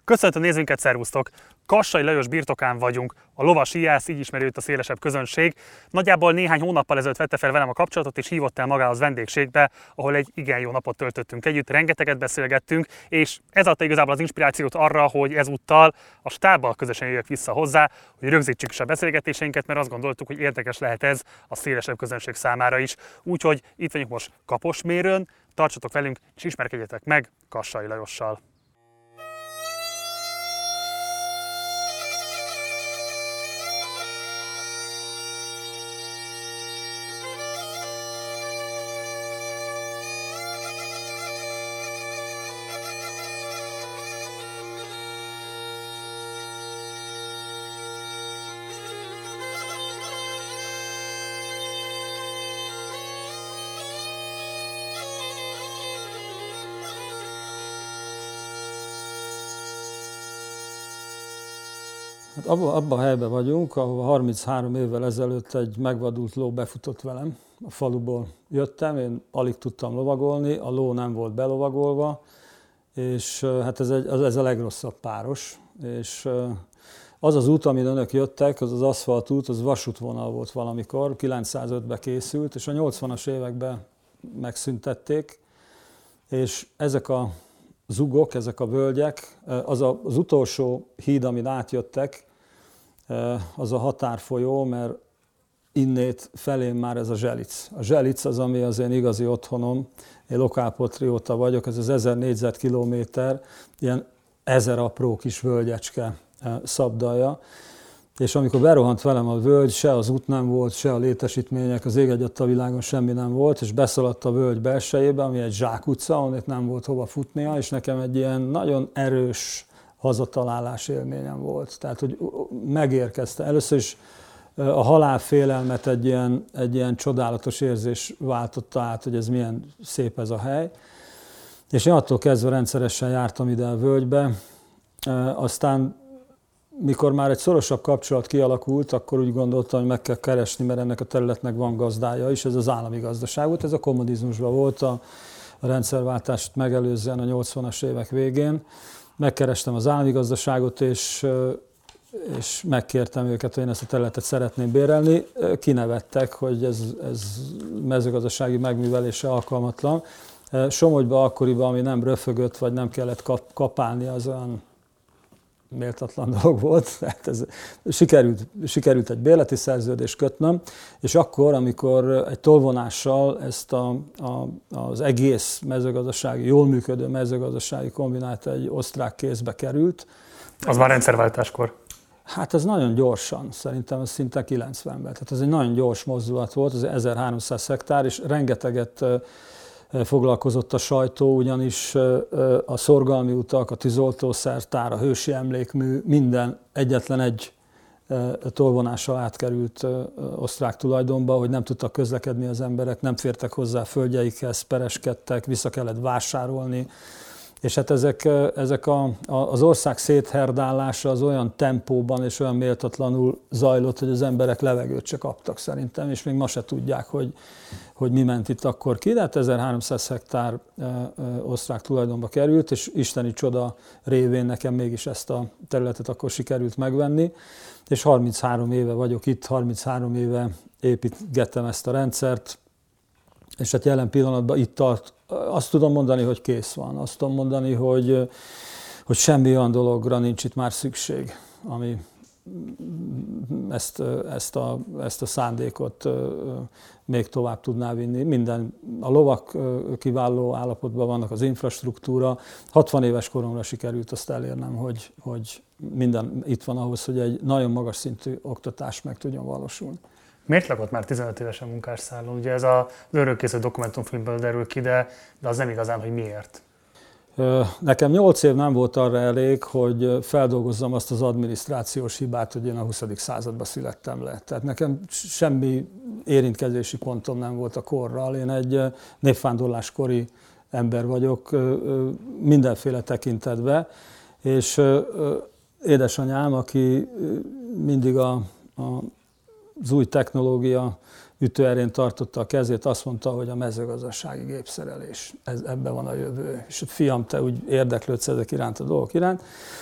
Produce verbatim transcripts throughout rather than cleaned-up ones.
Köszöntöm nézőinket, szervusztok! Kassai Lajos birtokán vagyunk, a lovas íjász, így ismeri őt a szélesebb közönség. Nagyjából néhány hónappal ezelőtt vette fel velem a kapcsolatot, és hívott el magához vendégségbe, ahol egy igen jó napot töltöttünk együtt, rengeteget beszélgettünk, és ez adta igazából az inspirációt arra, hogy ezúttal a stábbal közösen jöjjök vissza hozzá, hogy rögzítsük is a beszélgetéseinket, mert azt gondoltuk, hogy érdekes lehet ez a szélesebb közönség számára is. Úgyhogy itt vagyunk most Kaposmérőn, tartsatok velünk, és ismerkedjetek meg Kassai Lajossal. Hát abban abba a helyben vagyunk, ahol harminchárom évvel ezelőtt egy megvadult ló befutott velem. A faluból jöttem, én alig tudtam lovagolni, a ló nem volt belovagolva, és hát ez, egy, ez a legrosszabb páros. És az az út, amin önök jöttek, az az aszfaltút, az vasútvonal volt valamikor, kilencszázötben készült, és a nyolcvanas években megszüntették, és ezek a zugok, ezek a völgyek, az a, az utolsó híd, amin átjöttek, az a határfolyó, mert innét felém már ez a Zselic. A Zselic az, ami az én igazi otthonom, én lokálpatrióta vagyok, ez az ezer négyzetkilométer, ilyen ezer apró kis völgyecske szabdalja. És amikor berohant velem a völgy, se az út nem volt, se a létesítmények, az ég egyatt a világon semmi nem volt, és beszaladt a völgy belsejébe, ami egy zsákutca, ahol nem volt hova futnia, és nekem egy ilyen nagyon erős hazatalálás élményem volt. Tehát, hogy megérkezte. Először is a halálfélelmet egy ilyen, egy ilyen csodálatos érzés váltotta át, hogy ez milyen szép ez a hely. És én attól kezdve rendszeresen jártam ide a völgybe, aztán mikor már egy szorosabb kapcsolat kialakult, akkor úgy gondoltam, hogy meg kell keresni, mert ennek a területnek van gazdája is, ez az állami gazdaság volt, ez a kommunizmusban volt a, a rendszerváltást megelőzően a nyolcvanas évek végén. Megkerestem az állami gazdaságot, és, és megkértem őket, hogy én ezt a területet szeretném bérelni. Kinevettek, hogy ez, ez mezőgazdasági megművelése alkalmatlan. Somogyban akkoriban, ami nem röfögött, vagy nem kellett kap, kapálni, az olyan méltatlan dolog volt, tehát ez, sikerült, sikerült egy bérleti szerződést kötnöm, és akkor, amikor egy tolvonással ezt a, a, az egész mezőgazdasági, jól működő mezőgazdasági kombinát egy osztrák kézbe került. Az már rendszerváltáskor? Hát ez nagyon gyorsan, szerintem ez szinte kilencvenben, tehát ez egy nagyon gyors mozdulat volt, az ezerháromszáz hektár, és rengeteget foglalkozott a sajtó, ugyanis a szorgalmi utak, a tűzoltószertár, a hősi emlékmű, minden egyetlen egy tolvonással átkerült osztrák tulajdonba, hogy nem tudtak közlekedni az emberek, nem fértek hozzá földjeikhez, pereskedtek, vissza kellett vásárolni. És hát ezek, ezek a, a, az ország szétherdálása az olyan tempóban és olyan méltatlanul zajlott, hogy az emberek levegőt se kaptak szerintem, és még ma se tudják, hogy, hogy mi ment itt akkor ki. De hát ezerháromszáz hektár e, e, osztrák tulajdonba került, és isteni csoda révén nekem mégis ezt a területet akkor sikerült megvenni. És harminchárom éve vagyok itt, harminchárom éve építgettem ezt a rendszert, és hát jelen pillanatban itt tart. Azt tudom mondani, hogy kész van. Azt tudom mondani, hogy, hogy semmi olyan dologra nincs itt már szükség, ami ezt, ezt, a, ezt a szándékot még tovább tudná vinni. Minden, a lovak kiváló állapotban vannak, az infrastruktúra. hatvan éves koromra sikerült azt elérnem, hogy, hogy minden itt van ahhoz, hogy egy nagyon magas szintű oktatás meg tudjon valósulni. Miért lakott már tizenöt évesen munkásszállón? Ugye ez az örökkésző dokumentumfilmből derül ki, de, de az nem igazán, hogy miért. Nekem nyolc év nem volt arra elég, hogy feldolgozzam azt az adminisztrációs hibát, hogy én a huszadik században születtem le. Tehát nekem semmi érintkezési pontom nem volt a korral. Én egy népvándorláskori ember vagyok mindenféle tekintetben, és édesanyám, aki mindig a, a az új technológia ütőerén tartotta a kezét, azt mondta, hogy a mezőgazdasági gépszerelés, ez, ebben van a jövő. És fiam, te úgy érdeklődsz ezek iránt, a dolgok iránt.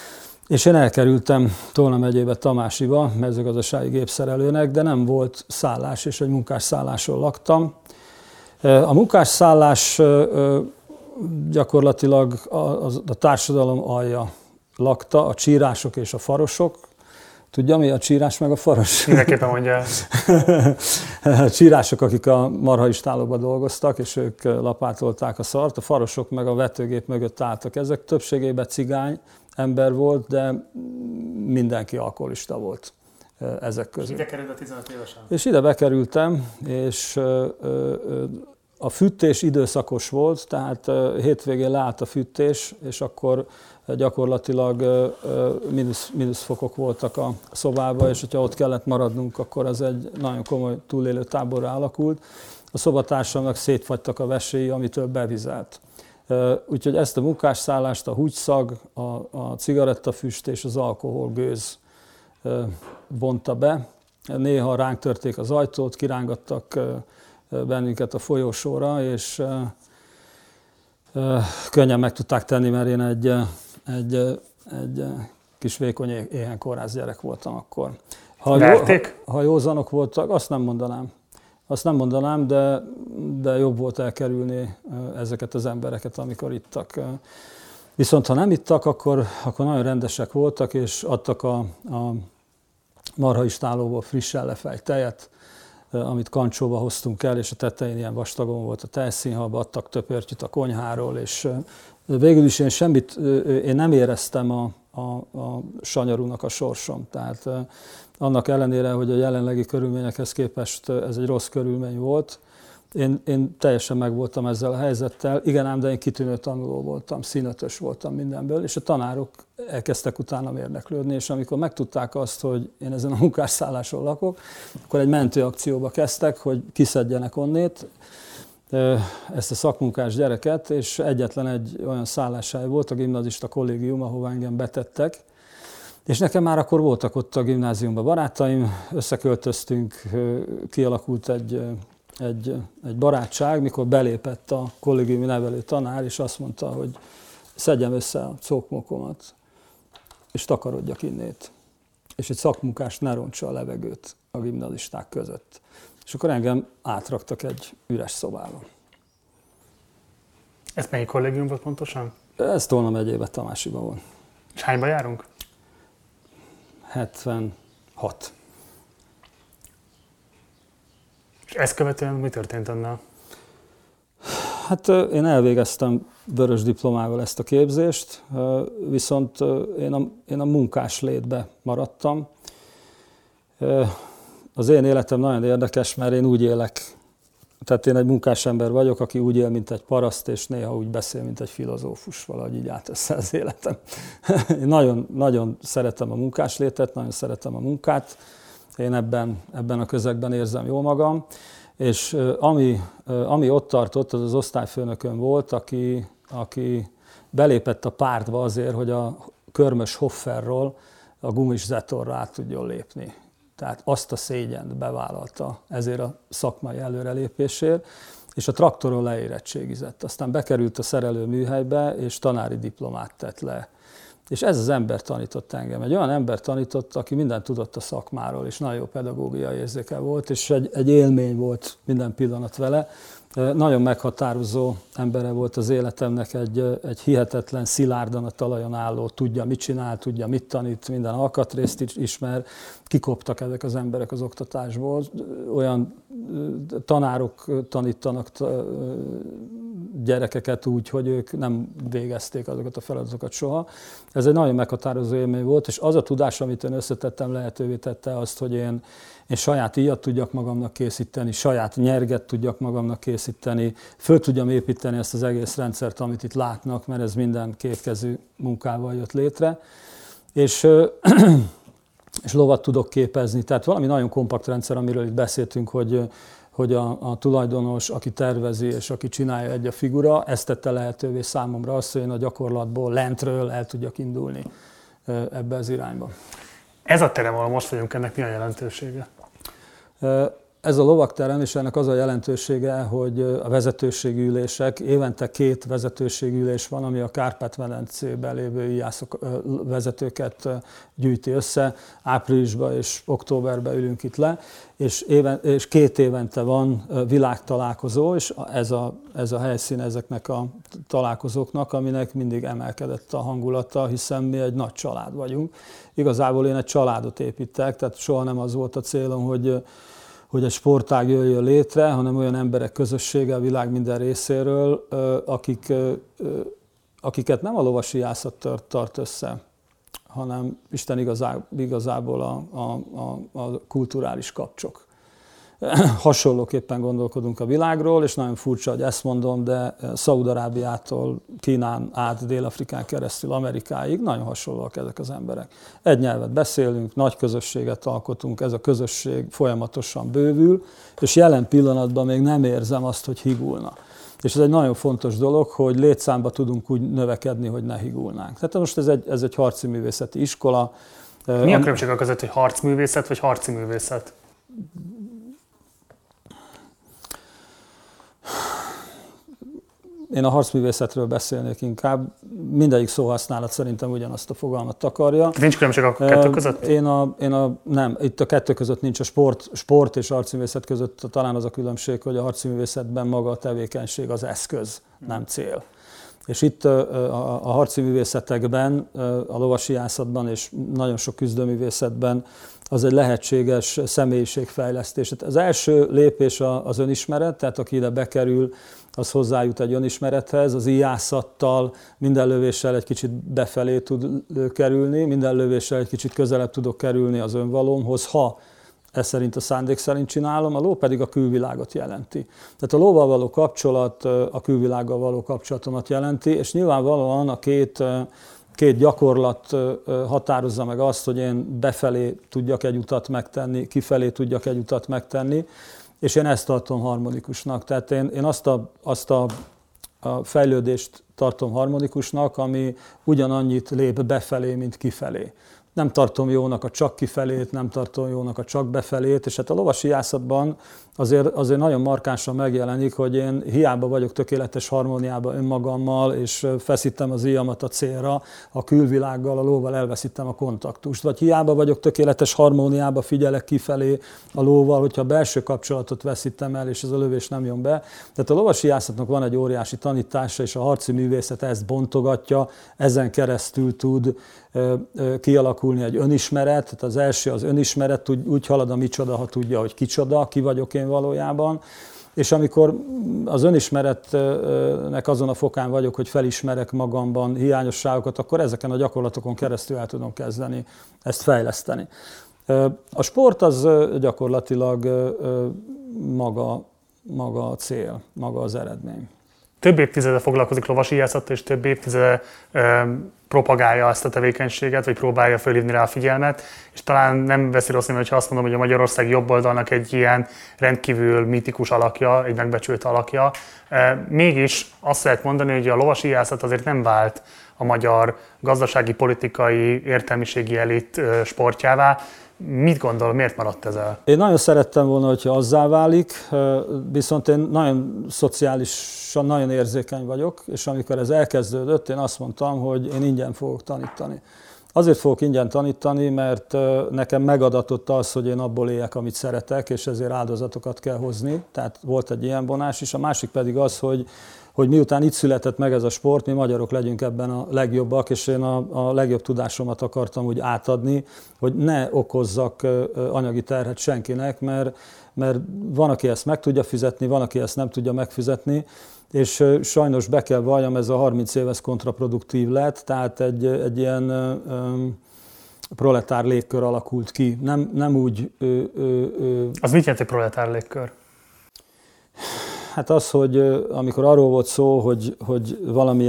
És én elkerültem Tolna megyébe Tamásiba, mezőgazdasági gépszerelőnek, de nem volt szállás, és egy munkásszálláson laktam. A munkásszállás gyakorlatilag a, a társadalom alja lakta, a csírások és a farosok. Tudja, mi a csírás meg a faros? Mindenképpen mondja. A csírások, akik a marhaistálóban dolgoztak, és ők lapátolták a szart, a farosok meg a vetőgép mögött álltak. Ezek többségében cigány ember volt, de mindenki alkoholista volt ezek közül. Ide került a tizenöt évesen? És ide bekerültem, és a fűtés időszakos volt, tehát hétvégén leállt a fűtés, és akkor gyakorlatilag mínusz, mínuszfokok voltak a szobában, és hogyha ott kellett maradnunk, akkor az egy nagyon komoly túlélő táborra alakult. A szobatársamnak szétfagytak a veséi, amitől bevizelt. Úgyhogy ezt a munkásszállást a húgyszag, a, a cigarettafüst és az alkoholgőz vonta be. Néha ránk törték az ajtót, kirángattak bennünket a folyósóra, és könnyen meg tudták tenni, mert én egy, egy, egy kis vékony éhen kórház gyerek voltam akkor. Ha, jó, ha, ha józanok voltak, azt nem mondanám. Azt nem mondanám, de, de jobb volt elkerülni ezeket az embereket, amikor ittak. Viszont ha nem ittak, akkor, akkor nagyon rendesek voltak, és adtak a, a marhaistálóból frissen lefejt tejet, amit kancsóba hoztunk el, és a tetején ilyen vastagon volt a tejszínhalba, adtak töpörtyűt a konyháról, és végül is én semmit, én nem éreztem a, a, a sanyarúnak a sorsom. Tehát annak ellenére, hogy a jelenlegi körülményekhez képest ez egy rossz körülmény volt, én, én teljesen meg voltam ezzel a helyzettel. Igen ám, de én kitűnő tanuló voltam, színötös voltam mindenből, és a tanárok elkezdtek utána érdeklődni, és amikor megtudták azt, hogy én ezen a munkásszálláson lakok, akkor egy mentőakcióba kezdtek, hogy kiszedjenek onnét ezt a szakmunkás gyereket, és egyetlen egy olyan szálláshely volt, a gimnazista kollégium, ahova engem betettek, és nekem már akkor voltak ott a gimnáziumban barátaim, összeköltöztünk, kialakult egy, egy, egy barátság, mikor belépett a kollégiumi nevelő tanár, és azt mondta, hogy szedjem össze a cókmokomat, és takarodjak innét. És egy szakmunkás ne rontsa a levegőt a gimnazisták között. És akkor engem átraktak egy üres szobába. Ez melyik kollégium volt pontosan? Ez Tolna megyében, Tamásiban van. És hányba járunk? hetvenhat. És ezt követően mi történt önnel? Hát én elvégeztem vörös diplomával ezt a képzést, viszont én a, én a munkás létbe maradtam. Az én életem nagyon érdekes, mert én úgy élek, tehát én egy munkás ember vagyok, aki úgy él, mint egy paraszt, és néha úgy beszél, mint egy filozófus, valahogy így állt össze az életem. Én nagyon, nagyon szeretem a munkáslétet, nagyon szeretem a munkát, én ebben, ebben a közegben érzem jól magam, és ami, ami ott tartott, az az osztályfőnökön volt, aki, aki belépett a pártba azért, hogy a körmös Hofferról a gumis Zetorra át tudjon lépni. Tehát azt a szégyent bevállalta ezért a szakmai előrelépésért, és a traktoron leérettségizett. Aztán bekerült a szerelő műhelybe, és tanári diplomát tett le. És ez az ember tanított engem. Egy olyan ember tanított, aki mindent tudott a szakmáról, és nagyon jó pedagógiai érzéke volt, és egy, egy élmény volt minden pillanat vele. Nagyon meghatározó embere volt az életemnek, egy, egy hihetetlen, szilárdan a talajon álló, tudja, mit csinál, tudja, mit tanít, minden alkatrészt ismer. Kikoptak ezek az emberek az oktatásból. Olyan tanárok tanítanak gyerekeket úgy, hogy ők nem végezték azokat a feladatokat soha. Ez egy nagyon meghatározó élmény volt, és az a tudás, amit én összetettem, lehetővé tette azt, hogy én, én saját íjat tudjak magamnak készíteni, saját nyerget tudjak magamnak készíteni, föl tudjam építeni ezt az egész rendszert, amit itt látnak, mert ez minden kétkezű munkával jött létre. És, és lovat tudok képezni, tehát valami nagyon kompakt rendszer, amiről itt beszéltünk, hogy hogy a, a tulajdonos, aki tervezi és aki csinálja egy a figura, ezt tette lehetővé számomra azt, hogy én a gyakorlatból, lentről el tudjak indulni ebbe az irányba. Ez a terem, ahol most vagyunk, ennek mi a jelentősége? Ez a lovagterem, és ennek az a jelentősége, hogy a vezetőségi ülések, évente két vezetőségi ülés van, ami a Kárpát-medencében lévő íjászok vezetőket gyűjti össze. Áprilisban és októberben ülünk itt le, és, éven, és két évente van világtalálkozó, és ez a, ez a helyszín ezeknek a találkozóknak, aminek mindig emelkedett a hangulata, hiszen mi egy nagy család vagyunk. Igazából én egy családot építek, tehát soha nem az volt a célom, hogy hogy egy sportág jöjjön létre, hanem olyan emberek közössége a világ minden részéről, akik, akiket nem a lovasíjászat tart, tart össze, hanem Isten igazá, igazából a, a, a, a kulturális kapcsok. Hasonlóképpen gondolkodunk a világról, és nagyon furcsa, hogy ezt mondom, de Szaúd-Arábiától Kínán át, Dél-Afrikán keresztül Amerikáig nagyon hasonlóak ezek az emberek. Egy nyelvet beszélünk, nagy közösséget alkotunk, ez a közösség folyamatosan bővül, és jelen pillanatban még nem érzem azt, hogy higulna. És ez egy nagyon fontos dolog, hogy létszámba tudunk úgy növekedni, hogy ne higulnánk. Tehát most ez egy, ez egy harci művészeti iskola. Mi a különbség a között, hogy harcművészet vagy harci művészet? Én a harcművészetről beszélnék inkább. Mindegyik szóhasználat szerintem ugyanazt a fogalmat takarja. Nincs különbség a kettő között? Én a, én a, nem, itt a kettő között nincs, a sport, sport és harcművészet között talán az a különbség, hogy a harcművészetben maga a tevékenység az eszköz, nem cél. És itt a, a harci művészetekben, a lovasíjászatban és nagyon sok küzdőművészetben az egy lehetséges személyiségfejlesztés. Az első lépés az önismeret, tehát aki ide bekerül, az hozzájut egy önismerethez, az íjászattal minden lövéssel egy kicsit befelé tud kerülni, minden lövéssel egy kicsit közelebb tudok kerülni az önvalómhoz, ha ez szerint a szándék szerint csinálom, a ló pedig a külvilágot jelenti. Tehát a lóval való kapcsolat a külvilággal való kapcsolatomat jelenti, és nyilvánvalóan a két, két gyakorlat határozza meg azt, hogy én befelé tudjak egy utat megtenni, kifelé tudjak egy utat megtenni, és én ezt tartom harmonikusnak. Tehát én, én azt, a, azt a, a fejlődést tartom harmonikusnak, ami ugyanannyit lép befelé, mint kifelé. Nem tartom jónak a csak kifelét, nem tartom jónak a csak befelét, és hát a lovasíjászatban azért, azért nagyon markánsan megjelenik, hogy én hiába vagyok tökéletes harmóniában önmagammal, és feszítem az íjamat a célra, a külvilággal, a lóval elveszítem a kontaktust. Vagy hiába vagyok tökéletes harmóniában, figyelek kifelé a lóval, hogyha a belső kapcsolatot veszítem el, és ez a lövés nem jön be. Tehát a lovasíjászatnak van egy óriási tanítása, és a harci művészet ezt bontogatja, ezen keresztül tud kialakulni egy önismeret. Tehát az első az önismeret, úgy, úgy halad a micsoda, ha tudja, hogy kicsoda, ki vagyok én valójában. És amikor az önismeretnek azon a fokán vagyok, hogy felismerek magamban hiányosságokat, akkor ezeken a gyakorlatokon keresztül el tudom kezdeni ezt fejleszteni. A sport az gyakorlatilag maga, maga a cél, maga az eredmény. Több évtizede foglalkozik lovasíjászattal, és több évtizede ö, propagálja ezt a tevékenységet, vagy próbálja fölhívni rá a figyelmet, és talán nem veszi rossz néven, ha azt mondom, hogy a Magyarország jobboldalnak egy ilyen rendkívül mítikus alakja, egy megbecsült alakja. Mégis azt lehet mondani, hogy a lovasíjászat azért nem vált a magyar gazdasági, politikai, értelmiségi elit sportjává. Mit gondol, miért maradt ez el? Én nagyon szerettem volna, hogyha azzá válik, viszont én nagyon szociálisan, nagyon érzékeny vagyok, és amikor ez elkezdődött, én azt mondtam, hogy én ingyen fogok tanítani. Azért fogok ingyen tanítani, mert nekem megadatott az, hogy én abból éljek, amit szeretek, és ezért áldozatokat kell hozni. Tehát volt egy ilyen vonás is. A másik pedig az, hogy hogy miután itt született meg ez a sport, mi magyarok legyünk ebben a legjobbak, és én a, a legjobb tudásomat akartam úgy átadni, hogy ne okozzak anyagi terhet senkinek, mert, mert van, aki ezt meg tudja fizetni, van, aki ezt nem tudja megfizetni, és sajnos be kell valljam, ez a harminc év ez kontraproduktív lett, tehát egy, egy ilyen um, proletár légkör alakult ki. Nem, nem úgy... Ö, ö, ö, az mit jelent egy proletár légkör? Hát az, hogy amikor arról volt szó, hogy, hogy valamilyen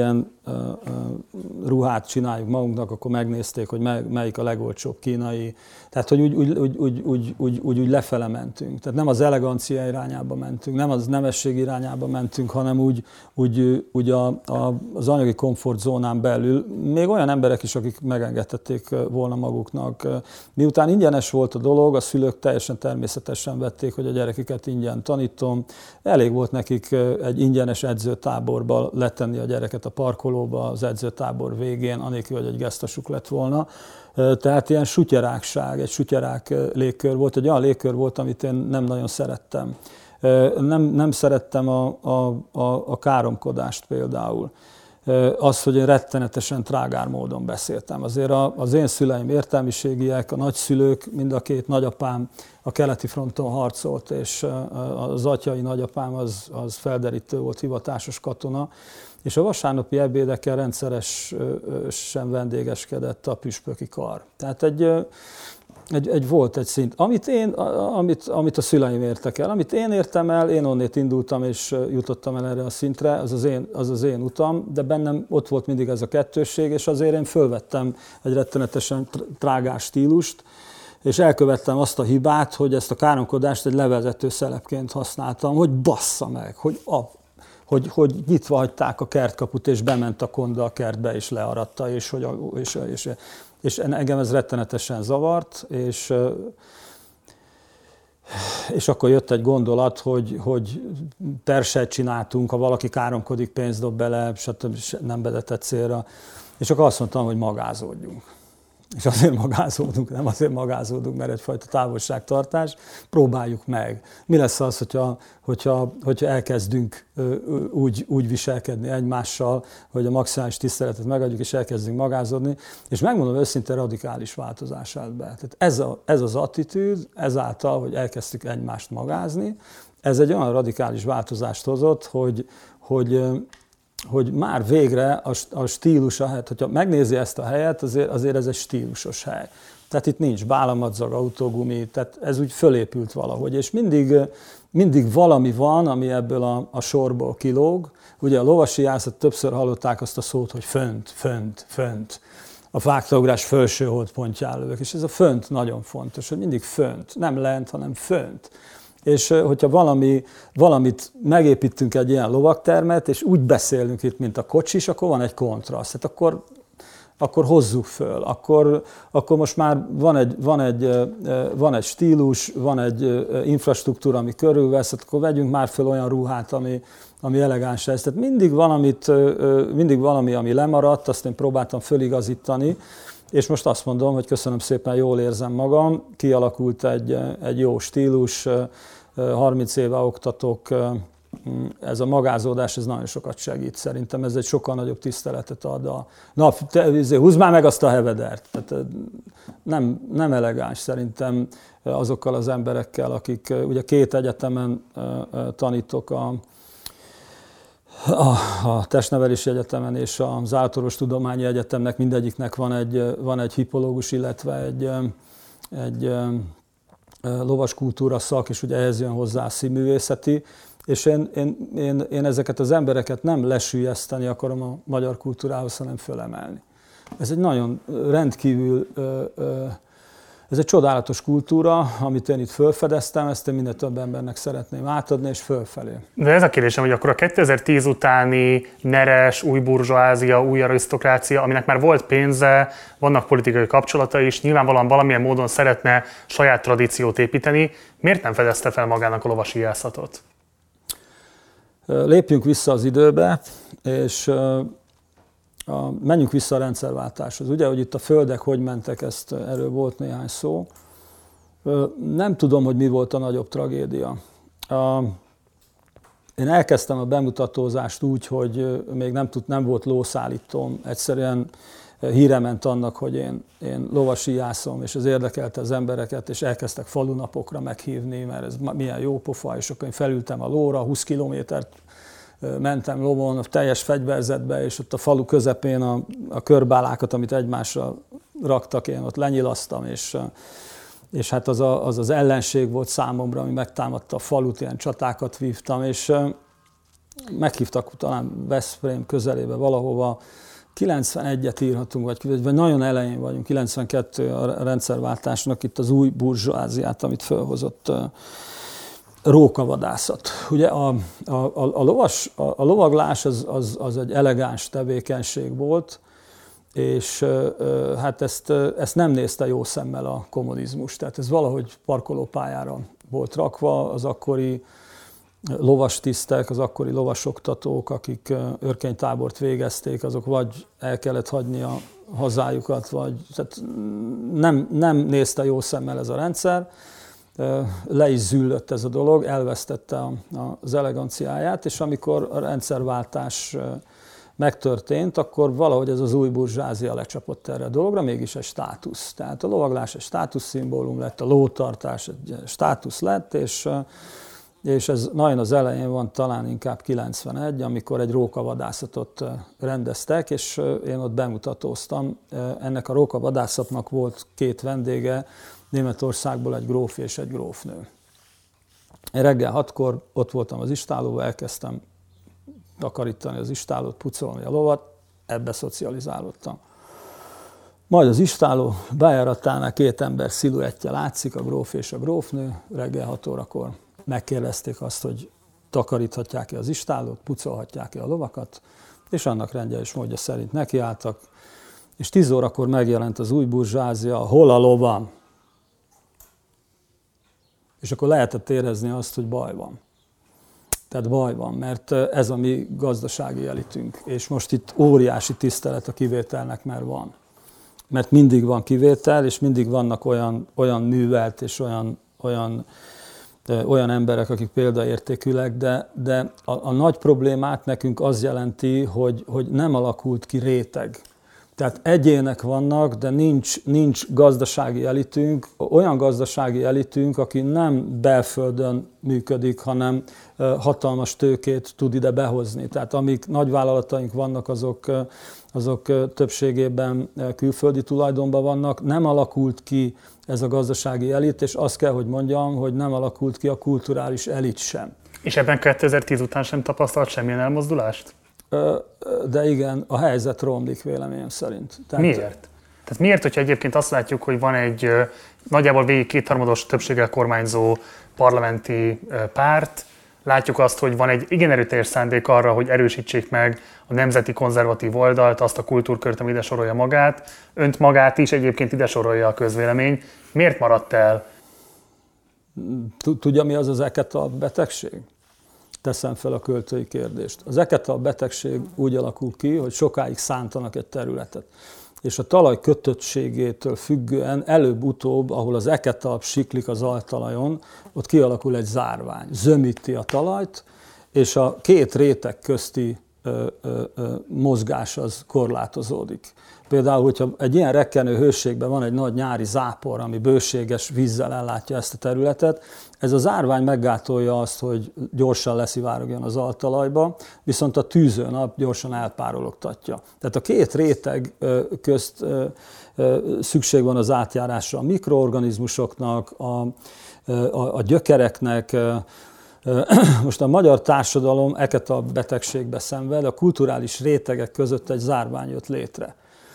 ruhát csináljuk magunknak, akkor megnézték, hogy melyik a legolcsóbb kínai. Tehát, hogy úgy, úgy, úgy, úgy, úgy, úgy, úgy, úgy lefele mentünk. Tehát nem az elegancia irányába mentünk, nem az nemesség irányába mentünk, hanem úgy, úgy, úgy a, a, az anyagi komfortzónán belül. Még olyan emberek is, akik megengedhették volna maguknak. Miután ingyenes volt a dolog, a szülők teljesen természetesen vették, hogy a gyerekeket ingyen tanítom. Elég volt nekik egy ingyenes edzőtáborba letenni a gyereket a parkolóba az edzőtábor végén, anélkül, hogy egy gesztusuk lett volna. Tehát ilyen sutyerákság, egy sutyerák légkör volt, egy olyan légkör volt, amit én nem nagyon szerettem. Nem, nem szerettem a, a, a, a káromkodást például. Az, hogy én rettenetesen trágár módon beszéltem. Azért az én szüleim értelmiségiek, a nagyszülők, mind a két nagyapám a keleti fronton harcolt, és az atyai nagyapám az, az felderítő volt, hivatásos katona, és a vasárnapi ebédeken rendszeresen vendégeskedett a püspöki kar. Tehát egy, egy, egy volt egy szint. Amit, én, amit, amit a szüleim értek el, amit én értem el, én onnét indultam és jutottam el erre a szintre, az az én, az az én utam, de bennem ott volt mindig ez a kettősség, és azért én fölvettem egy rettenetesen trágás stílust, és elkövettem azt a hibát, hogy ezt a káromkodást egy levezető szelepként használtam, hogy bassza meg, hogy a Hogy, hogy nyitva hagyták a kertkaput, és bement a konda a kertbe, és learatta, és, hogy a, és, és, és engem ez rettenetesen zavart, és, és akkor jött egy gondolat, hogy, hogy terset csináltunk, ha valaki káromkodik, pénzt dob bele, stb. Nem beletett célra, és akkor azt mondtam, hogy magázódjunk. És azért magázódunk, nem azért magázódunk, mert egyfajta távolságtartás, próbáljuk meg. Mi lesz az, hogyha, hogyha, hogyha elkezdünk úgy, úgy viselkedni egymással, hogy a maximális tiszteletet megadjuk, és elkezdünk magázódni, és megmondom őszintén, radikális változás állt be. Tehát ez, a, ez az attitűd, ezáltal, hogy elkezdtük egymást magázni, ez egy olyan radikális változást hozott, hogy, hogy hogy már végre a, a stílusa, hát hogyha megnézi ezt a helyet, azért, azért ez egy stílusos hely. Tehát itt nincs bálamadzag, autógumi, tehát ez úgy fölépült valahogy, és mindig, mindig valami van, ami ebből a, a sorból kilóg. Ugye a lovasiászat többször hallották azt a szót, hogy fönt, fönt, fönt. A vágtaugrás felső holdpontján lövök, és ez a fönt nagyon fontos, hogy mindig fönt, nem lent, hanem fönt. És hogyha valami, valamit megépítünk egy ilyen lovagtermet, és úgy beszélünk itt, mint a kocsis, akkor van egy kontraszt. Hát akkor, akkor hozzuk föl. Akkor, akkor most már van egy, van, egy, van egy stílus, van egy infrastruktúra, ami körülvesz, hát akkor vegyünk már föl olyan ruhát, ami, ami elegáns lesz. Tehát mindig, valamit, mindig valami, ami lemaradt, azt én próbáltam föligazítani, és most azt mondom, hogy köszönöm szépen, jól érzem magam, kialakult egy, egy jó stílus, harminc éve oktatok, ez a magázódás, ez nagyon sokat segít. Szerintem ez egy sokkal nagyobb tiszteletet ad a... Na, te, húzd már meg azt a hevedert! Tehát nem, nem elegáns szerintem azokkal az emberekkel, akik ugye két egyetemen tanítok, a, a, a Testnevelési Egyetemen és az Állatorvostudományi Egyetemnek mindegyiknek van egy, van egy hipológus, illetve egy, egy lovaskultúra szak, és ugye ehhez jön hozzá a színművészeti, és én, én, én, én ezeket az embereket nem lesüllyeszteni akarom a magyar kultúrához, hanem fölemelni. Ez egy nagyon rendkívül, ez egy csodálatos kultúra, amit én itt fölfedeztem, ezt én minél több embernek szeretném átadni, és fölfelé. De ez a kérdésem, hogy akkor a kétezer-tíz utáni neres, új burzsóázia, új arisztokrácia, aminek már volt pénze, vannak politikai kapcsolatai is, nyilvánvalóan valamilyen módon szeretne saját tradíciót építeni, miért nem fedezte fel magának a lovasíjászatot? Lépjünk vissza az időbe, és a, menjünk vissza a rendszerváltáshoz. Ugye, hogy itt a földek hogy mentek, ezt, erről volt néhány szó. Nem tudom, hogy mi volt a nagyobb tragédia. Én elkezdtem a bemutatózást úgy, hogy még nem, tud, nem volt lószállítóm. Egyszerűen híre ment annak, hogy én, én lovasíjászom, és ez érdekelte az embereket, és elkezdtek falunapokra meghívni, mert ez milyen jó pofa, és akkor én felültem a lóra, húsz kilométert mentem lovon, a teljes fegyverzetbe, és ott a falu közepén a, a körbálákat, amit egymásra raktak, én ott lenyilasztam, és, és hát az, a, az az ellenség volt számomra, ami megtámadta a falut, ilyen csatákat vívtam, és, meghívtak talán Veszprém közelébe valahova, kilencvenegyet írhatunk, vagy, vagy nagyon elején vagyunk, kilencvenkettő a rendszerváltásnak, itt az új burzsóáziát, amit felhozott rókavadászat. Ugye a, a, a, a, lovas, a, a lovaglás az, az, az egy elegáns tevékenység volt, és hát ezt, ezt nem nézte jó szemmel a kommunizmus. Tehát ez valahogy parkolópályára volt rakva, az akkori lovastisztek, az akkori lovasoktatók, akik őrkénytábort végezték, azok vagy el kellett hagyni a hazájukat, vagy tehát nem, nem nézte jó szemmel ez a rendszer, le is züllött ez a dolog, elvesztette az eleganciáját, és amikor a rendszerváltás megtörtént, akkor valahogy ez az új burzsázia lecsapott erre a dologra, mégis egy státusz. Tehát a lovaglás egy státuszszimbólum lett, a lótartás egy státusz lett, és, és ez nagyon az elején van, talán inkább kilencvenegy, amikor egy rókavadászatot rendeztek, és én ott bemutatóztam. Ennek a rókavadászatnak volt két vendége, Németországból egy gróf és egy grófnő. Én reggel hatkor ott voltam az istálóban, elkezdtem takarítani az istálót, pucolni a lovat, ebbe szocializálódtam. Majd az istáló bejáratánál két ember sziluettje látszik, a gróf és a grófnő, reggel hat órakor megkérdezték azt, hogy takaríthatják-e az istálót, pucolhatják-e a lovakat, és annak rendje és módja szerint nekiálltak, és tíz órakor megjelent az új burzsázia, hol a lovam? És akkor lehetett érezni azt, hogy baj van. Tehát baj van, mert ez a mi gazdasági elitünk, és most itt óriási tisztelet a kivételnek, mert van. Mert mindig van kivétel, és mindig vannak olyan, olyan művelt és olyan, olyan, olyan emberek, akik példaértékűek, de, de a, a nagy problémát nekünk az jelenti, hogy, hogy nem alakult ki réteg. Tehát egyének vannak, de nincs, nincs gazdasági elitünk, olyan gazdasági elitünk, aki nem belföldön működik, hanem hatalmas tőkét tud ide behozni. Tehát amik nagyvállalataink vannak, azok, azok többségében külföldi tulajdonban vannak. Nem alakult ki ez a gazdasági elit, és azt kell, hogy mondjam, hogy nem alakult ki a kulturális elit sem. És ebben kétezer-tíz után sem tapasztalt semmilyen elmozdulást? De igen, a helyzet romlik véleményem szerint. Tehát miért? Tehát miért, hogyha egyébként azt látjuk, hogy van egy nagyjából végig kétharmados többséggel kormányzó parlamenti párt, látjuk azt, hogy van egy igen erőteljes szándék arra, hogy erősítsék meg a nemzeti konzervatív oldalt, azt a kultúrkört, ami ide sorolja magát, önt magát is egyébként ide sorolja a közvélemény. Miért maradt el? Tudja, mi az az eketa betegség? Teszem fel a költői kérdést. Az eketa betegség úgy alakul ki, hogy sokáig szántanak egy területet. És a talaj kötöttségétől függően előbb-utóbb, ahol az eketalp siklik az altalajon, ott kialakul egy zárvány. Zömíti a talajt, és a két réteg közti ö, ö, ö, mozgás az korlátozódik. Például, hogyha egy ilyen rekkenő hőségben van egy nagy nyári zápor, ami bőséges vízzel ellátja ezt a területet, ez a zárvány meggátolja azt, hogy gyorsan leszivárogjon az altalajba, viszont a tűző nap gyorsan elpárologtatja. Tehát a két réteg közt szükség van az átjárásra a mikroorganizmusoknak, a, a, a gyökereknek. Most a magyar társadalom eketa betegségbe szenved, a kulturális rétegek között egy zárvány jött létre.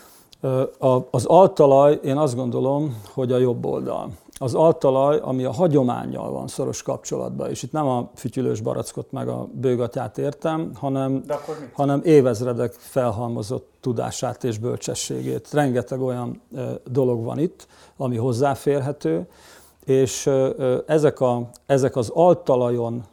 Az altalaj, én azt gondolom, hogy a jobb oldal. Az altalaj, ami a hagyománnyal van szoros kapcsolatban, és itt nem a fütyülős barackot meg a bőgatyát értem, hanem, hanem évezredek felhalmozott tudását és bölcsességét. Rengeteg olyan dolog van itt, ami hozzáférhető, és ezek, a, ezek az altalajon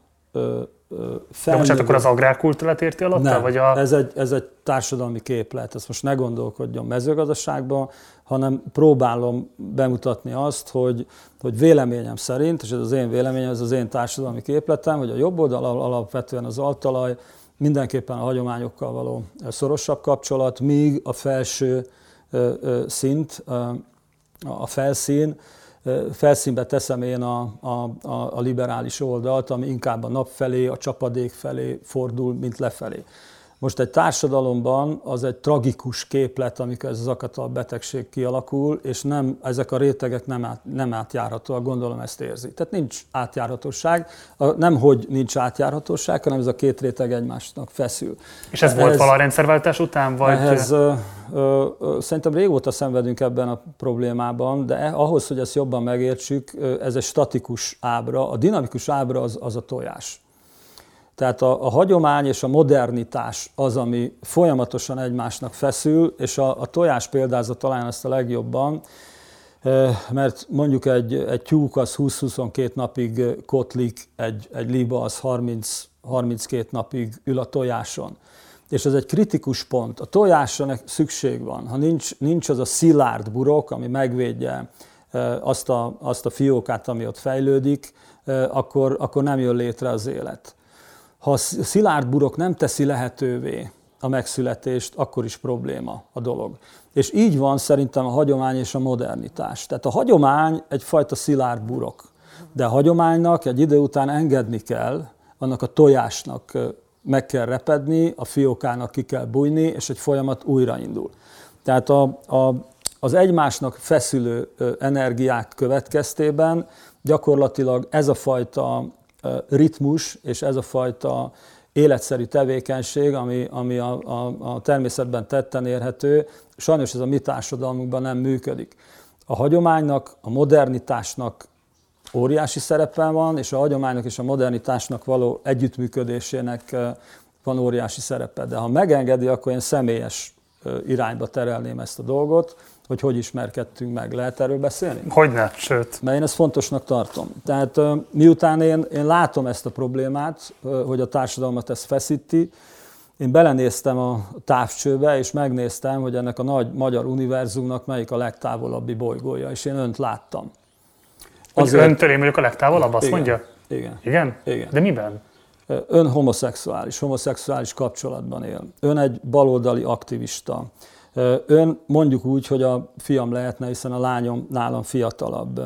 De most akkor az agrárkultúrát érti alatt? Nem, vagy a... ez, egy, ez egy társadalmi képlet, ezt most ne gondolkodjon mezőgazdaságban, hanem próbálom bemutatni azt, hogy, hogy véleményem szerint, és ez az én véleményem, ez az én társadalmi képletem, hogy a jobb oldal alapvetően az altalaj mindenképpen a hagyományokkal való szorosabb kapcsolat, míg a felső szint, a felszín, felszínbe teszem én a, a, a liberális oldalt, ami inkább a nap felé, a csapadék felé fordul, mint lefelé. Most egy társadalomban az egy tragikus képlet, amikor ez az akatal betegség kialakul, és nem, ezek a rétegek nem, át, nem átjárhatóak, gondolom ezt érzi. Tehát nincs átjárhatóság, nem hogy nincs átjárhatóság, hanem ez a két réteg egymásnak feszül. És ez ehhez, volt vala a rendszerváltás után? Vagy... Ehhez, ö, ö, ö, szerintem régóta szenvedünk ebben a problémában, de ahhoz, hogy ezt jobban megértsük, ez egy statikus ábra, a dinamikus ábra az, az a tojás. Tehát a, a hagyomány és a modernitás az, ami folyamatosan egymásnak feszül, és a, a tojás példázat talán ezt a legjobban, mert mondjuk egy, egy tyúk az húsz-huszonkettő napig kotlik, egy, egy liba az harminc-harminckét napig ül a tojáson. És ez egy kritikus pont. A tojásra szükség van. Ha nincs, nincs az a szilárd burok, ami megvédje azt a, azt a fiókát, ami ott fejlődik, akkor, akkor nem jön létre az élet. Ha a szilárd burok nem teszi lehetővé a megszületést, akkor is probléma a dolog. És így van szerintem a hagyomány és a modernitás. Tehát a hagyomány egyfajta szilárd burok, de a hagyománynak egy idő után engedni kell, annak a tojásnak meg kell repedni, a fiókának ki kell bújni, és egy folyamat újraindul. Tehát a, a, az egymásnak feszülő energiák következtében gyakorlatilag ez a fajta ritmus és ez a fajta életszerű tevékenység, ami, ami a, a, a természetben tetten érhető, sajnos ez a mi társadalmunkban nem működik. A hagyománynak, a modernitásnak óriási szerepe van, és a hagyománynak és a modernitásnak való együttműködésének van óriási szerepe. De ha megengedi, akkor én személyes irányba terelném ezt a dolgot, hogy hogy ismerkedtünk meg. Lehet erről beszélni? Hogyne, sőt. Mert én ezt fontosnak tartom. Tehát miután én, én látom ezt a problémát, hogy a társadalmat ez feszíti, én belenéztem a távcsőbe, és megnéztem, hogy ennek a nagy magyar univerzumnak melyik a legtávolabbi bolygója, és én önt láttam. Azért... Öntől én vagyok a legtávolabb, azt igen, mondja? Igen. Igen? Igen. De miben? Ön homoszexuális, homoszexuális kapcsolatban él. Ön egy baloldali aktivista. Ön mondjuk úgy, hogy a fiam lehetne, hiszen a lányom nálam fiatalabb.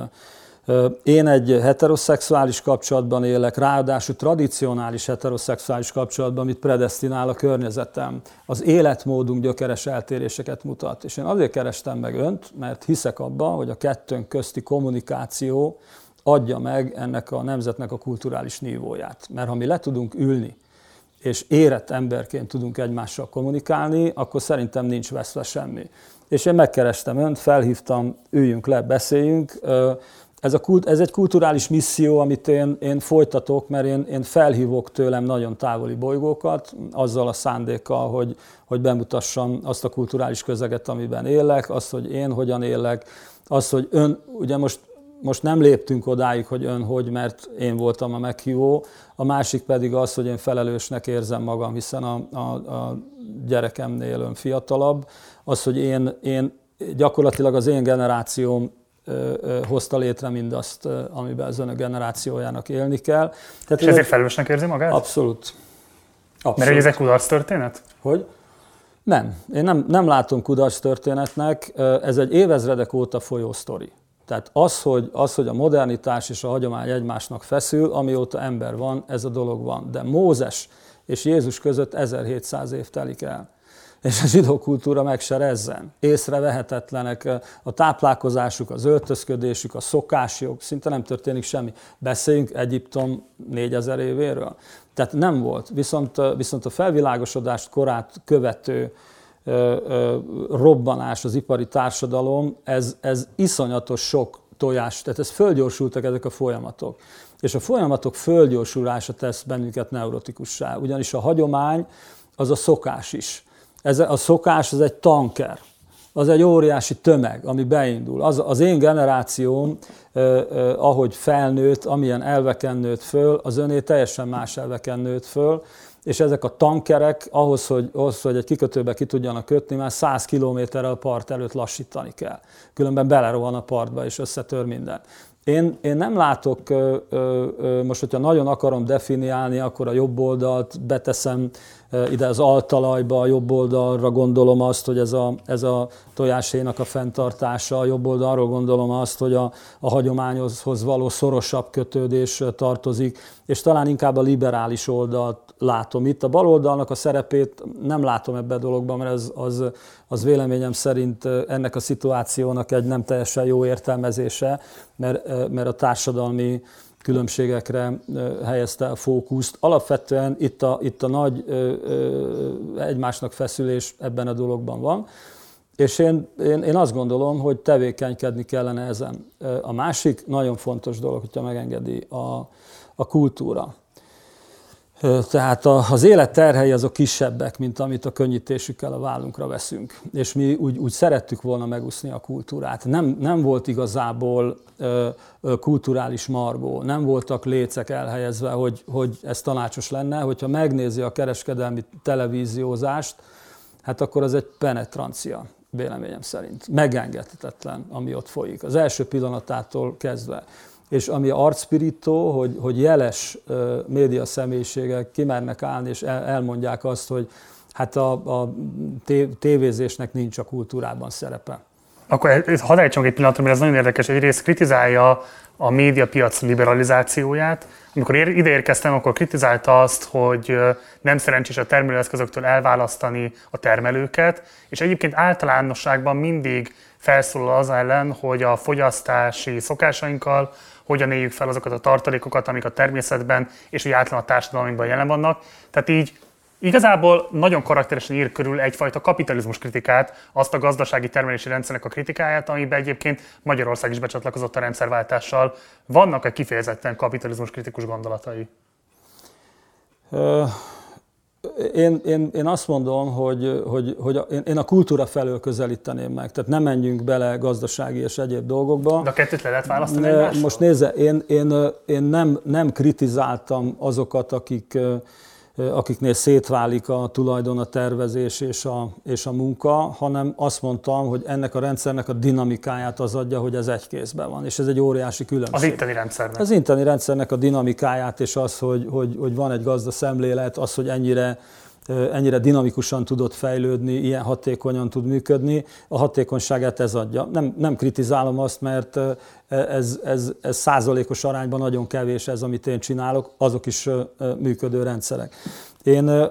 Én egy heteroszexuális kapcsolatban élek, ráadásul tradicionális heteroszexuális kapcsolatban, amit predesztinál a környezetem. Az életmódunk gyökeres eltéréseket mutat. És én azért kerestem meg önt, mert hiszek abban, hogy a kettőnk közti kommunikáció adja meg ennek a nemzetnek a kulturális nívóját. Mert ha mi le tudunk ülni, és érett emberként tudunk egymással kommunikálni, akkor szerintem nincs veszve semmi. És én megkerestem önt, felhívtam, üljünk le, beszéljünk. Ez, a kult, ez egy kulturális misszió, amit én, én folytatok, mert én, én felhívok tőlem nagyon távoli bolygókat, azzal a szándékkal, hogy, hogy bemutassam azt a kulturális közeget, amiben élek, azt, hogy én hogyan élek, azt, hogy ön, ugye most Most nem léptünk odáig, hogy ön hogy, mert én voltam a meghívó, a másik pedig az, hogy én felelősnek érzem magam, hiszen a, a, a gyerekemnél ön fiatalabb. Az, hogy én, én gyakorlatilag az én generációm ö, ö, hozta létre mindazt, ö, amiben az önök generációjának élni kell. Tehát és ezért felelősnek érzi magát? Abszolút. Abszolút. Mert ez egy kudarc történet? Hogy? Nem. Én nem, nem látom kudarc történetnek. Ez egy évezredek óta folyó sztori. Tehát az hogy, az, hogy a modernitás és a hagyomány egymásnak feszül, amióta ember van, ez a dolog van. De Mózes és Jézus között ezerhétszáz év telik el. És a zsidó kultúra meg se rezzen. Észrevehetetlenek a táplálkozásuk, az öltözködésük, a szokásjog, szinte nem történik semmi. Beszéljünk Egyiptom négyezer évéről. Tehát nem volt. Viszont, viszont a felvilágosodást korát követő robbanás, az ipari társadalom, ez, ez iszonyatos sok tojás, tehát ez fölgyorsultak ezek a folyamatok. És a folyamatok fölgyorsulása tesz bennünket neurotikussá, ugyanis a hagyomány az a szokás is. Ez, a szokás az egy tanker, az egy óriási tömeg, ami beindul. Az, az én generációm, eh, eh, ahogy felnőtt, amilyen elveken nőtt föl, az öné teljesen más elveken nőtt föl, és ezek a tankerek ahhoz, hogy, ahhoz, hogy egy kikötőbe ki tudjanak kötni, már száz kilométerrel a part előtt lassítani kell. Különben belerohan a partba, és összetör minden. Én, én nem látok, ö, ö, most hogyha nagyon akarom definiálni, akkor a jobb oldalt beteszem ide az altalajba, a jobb oldalra gondolom azt, hogy ez a, ez a tojáshéjnak a fenntartása, a jobb oldal arról gondolom azt, hogy a, a hagyományhoz való szorosabb kötődés tartozik, és talán inkább a liberális oldalt látom itt. A bal oldalnak a szerepét nem látom ebben a dologban, mert ez, az, az véleményem szerint ennek a szituációnak egy nem teljesen jó értelmezése, mert, mert a társadalmi különbségekre helyezte a fókuszt. Alapvetően itt a, itt a nagy ö, ö, egymásnak feszülés ebben a dologban van, és én, én, én azt gondolom, hogy tevékenykedni kellene ezen. A másik nagyon fontos dolog, hogyha megengedi, a, a kultúra. Tehát az élet terhei azok kisebbek, mint amit a könnyítésükkel a vállunkra veszünk. És mi úgy, úgy szerettük volna megúszni a kultúrát. Nem, nem volt igazából ö, ö, kulturális margó, nem voltak lécek elhelyezve, hogy, hogy ez tanácsos lenne. Hogyha megnézi a kereskedelmi televíziózást, hát akkor az egy penetrancia, véleményem szerint. Megengedhetetlen, ami ott folyik. Az első pillanatától kezdve. És ami arcpirító, hogy, hogy jeles uh, média személyiségek kimernek állni, és el, elmondják azt, hogy hát a, a tévézésnek nincs a kultúrában szerepe. Akkor hadd ejtsünk egy pillanatra, mert ez nagyon érdekes. Egyrészt kritizálja a médiapiac liberalizációját. Amikor ide érkeztem, akkor kritizálta azt, hogy nem szerencsés a termelőeszközöktől elválasztani a termelőket, és egyébként általánosságban mindig felszólal az ellen, hogy a fogyasztási szokásainkkal hogyan éljük fel azokat a tartalékokat, amik a természetben és úgy általán a társadalmunkban jelen vannak. Tehát így igazából nagyon karakteresen ír körül egyfajta kapitalizmus kritikát, azt a gazdasági termelési rendszernek a kritikáját, amiben egyébként Magyarország is becsatlakozott a rendszerváltással. Vannak-e kifejezetten kapitalizmus kritikus gondolatai? Én, én, én azt mondom, hogy, hogy, hogy én a kultúra felől közelíteném meg, tehát nem menjünk bele gazdasági és egyéb dolgokba. De a kettőt le lehet választani egymástól? Most nézze, én, én, én nem, nem kritizáltam azokat, akik, akiknél szétválik a tulajdon, a tervezés és a, és a munka, hanem azt mondtam, hogy ennek a rendszernek a dinamikáját az adja, hogy ez egy kézben van, és ez egy óriási különbség. Az itteni rendszernek. Az itteni rendszernek a dinamikáját, és az, hogy, hogy, hogy van egy gazdaszemlélet, az, hogy ennyire, ennyire dinamikusan tudott fejlődni, ilyen hatékonyan tud működni, a hatékonyságát ez adja. Nem, nem kritizálom azt, mert ez, ez, ez százalékos arányban nagyon kevés ez, amit én csinálok, azok is működő rendszerek. Én a,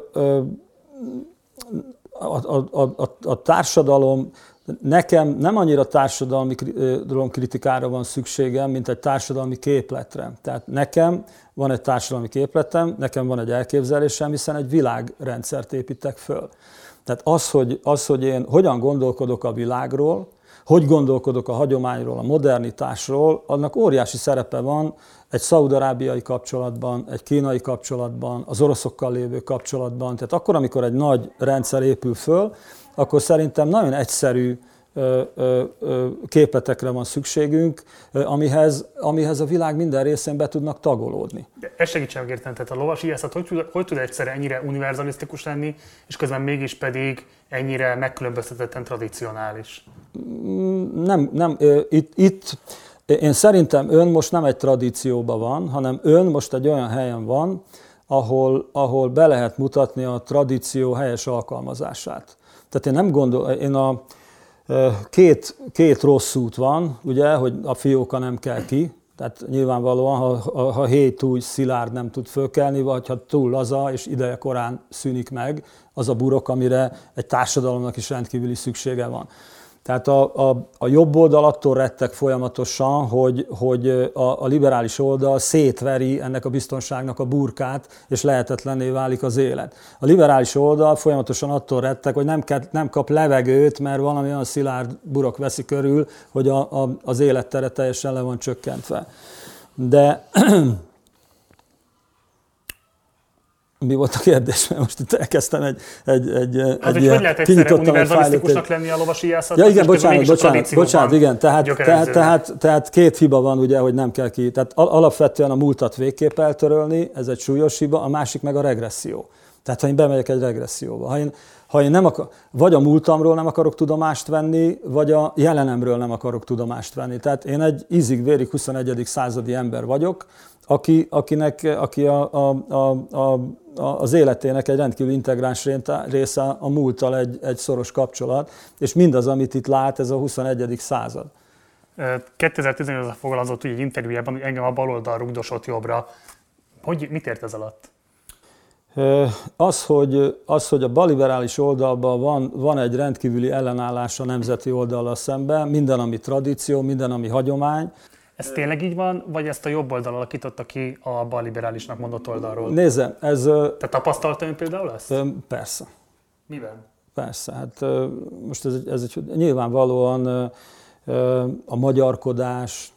a, a, a, a társadalom, nekem nem annyira társadalmi kritikára van szükségem, mint egy társadalmi képletre. Tehát nekem van egy társadalmi képletem, nekem van egy elképzelésem, hiszen egy világrendszert építek föl. Tehát az, hogy, az, hogy én hogyan gondolkodok a világról, hogy gondolkodok a hagyományról, a modernitásról, annak óriási szerepe van egy szaúd-arábiai kapcsolatban, egy kínai kapcsolatban, az oroszokkal lévő kapcsolatban. Tehát akkor, amikor egy nagy rendszer épül föl, akkor szerintem nagyon egyszerű ö, ö, ö, képletekre van szükségünk, ö, amihez, amihez a világ minden részén be tudnak tagolódni. De ezt segítsen megérteni, tehát a lovasíjászat hogy tud, hogy tud egyszerre ennyire univerzalisztikus lenni, és közben mégis pedig ennyire megkülönböztetetten tradicionális? Nem, nem. Itt, itt én szerintem ön most nem egy tradícióban van, hanem ön most egy olyan helyen van, ahol, ahol be lehet mutatni a tradíció helyes alkalmazását. Tehát én nem gondol, én a két, két rossz út van, ugye, hogy a fióka nem kell ki, tehát nyilvánvalóan, ha, ha héj túl szilárd nem tud fölkelni, vagy ha túl laza és ideje korán szűnik meg, az a burok, amire egy társadalomnak is rendkívüli szüksége van. Tehát a, a, a jobb oldal attól rettek folyamatosan, hogy, hogy a, a liberális oldal szétveri ennek a biztonságnak a burkát, és lehetetlenné válik az élet. A liberális oldal folyamatosan attól rettek, hogy nem, kell, nem kap levegőt, mert valami olyan szilárd burok veszi körül, hogy a, a, az élettere teljesen le van csökkentve. De mi volt a kérdés? Mert most itt elkezdtem egy... egy, egy, az, egy hogy hogy lehet egyszerre univerzalisztikusnak lenni a lovasíjászat? Ja, igen, bocsánat, bocsánat, bocsánat, igen. Tehát, tehát, tehát, tehát két hiba van, ugye, hogy nem kell ki. Tehát alapvetően a múltat végképp eltörölni, ez egy súlyos hiba, a másik meg a regresszió. Tehát ha én bemegyek egy regresszióba, ha én, Ha én nem akar, vagy a múltamról nem akarok tudomást venni, vagy a jelenemről nem akarok tudomást venni. Tehát én egy ízig-vérig huszonegyedik századi ember vagyok, aki, akinek, aki a, a, a, a, az életének egy rendkívül integráns része a múlttal egy, egy szoros kapcsolat, és mindaz, amit itt lát, ez a huszonegyedik század. kétezer-tizenötben foglalkozott egy interjújában, hogy engem a baloldal rugdosott jobbra. Hogy, mit ért ez alatt? Az, hogy, az, hogy a balliberális oldalban van, van egy rendkívüli ellenállás a nemzeti oldallal szemben, minden, ami tradíció, minden, ami hagyomány. Ez tényleg így van, vagy ezt a jobb oldal alakította ki a balliberálisnak mondott oldalról? Nézze, ez... Te tapasztalta ön például ezt? Persze. Miben? Persze, hát most ez egy, ez egy nyilvánvalóan a magyarkodás,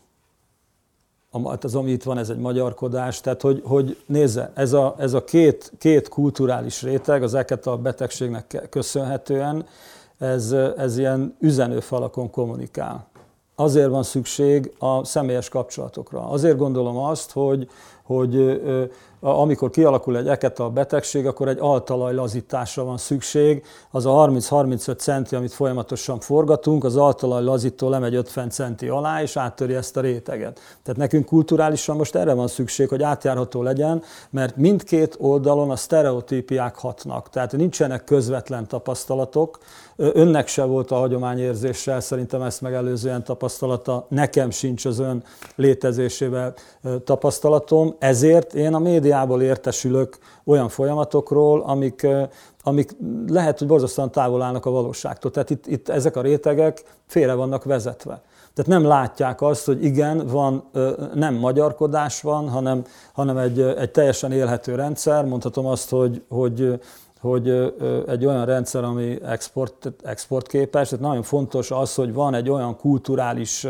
az, ami itt van, ez egy magyarkodás, tehát hogy, hogy nézze, ez a, ez a két, két kulturális réteg, az eketa betegségnek köszönhetően, ez, ez ilyen üzenőfalakon kommunikál. Azért van szükség a személyes kapcsolatokra. Azért gondolom azt, hogy, hogy amikor kialakul egy eketa betegség, akkor egy altalajlazításra van szükség. Az a harminc-harmincöt centi, amit folyamatosan forgatunk, az altalajlazító lemegy ötven centi alá, és áttöri ezt a réteget. Tehát nekünk kulturálisan most erre van szükség, hogy átjárható legyen, mert mindkét oldalon a sztereotípiák hatnak. Tehát nincsenek közvetlen tapasztalatok. Önnek se volt a hagyományérzéssel szerintem ezt megelőzően tapasztalata, nekem sincs az ön létezésével tapasztalatom, ezért én a médiából értesülök olyan folyamatokról, amik, amik lehet, hogy borzasztóan távol állnak a valóságtól. Tehát itt, itt ezek a rétegek félre vannak vezetve. Tehát nem látják azt, hogy igen, van, nem magyarkodás van, hanem, hanem egy, egy teljesen élhető rendszer. Mondhatom azt, hogy, hogy hogy egy olyan rendszer, ami export, exportképes, tehát nagyon fontos az, hogy van egy olyan kulturális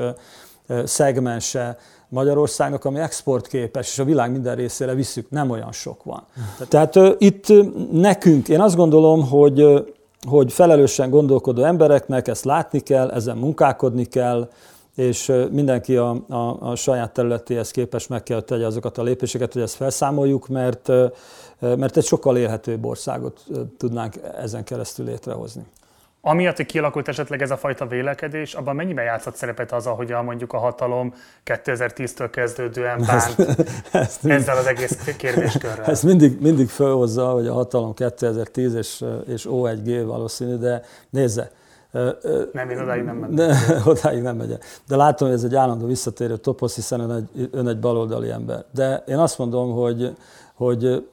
szegmense Magyarországnak, ami exportképes, és a világ minden részére visszük, nem olyan sok van. Tehát itt nekünk, én azt gondolom, hogy, hogy felelősen gondolkodó embereknek ezt látni kell, ezen munkálkodni kell, és mindenki a, a, a saját területéhez képest meg kell tegye azokat a lépéseket, hogy ezt felszámoljuk, mert, mert egy sokkal élhetőbb országot tudnánk ezen keresztül létrehozni. Amiatt, hogy kialakult esetleg ez a fajta vélekedés, abban mennyiben játszott szerepet az, ahogy a, mondjuk a hatalom kétezer-tíztől kezdődően bánt ezt, ezt ezzel az egész kérdéskörrel? Ezt mindig, mindig felhozza, hogy a hatalom kétezer-tíz és, és ó egy gé valószínű, de nézze, nem, én odáig nem mentem. De, odáig nem megyek. De látom, hogy ez egy állandó visszatérő toposz, hiszen ön egy, ön egy baloldali ember. De én azt mondom, hogy, hogy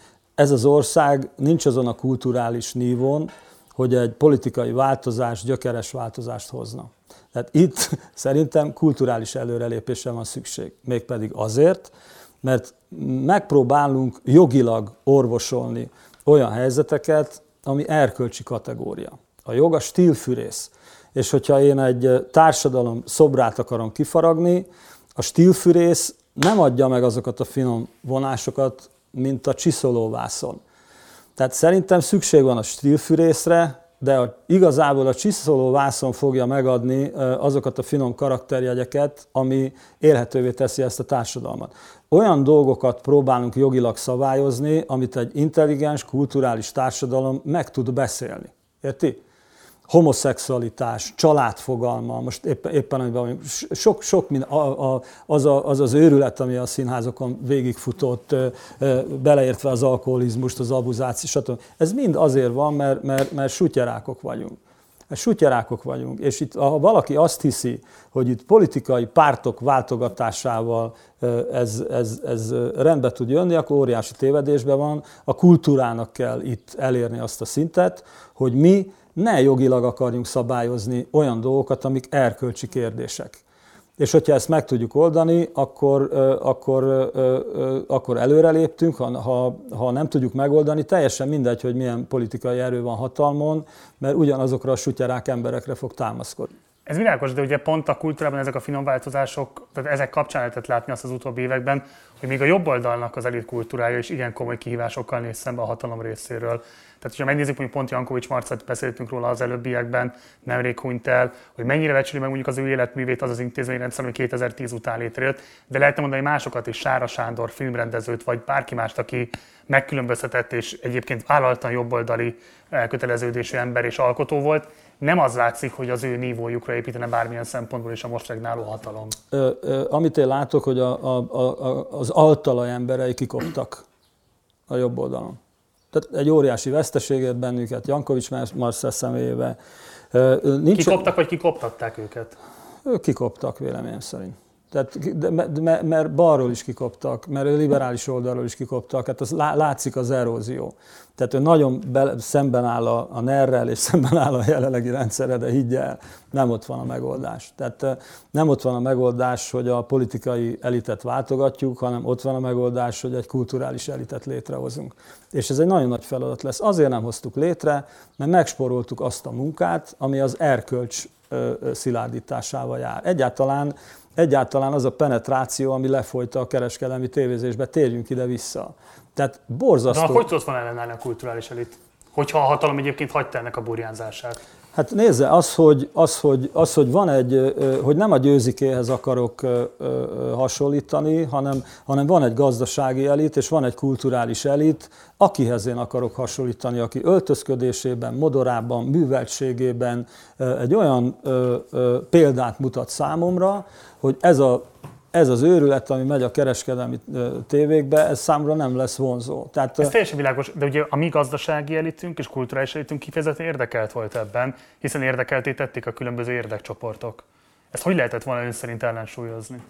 ez az ország nincs azon a kulturális nívón, hogy egy politikai változás, gyökeres változást hozna. Tehát itt szerintem kulturális előrelépésre van szükség. Mégpedig azért, mert megpróbálunk jogilag orvosolni olyan helyzeteket, ami erkölcsi kategória. A jog a stílfűrész. És hogyha én egy társadalom szobrát akarom kifaragni, a stílfűrész nem adja meg azokat a finom vonásokat, mint a csiszolóvászon. Tehát szerintem szükség van a stílfűrészre, de a, igazából a csiszolóvászon fogja megadni azokat a finom karakterjegyeket, ami élhetővé teszi ezt a társadalmat. Olyan dolgokat próbálunk jogilag szabályozni, amit egy intelligens, kulturális társadalom meg tud beszélni. Érti? Homoszexualitás, családfogalma, most éppen, éppen amiben sok, sok mind, a, a, az, a, az az őrület, ami a színházokon végigfutott, beleértve az alkoholizmust, az abuzációt, stb. Ez mind azért van, mert, mert, mert sutyarákok vagyunk. Mert sutyarákok vagyunk, és itt, ha valaki azt hiszi, hogy itt politikai pártok váltogatásával ez, ez, ez rendbe tud jönni, akkor óriási tévedésben van. A kultúrának kell itt elérni azt a szintet, hogy mi ne jogilag akarjunk szabályozni olyan dolgokat, amik erkölcsi kérdések. És hogyha ezt meg tudjuk oldani, akkor, akkor, akkor előreléptünk, ha, ha, ha nem tudjuk megoldani, teljesen mindegy, hogy milyen politikai erő van hatalmon, mert ugyanazokra a sutyarák emberekre fog támaszkodni. Ez világos, de ugye pont a kultúrában ezek a finom változások, tehát ezek kapcsán lehetett látni azt az utóbbi években, hogy még a jobb oldalnak az elit kultúrája is igen komoly kihívásokkal néz szembe a hatalom részéről. Tehát, hogyha megnézzük, hogy pont Jankovics Marcet beszéltünk róla az előbbiekben, nemrég hunyt el, hogy mennyire becsüli meg mondjuk az ő életművét az az intézményrendszer, ami kétezer-tíz után létrejött, de lehetne mondani másokat is, Sára Sándor filmrendezőt, vagy bárki mást, aki megkülönböztetett és egyébként vállaltan jobboldali elköteleződésű ember és alkotó volt. Nem az látszik, hogy az ő nívójukra építene bármilyen szempontból is a most regnáló hatalom. Ö, ö, amit én látok, hogy a, a, a, az altalaj emberei kikoptak a jobb oldalon. Tehát egy óriási veszteséget bennünket, Jankovics Marcel személyébe. Nincs... Kikoptak, vagy kikoptatták őket? Ők kikoptak, véleményem szerint. Tehát, de, de, mert balról is kikoptak, mert liberális oldalról is kikoptak, hát az látszik az erózió. Tehát ő nagyon be, szemben áll a, a nerrel, és szemben áll a jelenlegi rendszerre, de higgy el, nem ott van a megoldás. Tehát nem ott van a megoldás, hogy a politikai elitet váltogatjuk, hanem ott van a megoldás, hogy egy kulturális elitet létrehozunk. És ez egy nagyon nagy feladat lesz. Azért nem hoztuk létre, mert megspóroltuk azt a munkát, ami az erkölcs szilárdításával jár. Egyáltalán Egyáltalán az a penetráció, ami lefolyt a kereskedelmi tévézésbe, térjünk ide-vissza. Tehát borzasztó... De hogy tudsz van ellenállni a kulturális elit? Hogyha a hatalom egyébként hagyta ennek a burjánzását? Hát nézze, az, hogy, az, hogy, az, hogy van egy, hogy nem a Győzikéhez akarok hasonlítani, hanem, hanem van egy gazdasági elit, és van egy kulturális elit, akihez én akarok hasonlítani, aki öltözködésében, modorában, műveltségében egy olyan példát mutat számomra, hogy ez, a, ez az őrület, ami megy a kereskedelmi tévékbe, ez számomra nem lesz vonzó. Tehát, ez teljesen világos, de ugye a mi gazdasági elitünk és kulturális elitünk kifejezetten érdekelt volt ebben, hiszen érdekelté tették a különböző érdekcsoportok. Ezt hogy lehetett volna ön szerint ellensúlyozni?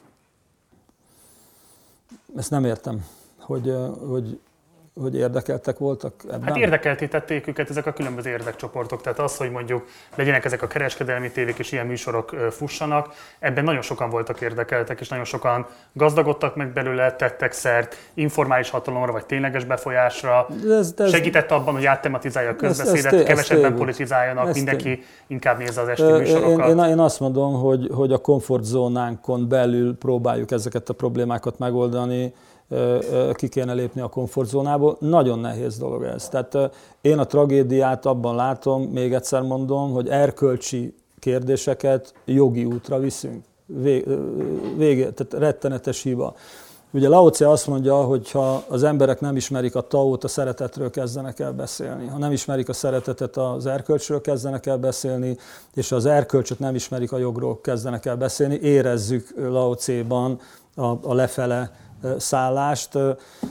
Ezt nem értem, hogy, hogy, hogy érdekeltek voltak ebben. Hát érdekelté tették őket ezek a különböző érdekcsoportok. Tehát az, hogy mondjuk legyenek ezek a kereskedelmi tévék és ilyen műsorok fussanak, ebben nagyon sokan voltak érdekeltek, és nagyon sokan gazdagodtak meg belőle, tettek szert informális hatalomra, vagy tényleges befolyásra. Ez, ez, segített abban, hogy áttematizálja a közbeszédet, ez, ez, kevesebben ez politizáljanak, ez mindenki tévút. Inkább nézze az esti műsorokat. Én, én, én azt mondom, hogy, hogy a komfortzónánkon belül próbáljuk ezeket a problémákat megoldani, ki kéne lépni a komfortzónából. Nagyon nehéz dolog ez. Tehát én a tragédiát abban látom, még egyszer mondom, hogy erkölcsi kérdéseket jogi útra viszünk. Vége, tehát rettenetes hiba. Ugye Lao Tse azt mondja, hogy ha az emberek nem ismerik a Taót, a szeretetről kezdenek el beszélni. Ha nem ismerik a szeretetet, az erkölcsről kezdenek el beszélni, és ha az erkölcsöt nem ismerik, a jogról kezdenek el beszélni. Érezzük Lao Tse-ban a, a lefele szállást.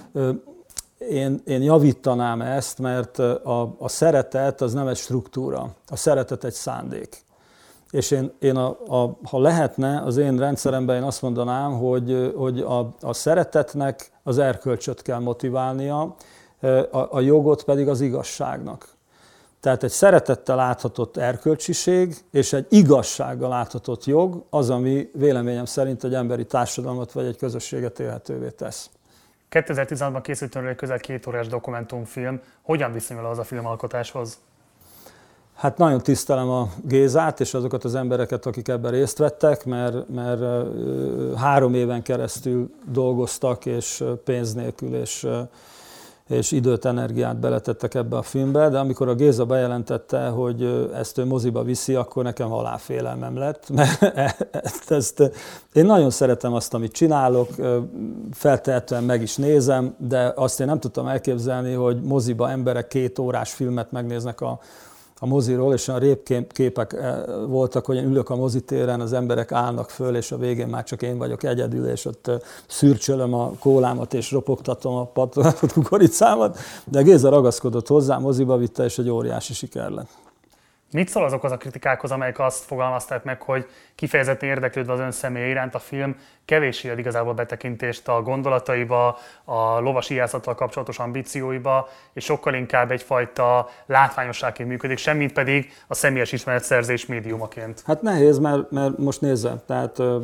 Én, én javítanám ezt, mert a, a szeretet az nem egy struktúra, a szeretet egy szándék. És én, én a, a, ha lehetne, az én rendszeremben én azt mondanám, hogy, hogy a, a szeretetnek az erkölcsöt kell motiválnia, a, a jogot pedig az igazságnak. Tehát egy szeretettel áthatott erkölcsiség és egy igazsággal áthatott jog az, ami véleményem szerint egy emberi társadalmat vagy egy közösséget élhetővé tesz. kétezer-tizenhatban készült önről egy közel két órás dokumentumfilm. Hogyan viszonyul az a filmalkotáshoz? Hát nagyon tisztelem a Gézát és azokat az embereket, akik ebben részt vettek, mert, mert három éven keresztül dolgoztak, és pénz nélkül, és és időt, energiát beletettek ebbe a filmbe, de amikor a Géza bejelentette, hogy ezt ő moziba viszi, akkor nekem halálfélelmem lett, mert ezt, ezt, én nagyon szeretem azt, amit csinálok, feltehetően meg is nézem, de azt én nem tudtam elképzelni, hogy moziba emberek két órás filmet megnéznek a a moziról, és olyan répképek voltak, hogy én ülök a mozitéren, az emberek állnak föl, és a végén már csak én vagyok egyedül, és ott szürcsölöm a kólámat, és ropogtatom a patronát, kukoricámat, de Géza ragaszkodott hozzá, moziba vitte, és egy óriási siker lett. Mit szól azokhoz a kritikákhoz, amelyek azt fogalmazták meg, hogy kifejezetten érdeklődve az ön személye iránt a film kevéssé ad igazából betekintést a gondolataiba, a lovas íjászattal kapcsolatos ambícióiba, és sokkal inkább egyfajta látványosságként működik, semmit pedig a személyes ismeretszerzés médiumaként? Hát nehéz, mert, mert most nézze, tehát ö,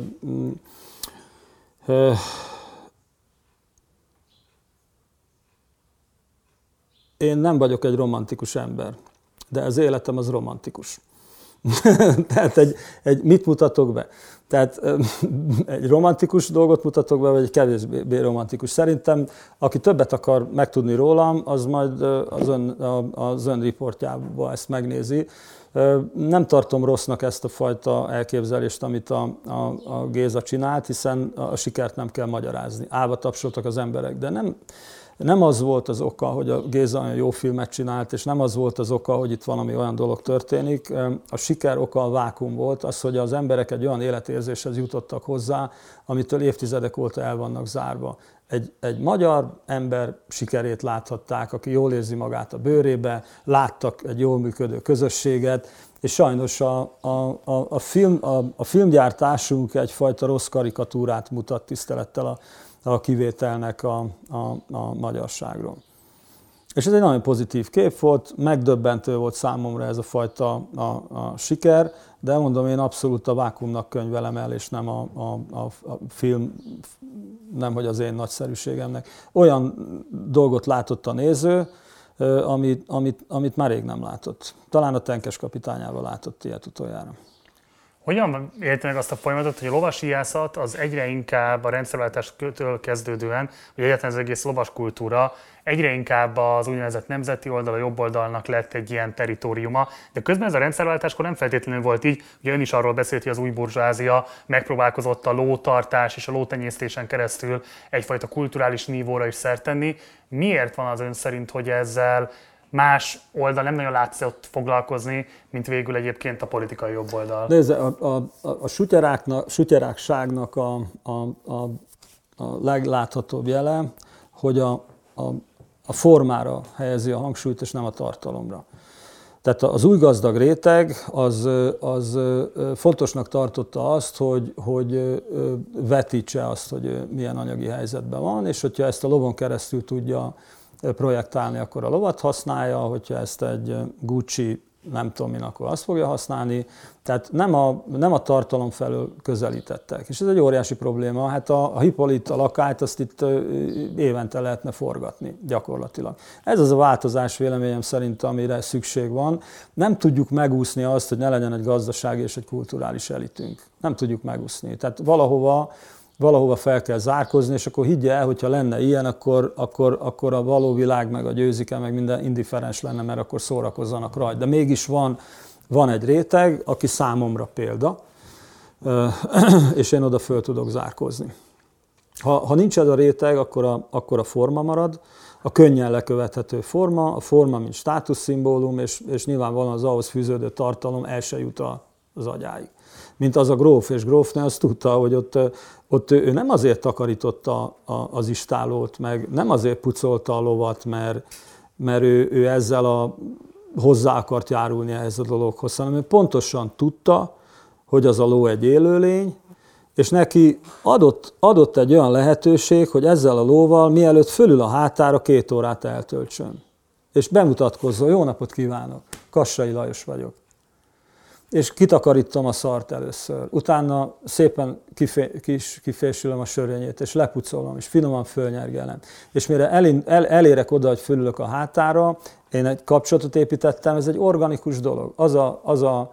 ö, én nem vagyok egy romantikus ember, de az életem az romantikus. Tehát egy, egy, mit mutatok be? Tehát egy romantikus dolgot mutatok be, vagy egy kevésbé romantikus. Szerintem, aki többet akar megtudni rólam, az majd az ön, az ön riportjában ezt megnézi. Nem tartom rossznak ezt a fajta elképzelést, amit a, a, a Géza csinált, hiszen a sikert nem kell magyarázni. Állva tapsoltak az emberek, de nem, nem az volt az oka, hogy a Géza olyan jó filmet csinált, és nem az volt az oka, hogy itt valami olyan dolog történik. A siker oka a vákuum volt, az, hogy az emberek egy olyan életérzéshez jutottak hozzá, amitől évtizedek óta el vannak zárva. Egy, egy magyar ember sikerét láthatták, aki jól érzi magát a bőrébe, láttak egy jól működő közösséget, és sajnos a, a, a, a, film, a, a filmgyártásunk egyfajta rossz karikatúrát mutat, tisztelettel a, a kivételnek a, a, a magyarságról. És ez egy nagyon pozitív kép volt, megdöbbentő volt számomra ez a fajta a, a siker, de mondom, én abszolút a vákuumnak könyvelem el, és nem a, a, a, a film, nem hogy az én nagyszerűségemnek. Olyan dolgot látott a néző, amit, amit, amit már rég nem látott. Talán a Tenkes kapitányával látott ilyet utoljára. Hogyan érti meg azt a folyamatot, hogy a lovasíjászat az egyre inkább a rendszerváltástól kezdődően, vagy egyáltalán az egész lovaskultúra egyre inkább az úgynevezett nemzeti oldal, a jobb oldalnak lett egy ilyen territóriuma, de közben ez a rendszerváltáskor nem feltétlenül volt így, ugye ön is arról beszélt, hogy az új burzsázia megpróbálkozott a lótartás és a lótenyésztésen keresztül egyfajta kulturális nívóra is szert tenni. Miért van az ön szerint, hogy ezzel más oldal nem nagyon látszott foglalkozni, mint végül egyébként a politikai jobb oldal? Nézze, a, a, a, a sutyerákságnak a, a, a, a legláthatóbb jele, hogy a, a, a formára helyezi a hangsúlyt, és nem a tartalomra. Tehát az új gazdag réteg az, az fontosnak tartotta azt, hogy, hogy vetítse azt, hogy milyen anyagi helyzetben van, és hogyha ezt a lovon keresztül tudja projektálni, akkor a lovat használja, hogyha ezt egy Gucci, nem tudom min, akkor azt fogja használni. Tehát nem a, nem a tartalom felől közelítettek. És ez egy óriási probléma. Hát a, a Hippolyt, a lakályt, azt itt évente lehetne forgatni gyakorlatilag. Ez az a változás véleményem szerint, amire szükség van. Nem tudjuk megúszni azt, hogy ne legyen egy gazdasági és egy kulturális elitünk. Nem tudjuk megúszni. Tehát valahova valahova fel kell zárkozni, és akkor higgye el, hogyha lenne ilyen, akkor, akkor, akkor a való világ, meg a győzike, meg minden indiferens lenne, mert akkor szórakozzanak rajta. De mégis van, van egy réteg, aki számomra példa, és én oda föl tudok zárkozni. Ha, ha nincs ez a réteg, akkor a, akkor a forma marad, a könnyen lekövethető forma, a forma, mint státuszszimbólum, és, és nyilvánvalóan az ahhoz fűződő tartalom el se jut az agyáig. Mint az a gróf és grófnő, azt tudta, hogy ott, ott ő nem azért takarította az istálót, meg nem azért pucolta a lovat, mert, mert ő, ő ezzel a, hozzá akart járulni ehhez a dologhoz, hanem ő pontosan tudta, hogy az a ló egy élőlény, és neki adott, adott egy olyan lehetőség, hogy ezzel a lóval mielőtt fölül a hátára két órát eltöltsön. És bemutatkozzon, jó napot kívánok, Kassai Lajos vagyok. És kitakarítom a szart először. Utána szépen kifé, kis, kifésülöm a sörényét, és lepucolom, és finoman fölnyergelem. És mire el, el, elérek oda, hogy fölülök a hátára, én egy kapcsolatot építettem, ez egy organikus dolog. Az a, az a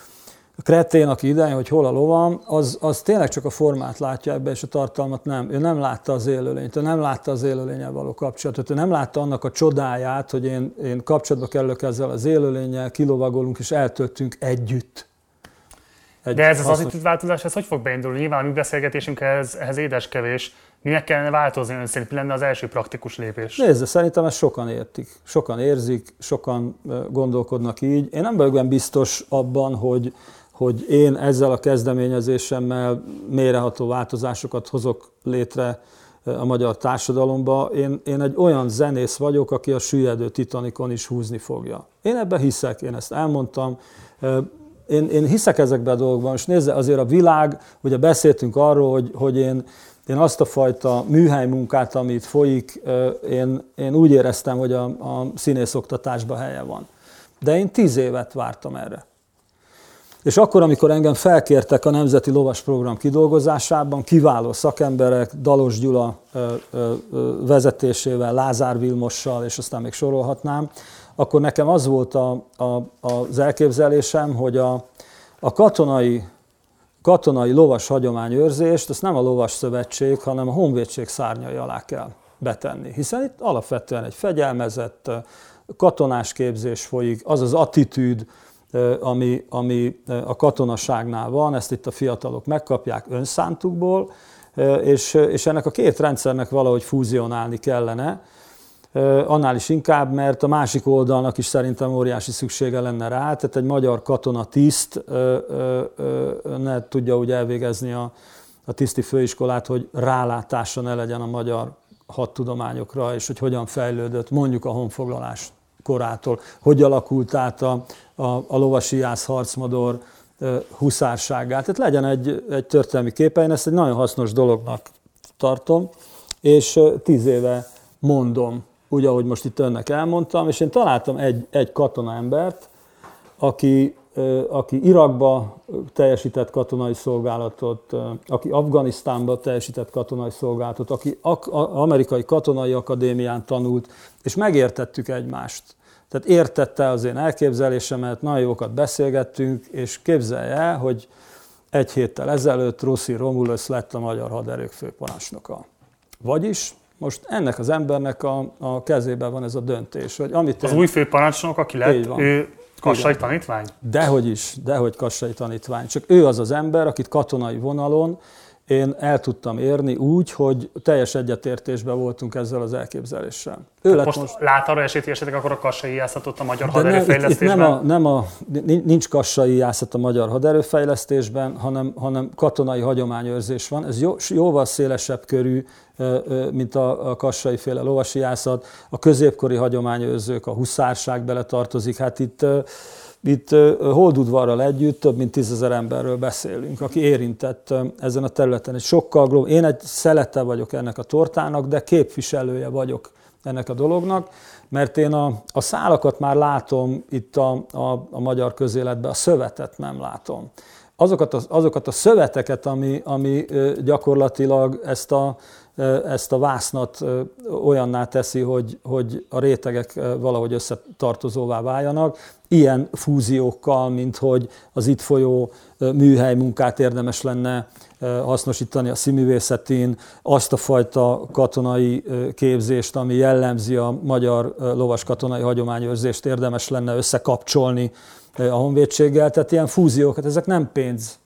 kretén, aki idején, hogy hol a lovam, az, az tényleg csak a formát látja ebbe, és a tartalmat nem. Ő nem látta az élőlényt, ő nem látta az élőlénnyel való kapcsolatot, ő nem látta annak a csodáját, hogy én, én kapcsolatba kerülök ezzel az élőlénnyel, kilovagolunk és eltöltünk együtt. Egy De ez az attitűdváltozás, ez hogy fog beindulni? Nyilván a mi beszélgetésünk ehhez, ehhez édeskevés. Minek kellene változni ön szerint? Mi lenne az első praktikus lépés? Nézd, szerintem ezt sokan értik, sokan érzik, sokan gondolkodnak így. Én nem vagyok benne biztos abban, hogy hogy én ezzel a kezdeményezésemmel mélyreható változásokat hozok létre a magyar társadalomba. Én, én egy olyan zenész vagyok, aki a süllyedő Titanicon is húzni fogja. Én ebben hiszek, én ezt elmondtam. Én, én hiszek ezekben a dolgokban, és nézze, azért a világ, ugye beszéltünk arról, hogy, hogy én, én azt a fajta műhely munkát, amit folyik, én, én úgy éreztem, hogy a, a színészoktatásban helye van. De én tíz évet vártam erre. És akkor, amikor engem felkértek a Nemzeti Lovas Program kidolgozásában, kiváló szakemberek, Dalos Gyula vezetésével, Lázár Vilmossal, és aztán még sorolhatnám, akkor nekem az volt a, a, az elképzelésem, hogy a, a katonai, katonai lovas hagyományőrzést azt nem a lovas szövetség, hanem a honvédség szárnyai alá kell betenni. Hiszen itt alapvetően egy fegyelmezett katonás képzés folyik, az az attitűd, ami, ami a katonaságnál van, ezt itt a fiatalok megkapják önszántukból, és, és ennek a két rendszernek valahogy fúzionálni kellene, annál is inkább, mert a másik oldalnak is szerintem óriási szüksége lenne rá, tehát egy magyar katonatiszt ne tudja úgy elvégezni a, a tiszti főiskolát, hogy rálátása ne legyen a magyar hadtudományokra, és hogy hogyan fejlődött mondjuk a honfoglalás korától, hogy alakult át a, a, a lovasíjász harcmodor huszárságát. Tehát legyen egy, egy történelmi képe, én ezt egy nagyon hasznos dolognak tartom, és tíz éve mondom, úgy, ahogy most itt önnek elmondtam, és én találtam egy, egy katonaembert, aki, aki Irakba teljesített katonai szolgálatot, aki Afganisztánba teljesített katonai szolgálatot, aki amerikai katonai akadémián tanult, és megértettük egymást. Tehát értette az én elképzelésemet, nagyon jókat beszélgettünk, és képzelje el, hogy egy héttel ezelőtt Rossi Romulus lett a magyar haderők főparancsnoka. Vagyis most ennek az embernek a, a kezében van ez a döntés, hogy amit Az én... új főparancsnok, aki lett, ő kassai tanítvány? Dehogy is, dehogy kassai tanítvány. Csak ő az az ember, akit katonai vonalon én el tudtam érni úgy, hogy teljes egyetértésben voltunk ezzel az elképzeléssel. Ő lett most, most lát arra esélyt, hogy esetleg akkor a kassai ijászatot a magyar haderőfejlesztésben? Nem, nem a, nincs kassai ijászat a magyar haderőfejlesztésben, hanem, hanem katonai hagyományőrzés van. Ez jó, jóval szélesebb körű, mint a, a kassai féle lovasijászat. A középkori hagyományőrzők, a huszárság beletartozik. Hát itt Itt Holdudvarral együtt több mint tízezer emberről beszélünk, aki érintett ezen a területen. Egy sokkal, én egy szelete vagyok ennek a tortának, de képviselője vagyok ennek a dolognak, mert én a, a szálakat már látom itt a, a, a magyar közéletben, a szövetet nem látom. Azokat a, azokat a szöveteket, ami, ami gyakorlatilag ezt a, ezt a vásznat olyanná teszi, hogy, hogy a rétegek valahogy összetartozóvá váljanak, ilyen fúziókkal, mint hogy az itt folyó műhely munkát érdemes lenne hasznosítani a színművészetén, azt a fajta katonai képzést, ami jellemzi a magyar lovas katonai hagyományőrzést, érdemes lenne összekapcsolni a honvédséggel. Tehát ilyen fúziókat, ezek nem pénz,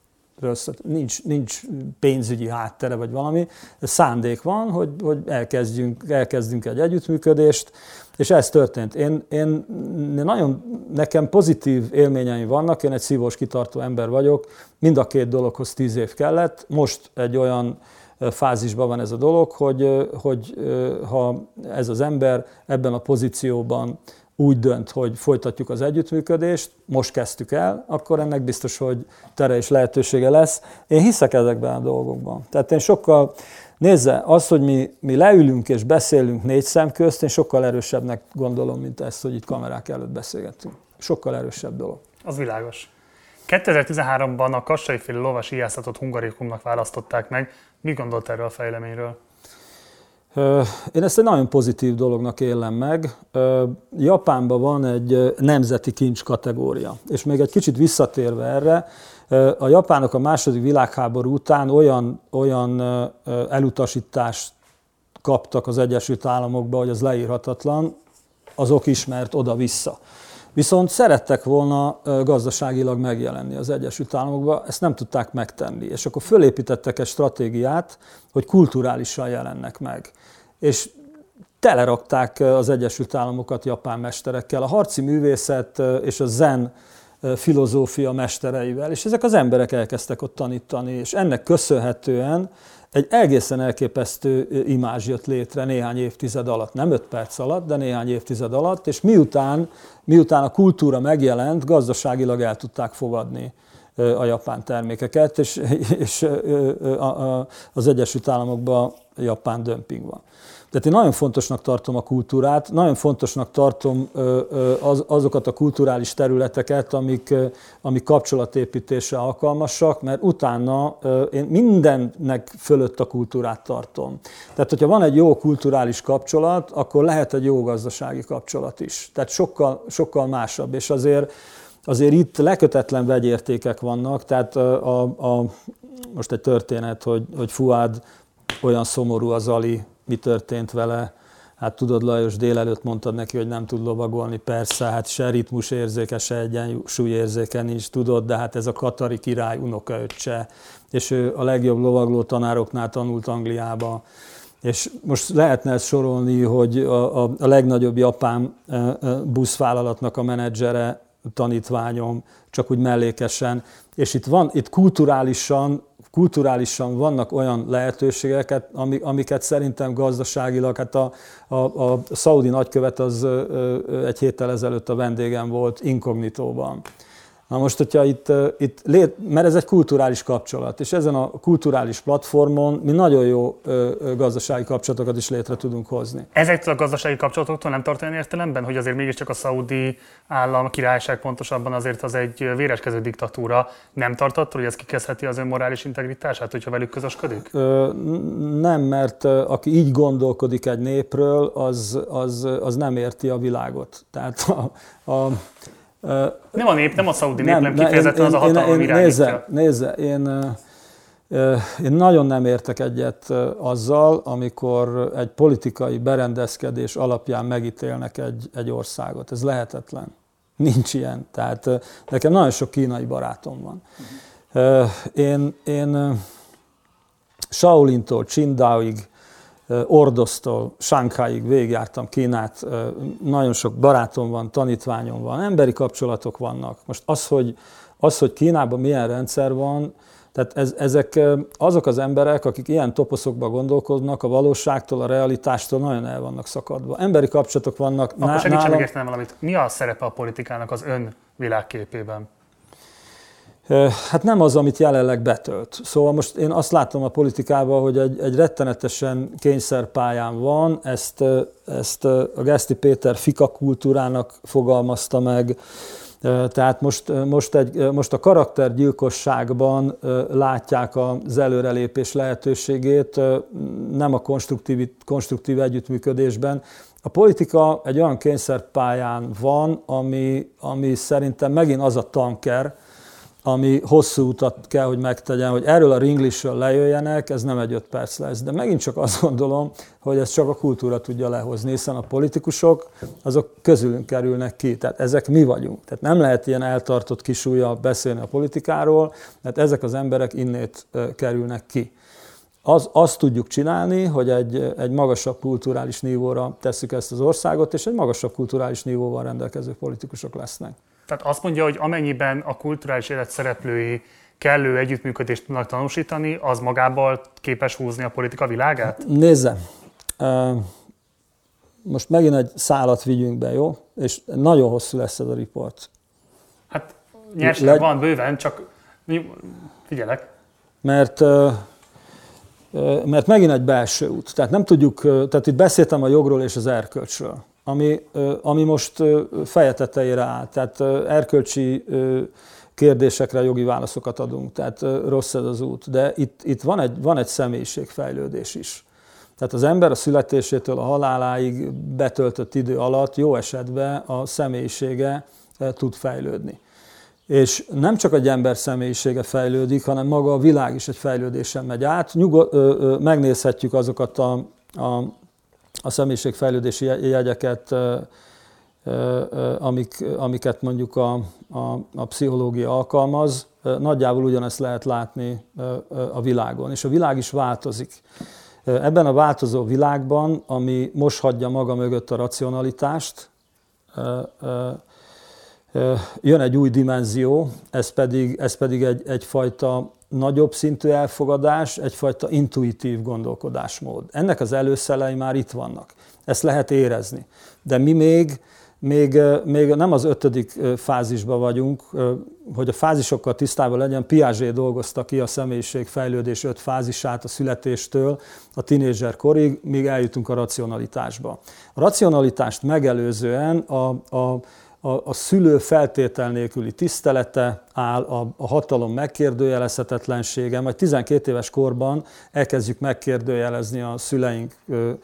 nincs, nincs pénzügyi háttere vagy valami, szándék van, hogy, hogy elkezdjünk, elkezdjünk egy együttműködést, és ez történt. Én, én nagyon, nekem pozitív élményeim vannak, én egy szívós, kitartó ember vagyok, mind a két dologhoz tíz év kellett, most egy olyan fázisban van ez a dolog, hogy, hogy ha ez az ember ebben a pozícióban úgy dönt, hogy folytatjuk az együttműködést, most kezdtük el, akkor ennek biztos, hogy tere és lehetősége lesz. Én hiszek ezekben a dolgokban. Tehát én sokkal, nézze, az, hogy mi, mi leülünk és beszélünk négy szem közt, én sokkal erősebbnek gondolom, mint ezt, hogy itt kamerák előtt beszélgetünk. Sokkal erősebb dolog. Az világos. kétezer-tizenháromban a kassai-féle lovas ijászatot hungarikumnak választották meg. Mi gondolt erről a fejleményről? Én ezt egy nagyon pozitív dolognak élem meg. Japánban van egy nemzeti kincs kategória, és még egy kicsit visszatérve erre, a japánok a második világháború után olyan, olyan elutasítást kaptak az Egyesült Államokba, hogy az leírhatatlan, azok ismert oda-vissza. Viszont szerettek volna gazdaságilag megjelenni az Egyesült Államokba, ezt nem tudták megtenni. És akkor fölépítettek egy stratégiát, hogy kulturálisan jelennek meg. És telerakták az Egyesült Államokat japán mesterekkel, a harci művészet és a zen filozófia mestereivel, és ezek az emberek elkezdtek ott tanítani, és ennek köszönhetően egy egészen elképesztő imázs jött létre néhány évtized alatt, nem öt perc alatt, de néhány évtized alatt, és miután, miután a kultúra megjelent, gazdaságilag el tudták fogadni a japán termékeket, és, és az Egyesült Államokban japán dömping van. Tehát én nagyon fontosnak tartom a kultúrát, nagyon fontosnak tartom az, azokat a kulturális területeket, amik, amik kapcsolatépítésre alkalmasak, mert utána én mindennek fölött a kultúrát tartom. Tehát, hogyha van egy jó kulturális kapcsolat, akkor lehet egy jó gazdasági kapcsolat is. Tehát sokkal, sokkal másabb, és azért, azért itt lekötetlen vegyértékek vannak, tehát a, a, most egy történet, hogy, hogy Fuad olyan szomorú az Ali, mi történt vele. Hát tudod, Lajos, délelőtt mondtad neki, hogy nem tud lovagolni, persze, hát se ritmusérzéke, se egyensúlyérzéke nincs, tudod, de hát ez a katari király unokaöccse, és ő a legjobb lovagló tanároknál tanult Angliába. És most lehetne ezt sorolni, hogy a, a, a legnagyobb japán buszvállalatnak a menedzsere tanítványom, csak úgy mellékesen. És itt van, itt kulturálisan, kulturálisan vannak olyan lehetőségeket, amiket szerintem gazdaságilag, hát a, a, a szaudi nagykövet az egy héttel ezelőtt a vendégem volt inkognitóban. Na most, hogyha itt, itt lét, mert ez egy kulturális kapcsolat, és ezen a kulturális platformon mi nagyon jó gazdasági kapcsolatokat is létre tudunk hozni. Ezektől a gazdasági kapcsolatoktól nem tart olyan értelemben, hogy azért mégiscsak a szaudi állam, a királyság pontosabban azért az egy véreskező diktatúra, nem tart attól, hogy ez kikezdheti az ön morális integritását, hogyha velük közösködik? Ö, nem, mert aki így gondolkodik egy népről, az, az, az nem érti a világot. Tehát a, a Uh, nem a nép, nem a szaudi nép, nem kifejezetten az a hatalom irányítja. Nézze, nézze én, uh, én nagyon nem értek egyet uh, azzal, amikor egy politikai berendezkedés alapján megítélnek egy, egy országot. Ez lehetetlen. Nincs ilyen. Tehát uh, nekem nagyon sok kínai barátom van. Uh, én én uh, Shaolintól Qingdaoig, Ordosztól Shanghaiig végigjártam Kínát, nagyon sok barátom van, tanítványom van, emberi kapcsolatok vannak. Most az, hogy, az, hogy Kínában milyen rendszer van, tehát ez, ezek azok az emberek, akik ilyen toposzokban gondolkodnak, a valóságtól, a realitástól nagyon el vannak szakadva. Emberi kapcsolatok vannak. Akkor segítsen megértenem valamit. Mi a szerepe a politikának az ön világképében? Hát nem az, amit jelenleg betölt. Szóval most én azt látom a politikában, hogy egy, egy rettenetesen kényszerpályán van, ezt, ezt a Geszti Péter fika kultúrának fogalmazta meg. Tehát most, most, egy, most a karaktergyilkosságban látják az előrelépés lehetőségét, nem a konstruktív, konstruktív együttműködésben. A politika egy olyan kényszerpályán van, ami, ami szerintem megint az a tanker, ami hosszú utat kell, hogy megtegyen, hogy erről a ringlisről lejöjjenek, ez nem egy öt perc lesz. De megint csak azt gondolom, hogy ez csak a kultúra tudja lehozni, hiszen a politikusok azok közülünk kerülnek ki. Tehát ezek mi vagyunk. Tehát nem lehet ilyen eltartott kisúllyal beszélni a politikáról, mert ezek az emberek innét kerülnek ki. Az, azt tudjuk csinálni, hogy egy, egy magasabb kulturális nívóra tesszük ezt az országot, és egy magasabb kulturális nívóval rendelkező politikusok lesznek. Tehát azt mondja, hogy amennyiben a kulturális élet szereplői kellő együttműködést tudnak tanúsítani, az magával képes húzni a politika világát? Nézze, most megint egy szálat vigyünk be, jó? És nagyon hosszú lesz ez a riport. Hát nyersen Le... van bőven, csak figyelek. Mert, mert megint egy belső út. Tehát nem tudjuk, tehát itt beszéltem a jogról és az erkölcsről. Ami, ami most feje tetejére áll. Tehát erkölcsi kérdésekre jogi válaszokat adunk, tehát rossz ez az út. De itt, itt van, egy, van egy személyiségfejlődés is. Tehát az ember a születésétől a haláláig betöltött idő alatt jó esetben a személyisége tud fejlődni. És nem csak egy ember személyisége fejlődik, hanem maga a világ is egy fejlődésen megy át. Nyugod, megnézhetjük azokat a, a a személyiségfejlődési jegyeket, amik, amiket mondjuk a, a, a pszichológia alkalmaz, nagyjából ugyanezt lehet látni a világon, és a világ is változik. Ebben a változó világban, ami most hagyja maga mögött a racionalitást, jön egy új dimenzió, ez pedig, ez pedig egy, egyfajta nagyobb szintű elfogadás, egyfajta intuitív gondolkodásmód. Ennek az előszelei már itt vannak. Ezt lehet érezni. De mi még, Még, még nem az ötödik fázisban vagyunk, hogy a fázisokkal tisztában legyen. Piaget dolgozta ki a személyiségfejlődés öt fázisát a születéstől a tinédzser korig, míg eljutunk a racionalitásba. A racionalitást megelőzően a, a, a, a szülő feltétel nélküli tisztelete áll, a, a hatalom megkérdőjelezhetetlensége, majd tizenkét éves korban elkezdjük megkérdőjelezni a szüleink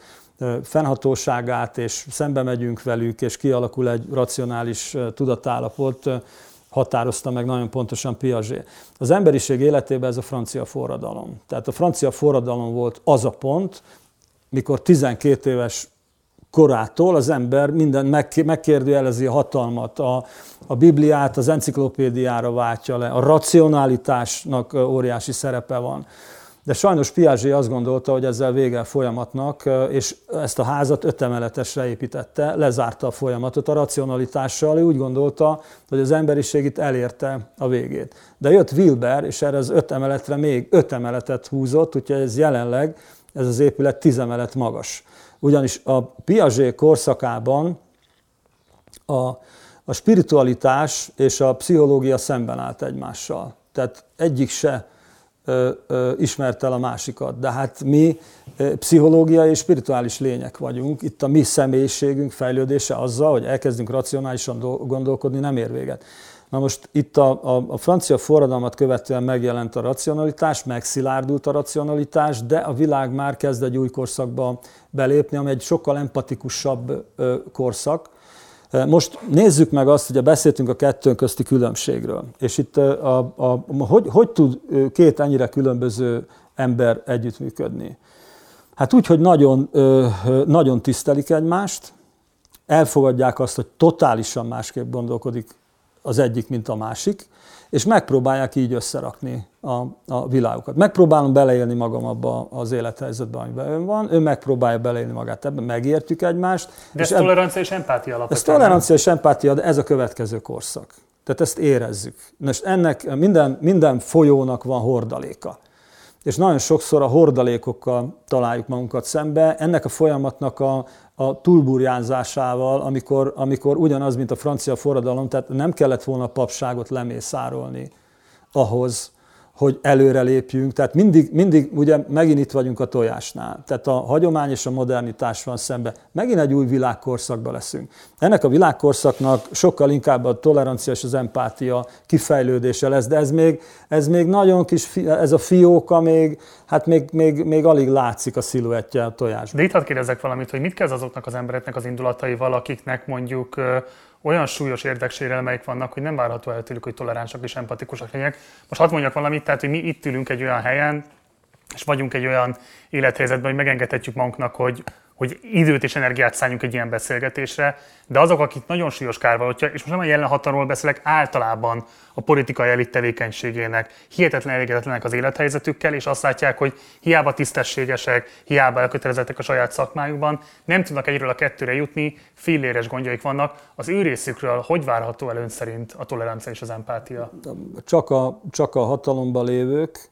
fennhatóságát, és szembe megyünk velük, és kialakul egy racionális tudatállapot, határozta meg nagyon pontosan Piaget. Az emberiség életében ez a francia forradalom. Tehát a francia forradalom volt az a pont, mikor tizenkét éves korától az ember minden megkérdőjelezi a hatalmat, a, a Bibliát az enciklopédiára váltja le, a racionalitásnak óriási szerepe van. De sajnos Piaget azt gondolta, hogy ezzel vége a folyamatnak, és ezt a házat öt emeletesre építette, lezárta a folyamatot a racionalitással. Ő úgy gondolta, hogy az emberiség itt elérte a végét. De jött Wilber, és erre az öt emeletre még öt emeletet húzott, úgyhogy ez jelenleg, ez az épület tíz emelet magas. Ugyanis a Piaget korszakában a, a spiritualitás és a pszichológia szemben állt egymással. Tehát egyik se Ö, ö, ismert el a másikat. De hát mi ö, pszichológiai és spirituális lények vagyunk. Itt a mi személyiségünk fejlődése azzal, hogy elkezdünk racionálisan gondolkodni, nem ér véget. Na most itt a, a, a francia forradalmat követően megjelent a racionalitás, megszilárdult a racionalitás, de a világ már kezd egy új korszakba belépni, ami egy sokkal empatikusabb ö, korszak. Most nézzük meg azt, hogy beszéltünk a kettő közti különbségről. És itt a, a, a, hogy, hogy tud két ennyire különböző ember együttműködni? Hát úgy, hogy nagyon, nagyon tisztelik egymást, elfogadják azt, hogy totálisan másképp gondolkodik az egyik, mint a másik, és megpróbálják így összerakni a, a világukat. Megpróbálom beleélni magam abba az élethelyzetbe, amiben ön van, ő megpróbálja beleélni magát ebben, megértjük egymást. De ez tolerancia és empátia alapvetően. Ez tolerancia és empátia, de ez a következő korszak. Tehát ezt érezzük. Most ennek minden, minden folyónak van hordaléka. És nagyon sokszor a hordalékokkal találjuk magunkat szembe, ennek a folyamatnak a, a túlburjánzásával, amikor, amikor ugyanaz, mint a francia forradalom, tehát nem kellett volna a papságot lemészárolni ahhoz, hogy előre lépjünk. Tehát mindig, mindig ugye megint itt vagyunk a tojásnál. Tehát a hagyomány és a modernitás van szembe. Megint egy új világkorszakba leszünk. Ennek a világkorszaknak sokkal inkább a tolerancia és az empátia kifejlődése lesz, de ez még, ez még nagyon kis, ez a fióka még, hát még, még, még alig látszik a sziluettje a tojásban. De itt hadd kérdezzek valamit, hogy mit kezd azoknak az embereknek az indulataival, akiknek mondjuk olyan súlyos érdeksérelmeik vannak, hogy nem várható el tőlük, hogy toleránsak és empatikusak legyenek. Most hadd mondjak valamit, tehát, hogy mi itt ülünk egy olyan helyen, és vagyunk egy olyan élethelyzetben, hogy megengedhetjük magunknak, hogy, hogy időt és energiát szálljunk egy ilyen beszélgetésre, de azok, akik nagyon súlyos kárvalótja, és most nem a jelen hatalomról beszélek, általában a politikai elit tevékenységének hihetetlen elégedetlenek az élethelyzetükkel, és azt látják, hogy hiába tisztességesek, hiába elkötelezettek a saját szakmájukban, nem tudnak egyről a kettőre jutni, filléres gondjaik vannak. Az ő részükről hogy várható el ön szerint a tolerancia és az empátia? Csak a, csak a hatalomban lévők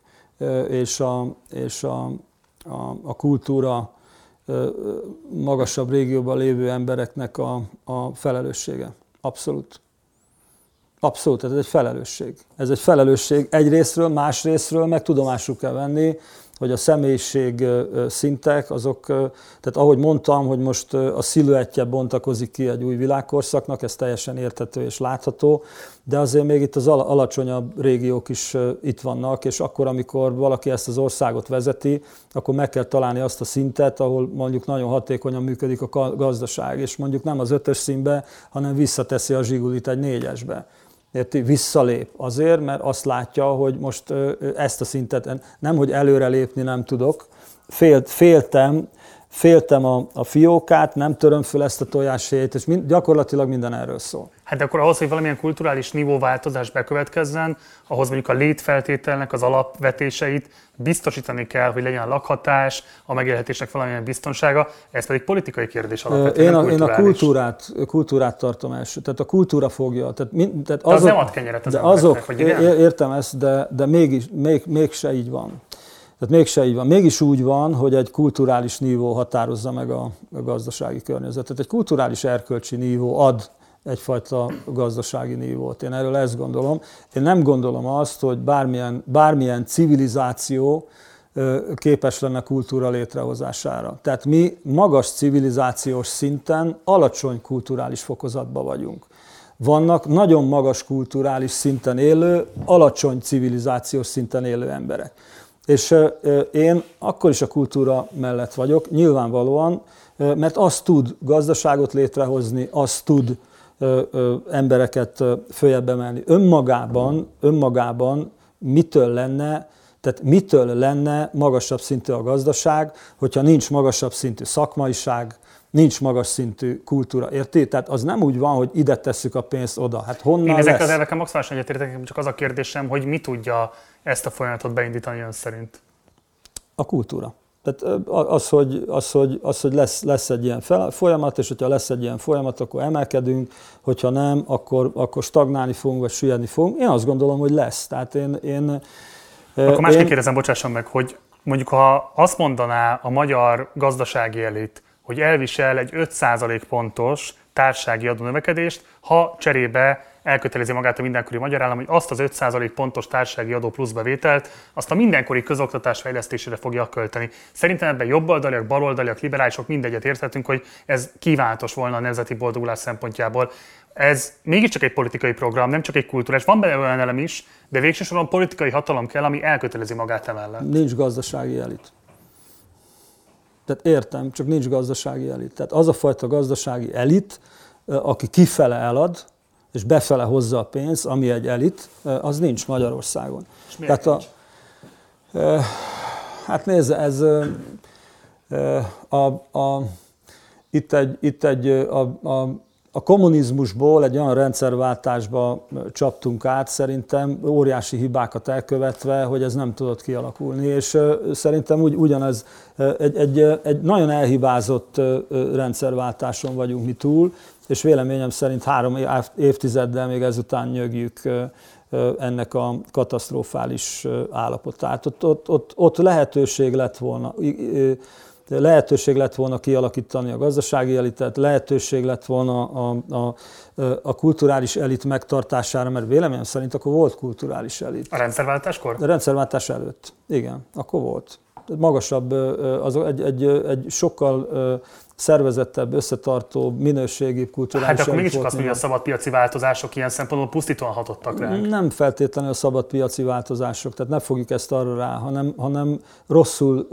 és a, és a, a, a kultúra magasabb régióban lévő embereknek a, a felelőssége. Abszolút. Abszolút, ez egy felelősség. Ez egy felelősség egyrészről, másrészről meg tudomásul kell venni, hogy a személyiség szintek, azok, tehát ahogy mondtam, hogy most a sziluettje bontakozik ki egy új világkorszaknak, ez teljesen érthető és látható, de azért még itt az alacsonyabb régiók is itt vannak, és akkor, amikor valaki ezt az országot vezeti, akkor meg kell találni azt a szintet, ahol mondjuk nagyon hatékonyan működik a gazdaság, és mondjuk nem az ötös színbe, hanem visszateszi a zsigulit egy négyesbe. Érti? Visszalép azért, mert azt látja, hogy most ezt a szintet nem, hogy előrelépni nem tudok, Félt, féltem, féltem a, a fiókát, nem töröm föl ezt a tojáshéjét, és mind, gyakorlatilag minden erről szól. Hát akkor ahhoz, hogy valamilyen kulturális nívóváltozás bekövetkezzen, ahhoz mondjuk a létfeltételnek az alapvetéseit biztosítani kell, hogy legyen a lakhatás, a megélhetésnek valamilyen biztonsága, ez pedig politikai kérdés alapvetően. Én a, én a kultúrát, kultúrát tartom első, tehát a kultúra fogja. Tehát, mind, tehát azok, az nem ad kenyeret az de embereknek, azok, hogy igen? Értem ezt, de, de mégis, még, mégse így van. Tehát mégse így van. Mégis úgy van, hogy egy kulturális nívó határozza meg a, a gazdasági környezetet. Egy kulturális erkölcsi nívó ad egyfajta gazdasági nívót. Én erről ezt gondolom. Én nem gondolom azt, hogy bármilyen, bármilyen civilizáció képes lenne kultúra létrehozására. Tehát mi magas civilizációs szinten alacsony kulturális fokozatban vagyunk. Vannak nagyon magas kulturális szinten élő, alacsony civilizációs szinten élő emberek. És én akkor is a kultúra mellett vagyok, nyilvánvalóan, mert az tud gazdaságot létrehozni, az tud embereket följebb emelni. Önmagában, önmagában mitől lenne, tehát mitől lenne magasabb szintű a gazdaság, hogyha nincs magasabb szintű szakmaiság, nincs magas szintű kultúra, érti? Tehát az nem úgy van, hogy ide tesszük a pénzt oda. Hát honnan Én ezek lesz? az elveken maximálisan egyetértek, csak az a kérdésem, hogy mi tudja ezt a folyamatot beindítani ön szerint? A kultúra. Tehát az, hogy, az, hogy, az, hogy lesz, lesz egy ilyen folyamat, és hogyha lesz egy ilyen folyamat, akkor emelkedünk, hogyha nem, akkor, akkor stagnálni fogunk, vagy süllyedni fogunk. Én azt gondolom, hogy lesz. Tehát én, én, akkor másképp én... kérdezem, bocsásson meg, hogy mondjuk ha azt mondaná a magyar gazdasági elit, hogy elvisel egy öt százalék pontos társasági adónövekedést, ha cserébe elkötelezi magát a mindenkori magyar állam, hogy azt az öt százalék pontos társasági adó plusz bevételt, azt a mindenkori közoktatás fejlesztésére fogja költeni. Szerintem ebben jobboldaliak, baloldaliak, liberálisok mindegyet érthetünk, hogy ez kívánatos volna a nemzeti boldogulás szempontjából. Ez mégiscsak egy politikai program, nem csak egy kulturális. Van benne olyan elem is, de végső soron politikai hatalom kell, ami elkötelezi magát emellett. Nincs gazdasági elit. Tehát értem, csak nincs gazdasági elit. Tehát az a fajta gazdasági elit, aki kifele elad, és befele hozza a pénzt, ami egy elit, az nincs Magyarországon. És miért Tehát a, e, hát nézze, ez e, a, a, itt egy, itt egy a, a, a kommunizmusból egy olyan rendszerváltásba csaptunk át, szerintem óriási hibákat elkövetve, hogy ez nem tudott kialakulni, és szerintem úgy, ugyanez egy, egy, egy nagyon elhibázott rendszerváltáson vagyunk mi túl, és véleményem szerint három évtizeddel még ezután nyögjük ennek a katasztrofális állapotát. Ott, ott, ott, ott lehetőség lett volna, lehetőség lett volna kialakítani a gazdasági elitet, lehetőség lett volna a, a, a kulturális elit megtartására, mert véleményem szerint akkor volt kulturális elit. A rendszerváltáskor? A rendszerváltás előtt, igen, akkor volt. Magasabb, az egy, egy, egy sokkal szervezettebb, összetartó, minőségi kulturális. Hát akkor mégiscsak azt mondja, hogy a szabadpiaci változások ilyen szempontból pusztítóan hatottak ránk. Nem feltétlenül a szabadpiaci változások, tehát ne fogjuk ezt arra rá, hanem, hanem rosszul,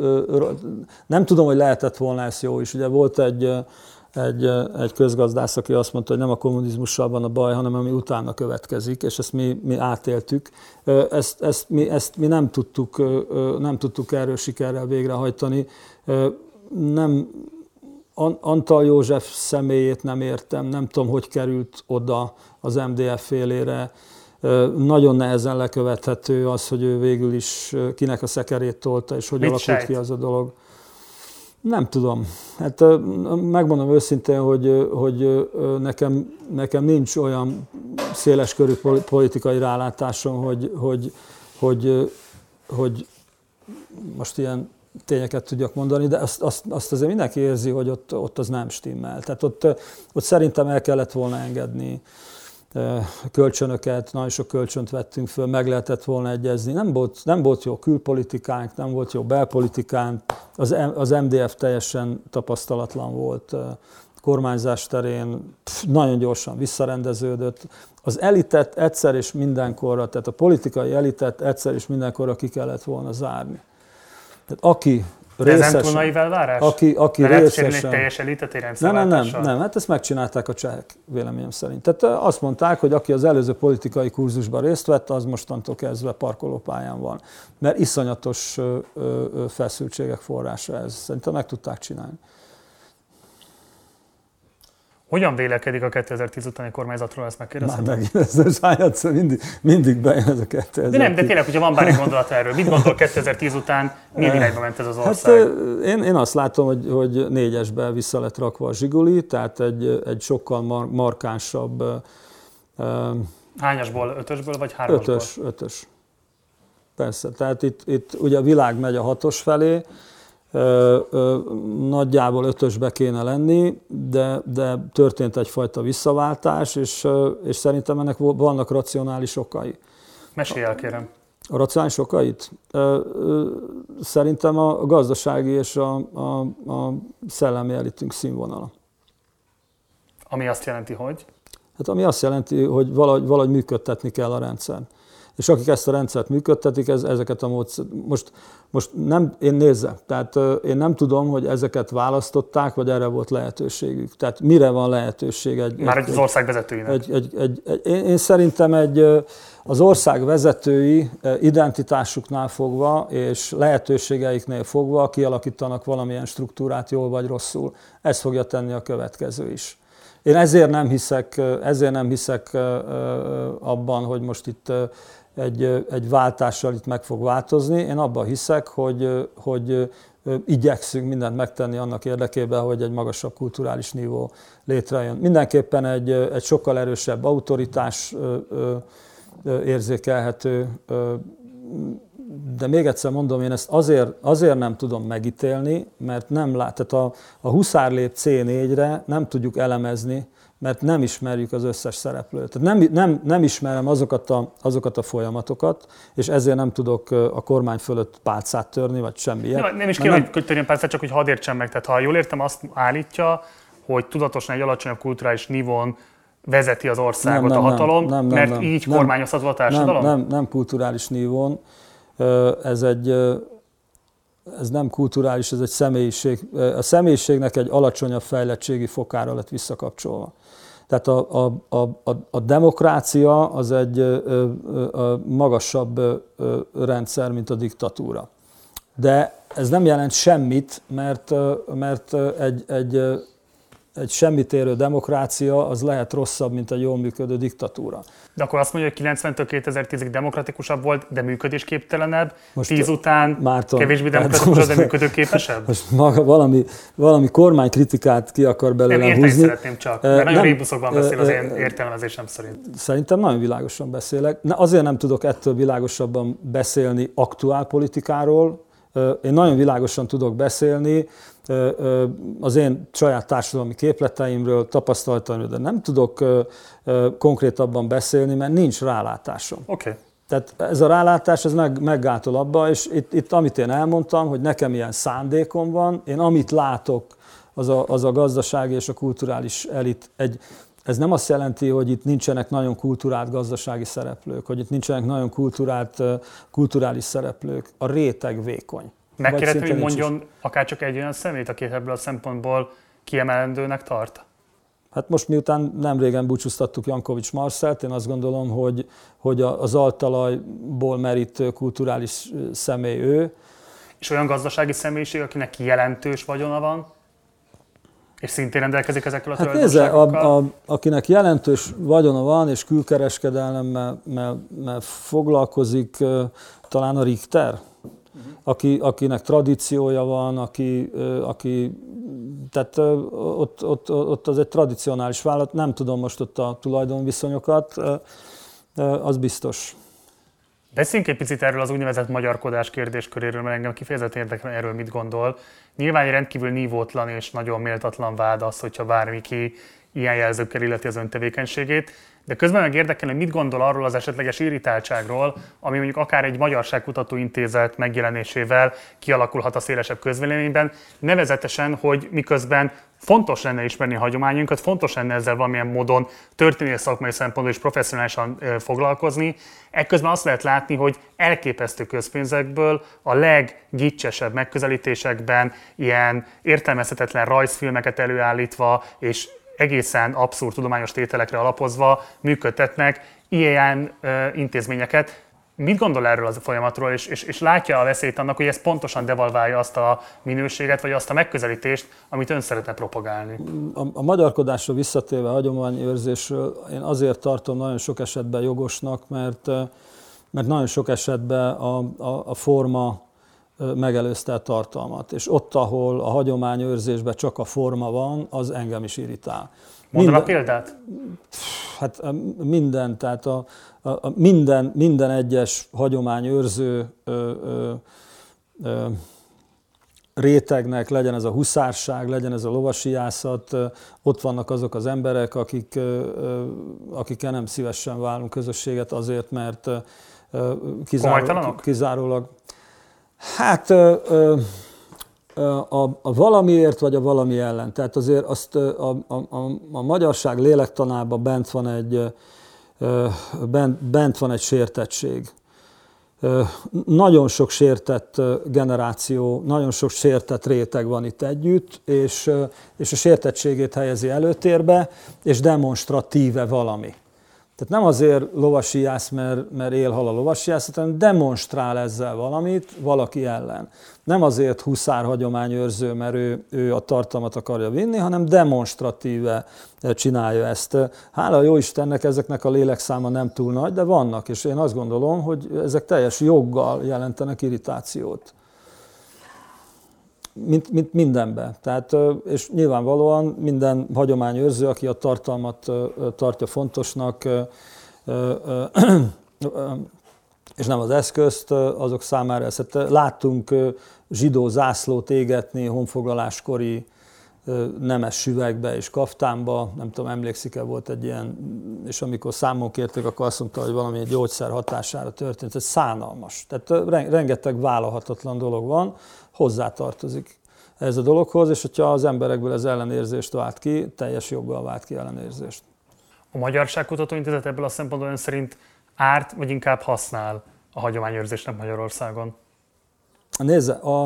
nem tudom, hogy lehetett volna ez jó is. Ugye volt egy, egy, egy közgazdász, aki azt mondta, hogy nem a kommunizmussal van a baj, hanem ami utána következik, és ezt mi, mi átéltük. Ezt, ezt, mi, ezt mi nem tudtuk, nem tudtuk erről sikerrel végrehajtani. Nem, Antal József személyét nem értem, nem tudom, hogy került oda az em dé ef élére. Nagyon nehezen lekövethető az, hogy ő végül is kinek a szekerét tolta, és hogy Mit alakult sejt? ki az a dolog. Nem tudom. Hát megmondom őszintén, hogy, hogy nekem, nekem nincs olyan széleskörű politikai rálátásom, hogy, hogy, hogy, hogy most ilyen tényeket tudjak mondani, de azt, azt, azt azért mindenki érzi, hogy ott, ott az nem stimmel. Tehát ott, ott szerintem el kellett volna engedni kölcsönöket, nagyon sok kölcsönt vettünk föl, meg lehetett volna egyezni. Nem volt, nem volt jó külpolitikánk, nem volt jó belpolitikánk, az, az em dé ef teljesen tapasztalatlan volt kormányzás terén, pff, nagyon gyorsan visszarendeződött. Az elitet egyszer és mindenkorra, tehát a politikai elitet egyszer és mindenkorra ki kellett volna zárni. Tehát aki részesen, ezen túl naiv elvárás? aki, aki De lehet részesen, egy teljes elitet egy nem, nem, nem, rendszerváltással? nem, hát ezt megcsinálták a csehek, véleményem szerint. Tehát azt mondták, hogy aki az előző politikai kurzusban részt vett, az mostantól kezdve parkolópályán van. Mert iszonyatos ö, ö, feszültségek forrása ez. Szerintem meg tudták csinálni. Hogyan vélekedik a kétezer-tíz utáni kormányzatról, ezt megkérdezem? Már megint ez a sájátszó, mindig, mindig bejön ez a kétezer-tíz. De nem, de tényleg, hogyha van bármi gondolat erről, mit gondol kétezer-tíz után, milyen irányba ment ez az ország? Hát én, én azt látom, hogy, hogy négyesbe vissza lett rakva a zsiguli, tehát egy, egy sokkal mar, markánsabb. Hányasból? Ötösből vagy hármasból? Ötös, ötös. persze. Tehát itt, itt ugye a világ megy a hatos felé, ö, ö, nagyjából ötösbe kéne lenni, de, de történt egyfajta visszaváltás, és, és szerintem ennek vannak racionális okai. Mesélj el, kérem. A racionális okait? Szerintem a gazdasági és a, a, a szellemi elitünk színvonala. Ami azt jelenti, hogy? Hát ami azt jelenti, hogy valahogy, valahogy működtetni kell a rendszert. És akik ezt a rendszert működtetik, ez, ezeket a módszert. Most, most nem, én nézzem, tehát én nem tudom, hogy ezeket választották, vagy erre volt lehetőségük. Tehát mire van lehetőség egy... Már egy, az ország vezetőinek. Egy, egy, egy, egy, én, én szerintem egy, az ország vezetői identitásuknál fogva és lehetőségeiknél fogva kialakítanak valamilyen struktúrát jól vagy rosszul. Ez fogja tenni a következő is. Én ezért nem hiszek, ezért nem hiszek abban, hogy most itt egy, egy váltással itt meg fog változni. Én abban hiszek, hogy, hogy igyekszünk mindent megtenni annak érdekében, hogy egy magasabb kulturális nívó létrejön. Mindenképpen egy, egy sokkal erősebb autoritás érzékelhető, de még egyszer mondom, én ezt azért, azért nem tudom megítélni, mert nem lát, tehát a, a Huszárlép cé négyre nem tudjuk elemezni, mert nem ismerjük az összes szereplőt. Tehát nem, nem, nem ismerem azokat a, azokat a folyamatokat, és ezért nem tudok a kormány fölött pálcát törni, vagy semmi ilyet. Nem, nem is kell, hogy törjön pálcát, csak hogy hadd értsem meg. Tehát ha jól értem, azt állítja, hogy tudatosan egy alacsonyabb kulturális nívón vezeti az országot nem, nem, a hatalom, nem, nem, mert nem, így nem, kormányozható a társadalom? Nem, nem, nem kulturális nívón. Ez egy, ez nem kulturális, ez egy személyiség. A személyiségnek egy alacsonyabb fejlettségi fokára lett visszakapcsolva. Tehát a, a, a, a demokrácia az egy a magasabb rendszer, mint a diktatúra. De ez nem jelent semmit, mert, mert egy, egy, egy semmit érő demokrácia az lehet rosszabb, mint egy jól működő diktatúra. De akkor azt mondja, hogy kilencventől kétezer-tízig demokratikusabb volt, de működésképtelenebb, most tíz után Márton, kevésbé demokratikusabb, de működőképesebb? Most maga valami, valami kormánykritikát ki akar belőlem húzni. Nem, érteni szeretném csak, mert nagyon rébuszokban beszél az én értelmezésem szerint. Szerintem nagyon világosan beszélek. Azért nem tudok ettől világosabban beszélni aktuál politikáról. Én nagyon világosan tudok beszélni az én saját társadalmi képleteimről, tapasztalataimról, de nem tudok konkrétabban beszélni, mert nincs rálátásom. Okay. Tehát ez a rálátás ez meg, meggátol abba, és itt, itt amit én elmondtam, hogy nekem ilyen szándékom van, én amit látok, az a, az a gazdasági és a kulturális elit egy. Ez nem azt jelenti, hogy itt nincsenek nagyon kulturált gazdasági szereplők, hogy itt nincsenek nagyon kulturált, kulturális szereplők. A réteg vékony. Megkérhető, hogy mondjon akár csak egy olyan szemét, akit ebből a szempontból kiemelendőnek tart? Hát most miután nem régen búcsúztattuk Jankovics Marcelt, én azt gondolom, hogy, hogy az altalajból merítő kulturális személy ő. És olyan gazdasági személyiség, akinek jelentős vagyona van? És szintén rendelkezik ezekkel a hát tulajdonságokkal? Nézze, a, a, akinek jelentős vagyona van, és külkereskedelemmel foglalkozik, talán a Richter, uh-huh. aki, akinek tradíciója van, aki, aki tehát ott, ott, ott az egy tradicionális vállalat, nem tudom most ott a tulajdonviszonyokat, az biztos. Beszéljünk egy picit erről az úgynevezett magyarkodás kérdésköréről, mert engem kifejezetten érdekel, erről mit gondol. Nyilván egy rendkívül nívótlan és nagyon méltatlan vád az, hogyha bármiki ilyen jelzőkkel illeti az öntevékenységét, de közben meg érdekel, hogy mit gondol arról az esetleges irritáltságról, ami mondjuk akár egy Magyarságkutató Intézet megjelenésével kialakulhat a szélesebb közvéleményben, nevezetesen, hogy miközben fontos lenne ismerni a hagyományunkat, fontos lenne ezzel valamilyen módon történelmi szakmai szempontból is professzionálisan foglalkozni. Ekközben azt lehet látni, hogy elképesztő közpénzekből a leggicsesebb megközelítésekben ilyen értelmezhetetlen rajzfilmeket előállítva és egészen abszurd tudományos tételekre alapozva működtetnek ilyen ö, intézményeket. Mit gondol erről az a folyamatról, és, és, és látja a veszélyt annak, hogy ez pontosan devalválja azt a minőséget, vagy azt a megközelítést, amit ön szeretne propagálni? A, a magyarkodásra visszatérve, a hagyományőrzésről én azért tartom nagyon sok esetben jogosnak, mert, mert nagyon sok esetben a, a, a forma megelőzte a tartalmat. És ott, ahol a hagyományőrzésben csak a forma van, az engem is irritál. Mondaná a példát? Hát minden, tehát a, a, a minden, minden egyes hagyományőrző ö, ö, ö, rétegnek, legyen ez a huszárság, legyen ez a lovasiászat, ott vannak azok az emberek, akik, akikkel nem szívesen válunk közösséget azért, mert kizárólag, kizárólag hát a, a, a valamiért vagy a valami ellen. Tehát azért azt a, a, a, a magyarság lélektanában bent van egy, bent, bent van egy sértettség. Nagyon sok sértett generáció, nagyon sok sértett réteg van itt együtt, és, és a sértettségét helyezi előtérbe, és demonstratíve valami. Tehát nem azért lovasiász, mert, mert élhal a lovasiászat, hanem demonstrál ezzel valamit valaki ellen. Nem azért huszár hagyományőrző, mert ő, ő a tartalmat akarja vinni, hanem demonstratíve csinálja ezt. Hála jó Istennek ezeknek a lélekszáma nem túl nagy, de vannak, és én azt gondolom, hogy ezek teljes joggal jelentenek irritációt. Mint, mint mindenben. Tehát, és nyilvánvalóan minden hagyományőrző, aki a tartalmat tartja fontosnak, és nem az eszközt, azok számára ezt. Láttunk zsidó zászlót égetni honfoglaláskori nemes süvegbe és kaftánba, nem tudom, emlékszik-e, volt egy ilyen, és amikor számon kérték, akkor azt mondta, hogy valami egy gyógyszer hatására történt, ez szánalmas. Tehát rengeteg vállalhatatlan dolog van, hozzátartozik ez a dologhoz, és hogyha az emberekből ez ellenérzést vált ki, teljes joggal vált ki ellenérzést. A Magyarság Kutatóintézet ebből a szempontból ön szerint árt, vagy inkább használ a hagyományőrzésnek Magyarországon? Nézze, a,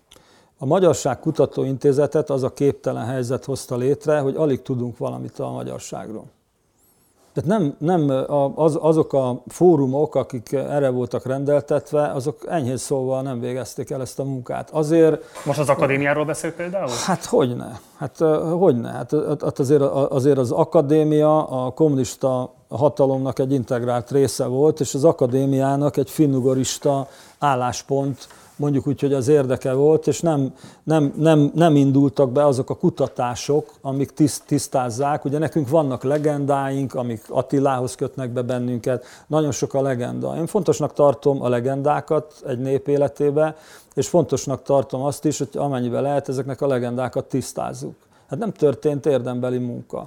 a Magyarság Kutatóintézetet az a képtelen helyzet hozta létre, hogy alig tudunk valamit a magyarságról. Tehát nem, nem az, azok a fórumok, akik erre voltak rendeltetve, azok enyhén szóval nem végezték el ezt a munkát. Azért... Most az akadémiáról beszél például? Hát hogyne. Hát hogyne. Hát azért, azért az akadémia a kommunista hatalomnak egy integrált része volt, és az akadémiának egy finnugorista álláspont, mondjuk úgy, hogy az érdeke volt, és nem, nem, nem, nem indultak be azok a kutatások, amik tiszt, tisztázzák. Ugye nekünk vannak legendáink, amik Attilához kötnek be bennünket, nagyon sok a legenda. Én fontosnak tartom a legendákat egy nép életébe, és fontosnak tartom azt is, hogy amennyiben lehet, ezeknek a legendákat tisztázzuk. Hát nem történt érdembeli munka.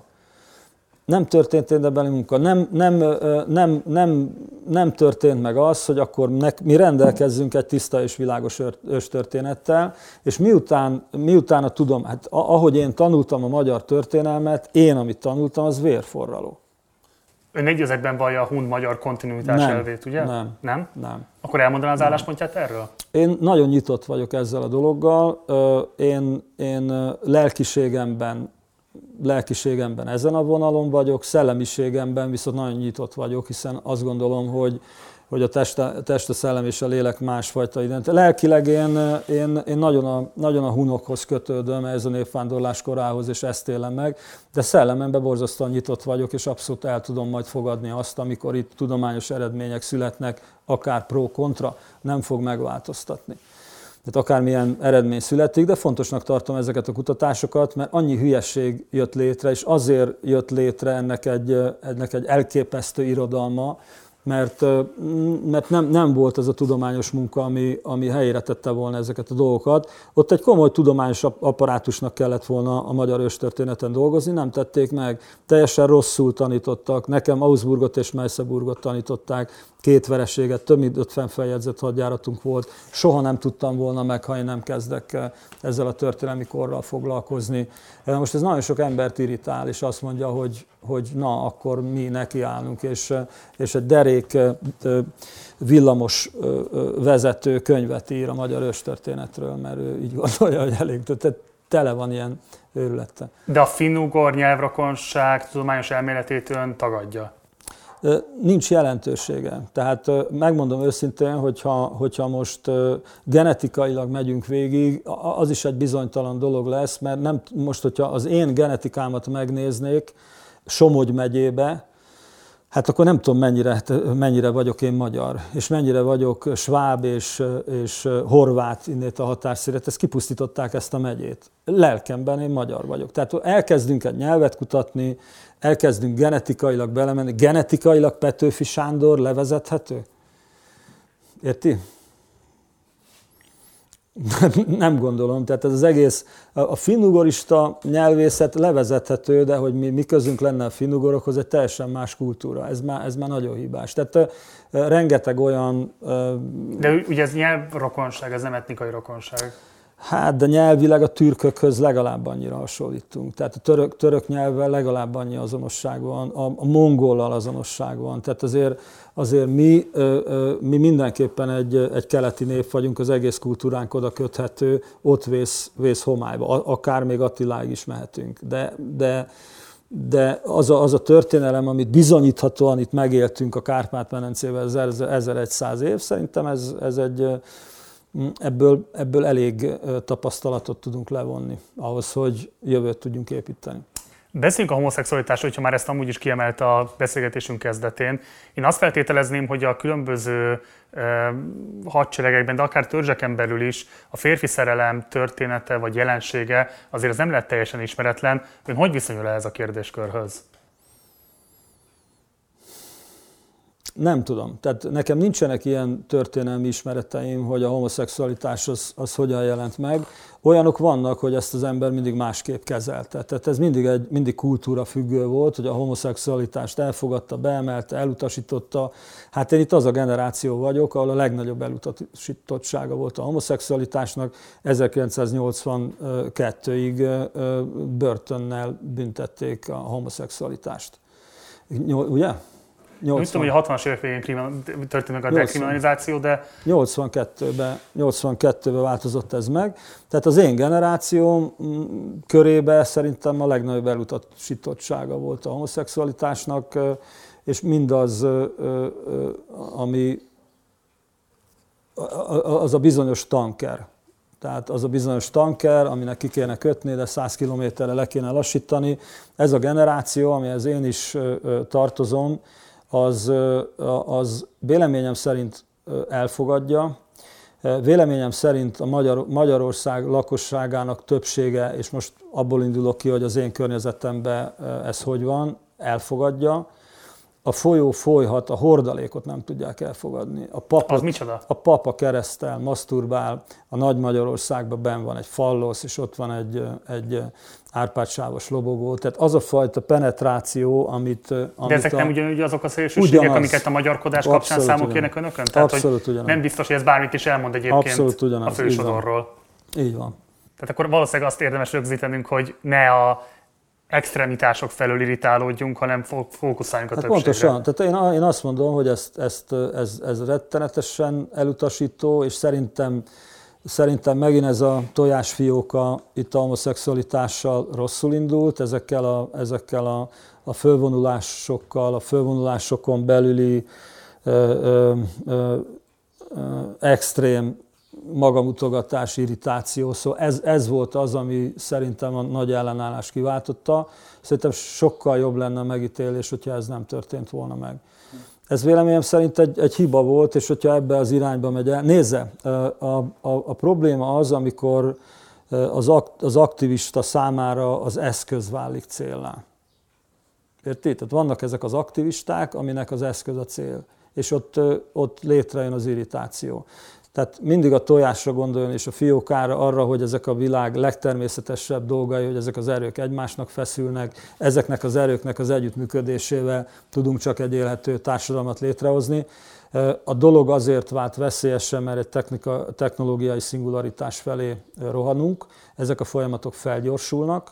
Nem történt érdembeli munka, nem, nem, nem, nem, nem történt meg az, hogy akkor mi rendelkezzünk egy tiszta és világos őstörténettel, és miután, miután a tudom, hát ahogy én tanultam a magyar történelmet, én, amit tanultam, az vérforraló. Ön egy ezekben vallja a hun-magyar kontinuitás nem, elvét, ugye? Nem. Nem? Nem. Akkor elmondaná az álláspontját erről? Én nagyon nyitott vagyok ezzel a dologgal. Én, én lelkiségemben lelkiségemben ezen a vonalon vagyok, szellemiségemben viszont nagyon nyitott vagyok, hiszen azt gondolom, hogy, hogy a test, a test, a szellem és a lélek másfajta identitás. Lelkileg én, én, én nagyon, a, nagyon a hunokhoz kötődöm, ez a népvándorlás korához, és ezt élem meg, de szellememben borzasztóan nyitott vagyok, és abszolút el tudom majd fogadni azt, amikor itt tudományos eredmények születnek, akár pro-kontra, nem fog megváltoztatni. Tehát akármilyen eredmény születik, de fontosnak tartom ezeket a kutatásokat, mert annyi hülyesség jött létre, és azért jött létre ennek egy, ennek egy elképesztő irodalma, mert, mert nem, nem volt ez a tudományos munka, ami, ami helyére tette volna ezeket a dolgokat. Ott egy komoly tudományos apparátusnak kellett volna a magyar őstörténeten dolgozni, nem tették meg. Teljesen rosszul tanítottak. Nekem Augsburgot és Merseburgot tanították, két vereséget, több mint ötven feljegyzett hadjáratunk volt. Soha nem tudtam volna meg, ha én nem kezdek ezzel a történelmi korral foglalkozni. Most ez nagyon sok embert irritál, és azt mondja, hogy, hogy na, akkor mi nekiállunk, és, és egy derék villamos vezető könyvet ír a magyar őstörténetről, mert ő így gondolja, hogy elég, tehát tele van ilyen őrülettel. De a finn-ugor nyelvrokonság tudományos elméletét ön tagadja? Nincs jelentősége. Tehát megmondom őszintén, hogyha, hogyha most genetikailag megyünk végig, az is egy bizonytalan dolog lesz, mert nem, most, hogyha az én genetikámat megnéznék Somogy megyébe, Hát akkor nem tudom, mennyire, mennyire vagyok én magyar, és mennyire vagyok sváb és, és horvát innét a határszélet. Ezt kipusztították, ezt a megyét. Lelkemben én magyar vagyok. Tehát elkezdünk egy nyelvet kutatni, elkezdünk genetikailag belemenni. Genetikailag Petőfi Sándor levezethető? Érti? Nem gondolom. Tehát ez az egész, a finnugorista nyelvészet levezethető, de hogy mi, mi közünk lenne a finnugorokhoz, egy teljesen más kultúra. Ez már, ez már nagyon hibás. Tehát uh, rengeteg olyan... Uh, de ugye ez nyelvrokonság, ez nem etnikai rokonság. Hát, de nyelvileg a türkökhöz legalább annyira hasonlítunk. Tehát a török, török nyelvvel legalább annyi azonosság van, a, a mongollal azonosság van. Tehát azért, azért mi, ö, ö, mi mindenképpen egy, egy keleti nép vagyunk, az egész kultúránk oda köthető, ott vész, vész homályba, akár még Attiláig is mehetünk. De, de, de az, a, az a történelem, amit bizonyíthatóan itt megéltünk a Kárpát-medencében az ezerszáz év, szerintem ez, ez egy... Ebből, ebből elég tapasztalatot tudunk levonni ahhoz, hogy jövőt tudjunk építeni. Beszéljünk a homoszexualitásról, hogyha már ezt amúgy is kiemelte a beszélgetésünk kezdetén. Én azt feltételezném, hogy a különböző eh, hadseregekben, de akár törzseken belül is a férfi szerelem története vagy jelensége azért ez nem lett teljesen ismeretlen. Ön hogy viszonyul ehhez a kérdéskörhöz? Nem tudom. Tehát nekem nincsenek ilyen történelmi ismereteim, hogy a homoszexualitás az, az hogyan jelent meg. Olyanok vannak, hogy ezt az ember mindig másképp kezelte. Tehát ez mindig, egy, mindig kultúra függő volt, hogy a homoszexualitást elfogadta, beemelte, elutasította. Hát én itt az a generáció vagyok, ahol a legnagyobb elutasítottsága volt a homoszexualitásnak. ezerkilencszáznyolcvankettőig börtönnel büntették a homoszexualitást. Ugye? nyolcvan. Nem tudom, hogy a hatvanas évek végén történt meg a dekriminalizáció, de... nyolcvankettőben, nyolcvankettőben változott ez meg. Tehát az én generációm körében szerintem a legnagyobb elutasítottsága volt a homoszexualitásnak, és mindaz, ami az a bizonyos tanker. Tehát az a bizonyos tanker, aminek ki kéne kötni, de száz kilométerre le kéne lassítani. Ez a generáció, amihez én is tartozom, Az, az véleményem szerint elfogadja. Véleményem szerint a Magyar, Magyarország lakosságának többsége, és most abból indulok ki, hogy az én környezetemben ez hogy van, elfogadja. A folyó folyhat, a hordalékot nem tudják elfogadni. A papot, az micsoda? A papa keresztel, maszturbál, a Nagy Magyarországban benn van egy fallosz, és ott van egy, egy árpádsávos lobogó. Tehát az a fajta penetráció, amit... amit de ezek a, nem ugyanúgy azok a szélsőségek, ugyanaz, amiket a magyarkodás kapcsán számon kérnek önökön? Tehát, abszolút ugyanaz. Nem biztos, hogy ez bármit is elmond egyébként a fősodorról. Így, Így van. Tehát akkor valószínűleg azt érdemes rögzítenünk, hogy ne a extremitások felől irritálódjunk, hanem fókuszáljunk a hát többségre. Pontosan. Tehát én, én azt mondom, hogy ezt, ezt, ez, ez rettenetesen elutasító, és szerintem, szerintem megint ez a tojásfióka itt a homoszexualitással rosszul indult, ezekkel a, ezekkel a, a fölvonulásokkal, a fölvonulásokon belüli ö, ö, ö, ö, extrém magamutogatás, irritáció. Szóval ez, ez volt az, ami szerintem a nagy ellenállás kiváltotta. Szerintem sokkal jobb lenne a megítélés, hogyha ez nem történt volna meg. Ez véleményem szerint egy, egy hiba volt, és hogyha ebbe az irányba megy el. Nézze, a, a, a probléma az, amikor az, akt, az aktivista számára az eszköz válik céllá. Érti? Tehát vannak ezek az aktivisták, aminek az eszköz a cél, és ott, ott létrejön az irritáció. Tehát mindig a tojásra gondoljon és a fiókára, arra, hogy ezek a világ legtermészetesebb dolgai, hogy ezek az erők egymásnak feszülnek, ezeknek az erőknek az együttműködésével tudunk csak egy élhető társadalmat létrehozni. A dolog azért vált veszélyesen, mert egy technika, technológiai szingularitás felé rohanunk, ezek a folyamatok felgyorsulnak,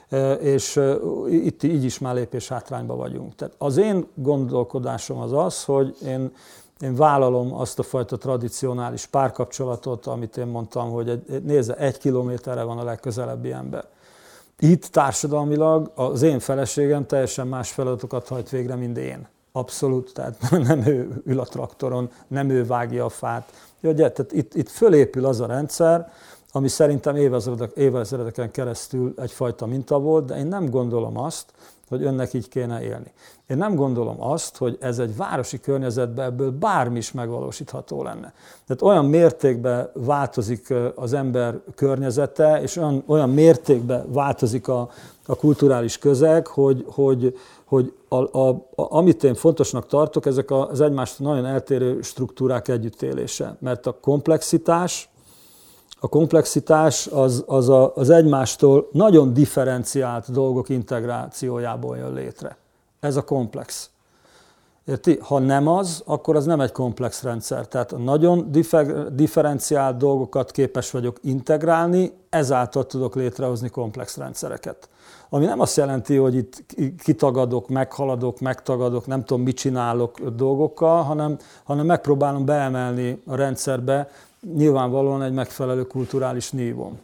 és itt így is már lépés hátrányba vagyunk. Tehát az én gondolkodásom az az, hogy én Én vállalom azt a fajta tradicionális párkapcsolatot, amit én mondtam, hogy egy, nézze, egy kilométerre van a legközelebbi ember. Itt társadalmilag az én feleségem teljesen más feladatokat hajt végre, mint én. Abszolút, tehát nem ő ül a traktoron, nem ő vágja a fát. Ugye, tehát itt, itt fölépül az a rendszer, ami szerintem évezredek, évezredeken keresztül egyfajta minta volt, de én nem gondolom azt, hogy önnek így kéne élni. Én nem gondolom azt, hogy ez egy városi környezetben ebből bármi is megvalósítható lenne. Tehát olyan mértékben változik az ember környezete, és olyan, olyan mértékben változik a, a kulturális közeg, hogy, hogy, hogy a, a, a, amit én fontosnak tartok, ezek az egymástól nagyon eltérő struktúrák együttélése. Mert a komplexitás, A komplexitás az, az a, az egymástól nagyon differenciált dolgok integrációjából jön létre. Ez a komplex. Érti? Ha nem az, akkor az nem egy komplex rendszer. Tehát a nagyon differenciált dolgokat képes vagyok integrálni, ezáltal tudok létrehozni komplex rendszereket. Ami nem azt jelenti, hogy itt kitagadok, meghaladok, megtagadok, nem tudom, mit csinálok dolgokkal, hanem, hanem megpróbálom beemelni a rendszerbe nyilvánvalóan egy megfelelő kulturális nívón.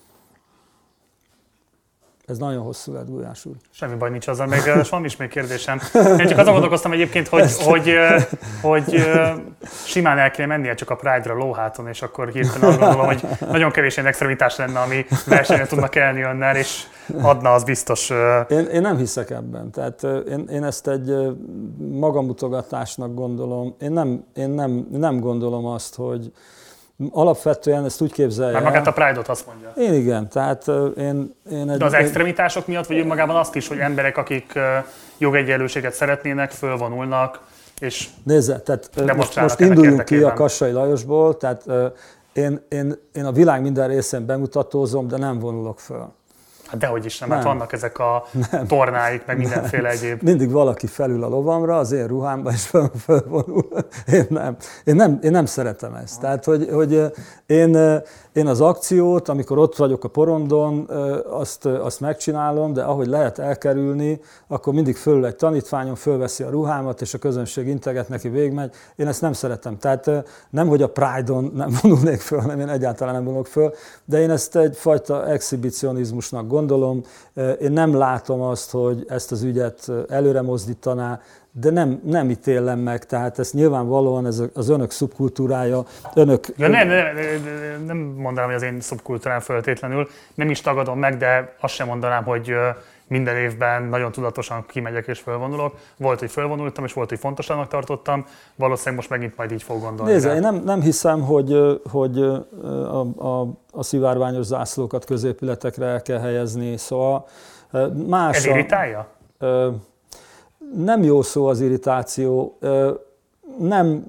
Ez nagyon hosszú lett, Gulyás úr. Semmi baj nincs azzal, meg van is még kérdésem. Én csak azon gondolkoztam egyébként, hogy, hogy, hogy simán el kéne mennie csak a Pride-ra lóháton, és akkor hirtelen azt gondolom, hogy nagyon kevés ilyen extremitás lenne, ami versenyen tudnak elni önnel, és adna, az biztos. Én, én nem hiszek ebben. Tehát én, én ezt egy magamutogatásnak gondolom. Én nem, én nem, nem gondolom azt, hogy alapvetően ezt úgy képzelje. Már magát a Pride-ot azt mondja. Én igen, tehát én... én egy, De az extremitások miatt, vagy magában azt is, hogy emberek, akik jogegyenlőséget szeretnének, fölvonulnak, és nézze, tehát most, most induljunk ki a Kassai Lajosból, tehát én, én, én a világ minden részén bemutatózom, de nem vonulok föl. Hát dehogy is nem, nem. Hát vannak ezek a nem. tornáik, meg mindenféle egyéb. Mindig valaki felül a lovamra, az én ruhámba is föl, fölvonul. Én nem, én nem, én nem szeretem ezt. Tehát, hogy, hogy én, én az akciót, amikor ott vagyok a porondon, azt, azt megcsinálom, de ahogy lehet elkerülni, akkor mindig fölül egy tanítványom, fölveszi a ruhámat, és a közönség integet neki, végigmegy. Én ezt nem szeretem. Tehát nem, hogy a Pride-on nem vonulnék föl, nem, én egyáltalán nem vonulok föl, de én ezt egyfajta exhibicionizmusnak gondolom. Én nem látom azt, hogy ezt az ügyet előre mozdítaná, de nem, nem ítélem meg, tehát ez nyilvánvalóan ez az önök szubkultúrája, önök... Ja, nem, nem, nem mondanám, hogy az én szubkultúrám föltétlenül, nem is tagadom meg, de azt sem mondanám, hogy minden évben nagyon tudatosan kimegyek és fölvonulok. Volt, hogy fölvonultam, és volt, hogy fontosanak tartottam, valószínűleg most megint majd így fog gondolni. Nézze, én nem, nem hiszem, hogy, hogy a, a, a szivárványos zászlókat középületekre el kell helyezni, szóval más... Ez irritálja? A, nem jó szó az irritáció, nem,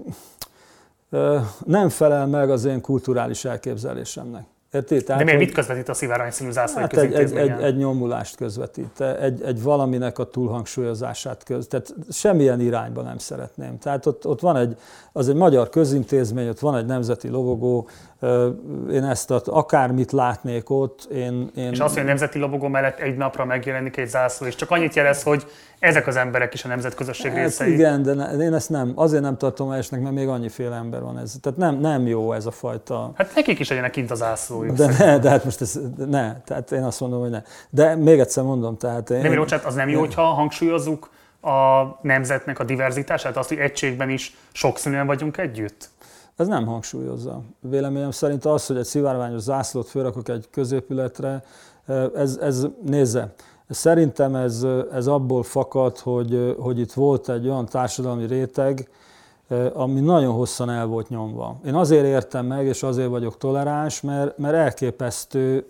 nem felel meg az én kulturális elképzelésemnek. Érti? Tehát, de miért mit közvetít a szivárványszínű zászlói hát egy, egy, egy, egy nyomulást közvetít, egy, egy valaminek a túlhangsúlyozását köz. Tehát semmilyen irányba nem szeretném. Tehát ott, ott van egy, az egy magyar közintézmény, ott van egy nemzeti lobogó, én ezt akármit látnék ott, én... én... És azt, hogy a nemzeti lobogó mellett egy napra megjelenik egy zászló, és csak annyit jelez, hogy ezek az emberek is a nemzetközösség hát részei. Igen, de ne, én ezt nem, azért nem tartom helyesnek, mert még annyiféle ember van ez. Tehát nem, nem jó ez a fajta... Hát nekik is legyenek kint az zászlójuk. De ne, de hát most ez, ne, tehát én azt mondom, hogy ne. De még egyszer mondom, tehát... Én, nem, bocsánat, az nem jó, hogyha hangsúlyozzuk a nemzetnek a diverzitását, azt, hogy egységben is sokszínűen vagyunk együtt? Ez nem hangsúlyozza. Véleményem szerint az, hogy egy szivárványos zászlót fölrakok egy középületre, ez, ez nézze, szerintem ez, ez abból fakad, hogy, hogy itt volt egy olyan társadalmi réteg, ami nagyon hosszan el volt nyomva. Én azért értem meg, és azért vagyok toleráns, mert, mert elképesztő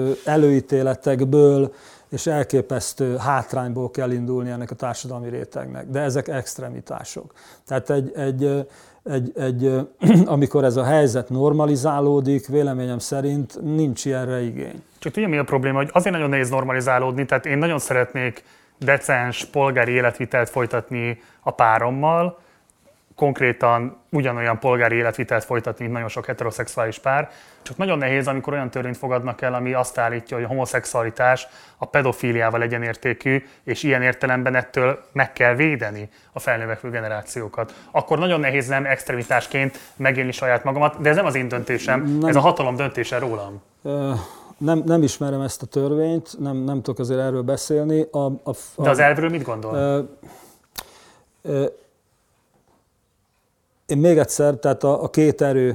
előítéletekből és elképesztő hátrányból kell indulni ennek a társadalmi rétegnek. De ezek extremitások. Tehát egy, egy, egy, egy, amikor ez a helyzet normalizálódik, véleményem szerint nincs ilyenre igény. Csak tudja, mi a probléma, hogy azért nagyon nehéz normalizálódni, tehát én nagyon szeretnék decens polgári életvitelt folytatni a párommal, konkrétan ugyanolyan polgári életvitelt folytatni, mint nagyon sok heteroszexuális pár. Csak nagyon nehéz, amikor olyan törvényt fogadnak el, ami azt állítja, hogy a homoszexualitás a pedofíliával egyenértékű, és ilyen értelemben ettől meg kell védeni a felnövekvő generációkat. Akkor nagyon nehéz nem extremitásként megélni saját magamat, de ez nem az én döntésem, nem. Ez a hatalom döntése rólam. Uh... Nem, nem ismerem ezt a törvényt, nem, nem tudok azért erről beszélni. A, a, a, De az elvről mit gondol? Ö, ö, én még egyszer, tehát a, a két erő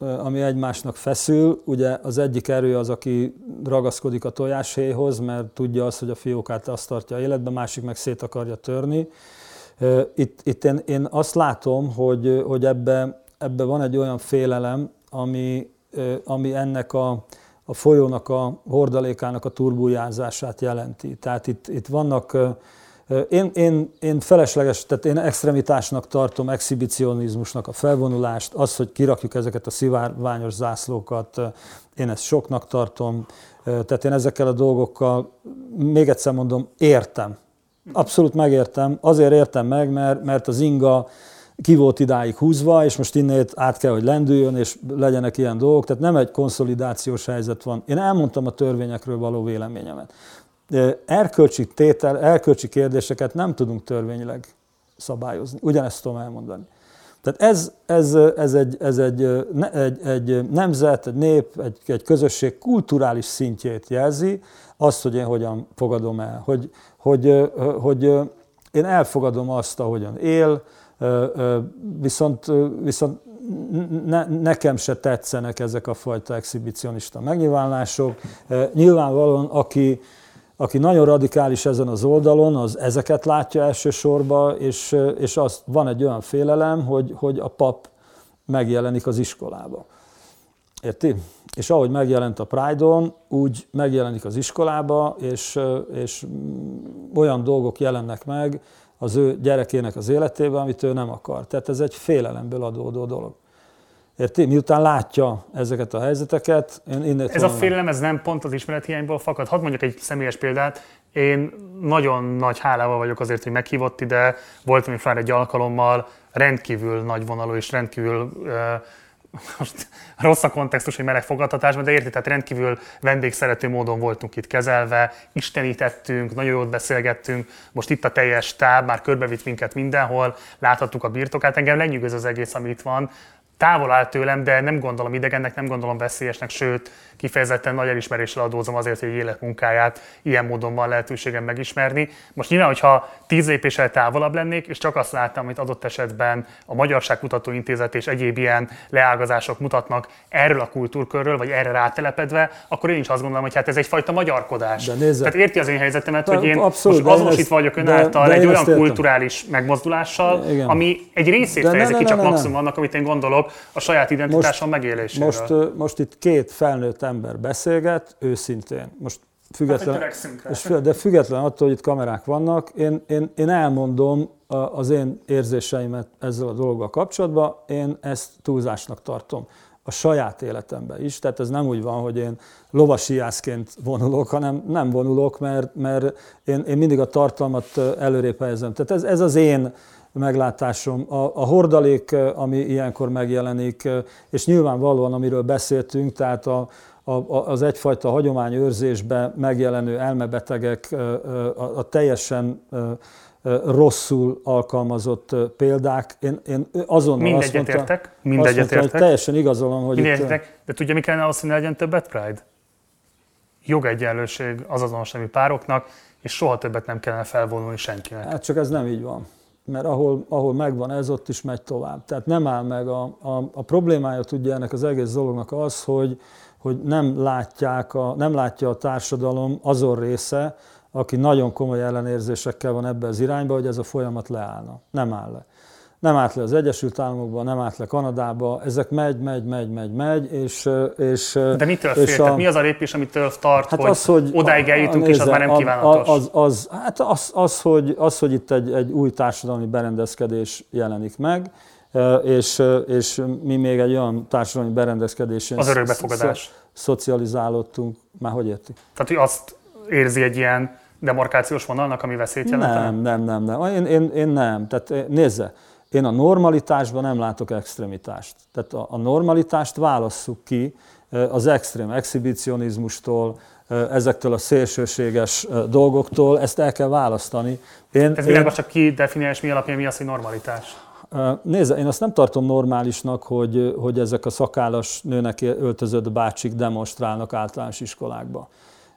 ami egymásnak feszül. Ugye az egyik erő az, aki ragaszkodik a tojáshéjhoz, mert tudja azt, hogy a fiókát azt tartja életben, másik meg szét akarja törni. Itt, itt én, én azt látom, hogy, hogy ebbe, ebbe van egy olyan félelem, ami, ami ennek a, a folyónak, a hordalékának a turbuljázását jelenti. Tehát itt, itt vannak, én, én, én felesleges, tehát én extremitásnak tartom, exhibicionizmusnak a felvonulást, az, hogy kirakjuk ezeket a szivárványos zászlókat, én ezt soknak tartom, tehát én ezekkel a dolgokkal, még egyszer mondom, értem. Abszolút megértem, azért értem meg, mert, mert az inga ki volt idáig húzva, és most innét át kell, hogy lendüljön, és legyenek ilyen dolgok, tehát nem egy konszolidációs helyzet van. Én elmondtam a törvényekről való véleményemet. Erkölcsi tétel, erkölcsi kérdéseket nem tudunk törvényileg szabályozni, ugyanezt tudom elmondani. Tehát ez, ez, ez, egy, ez egy, egy, egy nemzet, egy nép, egy, egy közösség kulturális szintjét jelzi, azt, hogy én hogyan fogadom el, hogy, hogy, hogy én elfogadom azt, ahogyan él, viszont, viszont ne, nekem se tetszenek ezek a fajta exhibicionista megnyilvánulások. Nyilvánvalóan, aki, aki nagyon radikális ezen az oldalon, az ezeket látja elsősorban, és, és azt, van egy olyan félelem, hogy, hogy a pap megjelenik az iskolába. Érti? És ahogy megjelent a Pride-on, úgy megjelenik az iskolába, és, és olyan dolgok jelennek meg az ő gyerekének az életében, amit ő nem akar. Tehát ez egy félelemből adódó dolog. Érti? Miután látja ezeket a helyzeteket, én Ez a félelem, ez nem pont az ismerethiányból fakad. Hadd mondjak egy személyes példát. Én nagyon nagy hálával vagyok azért, hogy meghívott ide. Voltam itt már egy alkalommal, rendkívül nagyvonalú és rendkívül uh, most rossz a kontextus, hogy meleg fogadtatásban, de érti, tehát rendkívül vendégszerető módon voltunk itt kezelve, istenítettünk, nagyon jót beszélgettünk, most itt a teljes stáb, már körbevitt minket mindenhol, láthattuk a birtokát, engem lenyűgöz az egész, ami itt van. Távol áll tőlem, de nem gondolom idegennek, nem gondolom veszélyesnek, sőt, kifejezetten nagy elismeréssel adózom azért, hogy egy életmunkáját ilyen módon van lehetőségem megismerni. Most nyilván, hogyha tíz lépéssel távolabb lennék, és csak azt láttam, amit adott esetben a Magyarságkutató Intézet és egyéb ilyen leágazások mutatnak erről a kultúrkörről, vagy erre rátelepedve, akkor én is azt gondolom, hogy hát ez egyfajta magyarkodás. Tehát érti az én helyzetemet, de, hogy én abszolút, most azonosítva vagyok ön által egy olyan kulturális megmozdulással, igen, ami egy részét fejezi ki csak maximum annak, amit én gondolok a saját identitásom megéléséről. Most, most itt két felnőtt ember beszélget, őszintén. Most független, hát, de független attól, hogy itt kamerák vannak, én, én, én elmondom az én érzéseimet ezzel a dologgal kapcsolatban, én ezt túlzásnak tartom. A saját életemben is, tehát ez nem úgy van, hogy én lovasíjászként vonulok, hanem nem vonulok, mert, mert én, én mindig a tartalmat előrébb helyezem. Tehát ez, ez az én meglátásom. A, a hordalék, ami ilyenkor megjelenik, és nyilvánvalóan, amiről beszéltünk, tehát a, a, az egyfajta hagyományőrzésben megjelenő elmebetegek, a, a teljesen rosszul alkalmazott példák. Én, én azonnal mind azt mondtam, értek, mind azt mondtam, hogy teljesen igazolom, hogy mind itt... Értek, de tudja, mi kellene ahhoz, hogy ne legyen többet Pride? Jogegyenlőség az azonos nemű pároknak, és soha többet nem kellene felvonulni senkinek. Hát csak ez nem így van. Mert ahol, ahol megvan ez, ott is megy tovább. Tehát nem áll meg. A, a, a problémája tudja ennek az egész dolognak az, hogy, hogy nem, látják a, nem látja a társadalom azon része, aki nagyon komoly ellenérzésekkel van ebbe az irányba, hogy ez a folyamat leállna. Nem áll le. Nem állt le az Egyesült Államokba, nem állt le Kanadába, ezek megy, megy, megy, megy, megy, és... és de mitől fél? És a, mi az a lépés, amitől tart, hát hogy, az, hogy odáig eljutunk, a, a, és az már nem kívánatos? Az, az, hát az, az, hogy, az, hogy itt egy, egy új társadalmi berendezkedés jelenik meg, és, és mi még egy olyan társadalmi berendezkedésén... Az örökbefogadás. Szocializálódtunk. Már hogy érti? Tehát, hogy azt érzi egy ilyen demarkációs vonalnak, ami veszélyt jelentene? Nem, nem, nem, nem. Én, én, én nem. Tehát nézze, én a normalitásban nem látok extrémitást. Tehát a, a normalitást válasszuk ki az extrém exhibicionizmustól, ezektől a szélsőséges dolgoktól, ezt el kell választani. Én, Ez világos, csak ki definiálja, mi alapján mi az, hogy normalitás? Nézze, én azt nem tartom normálisnak, hogy, hogy ezek a szakállas nőnek öltözött bácsik demonstrálnak általános iskolákba.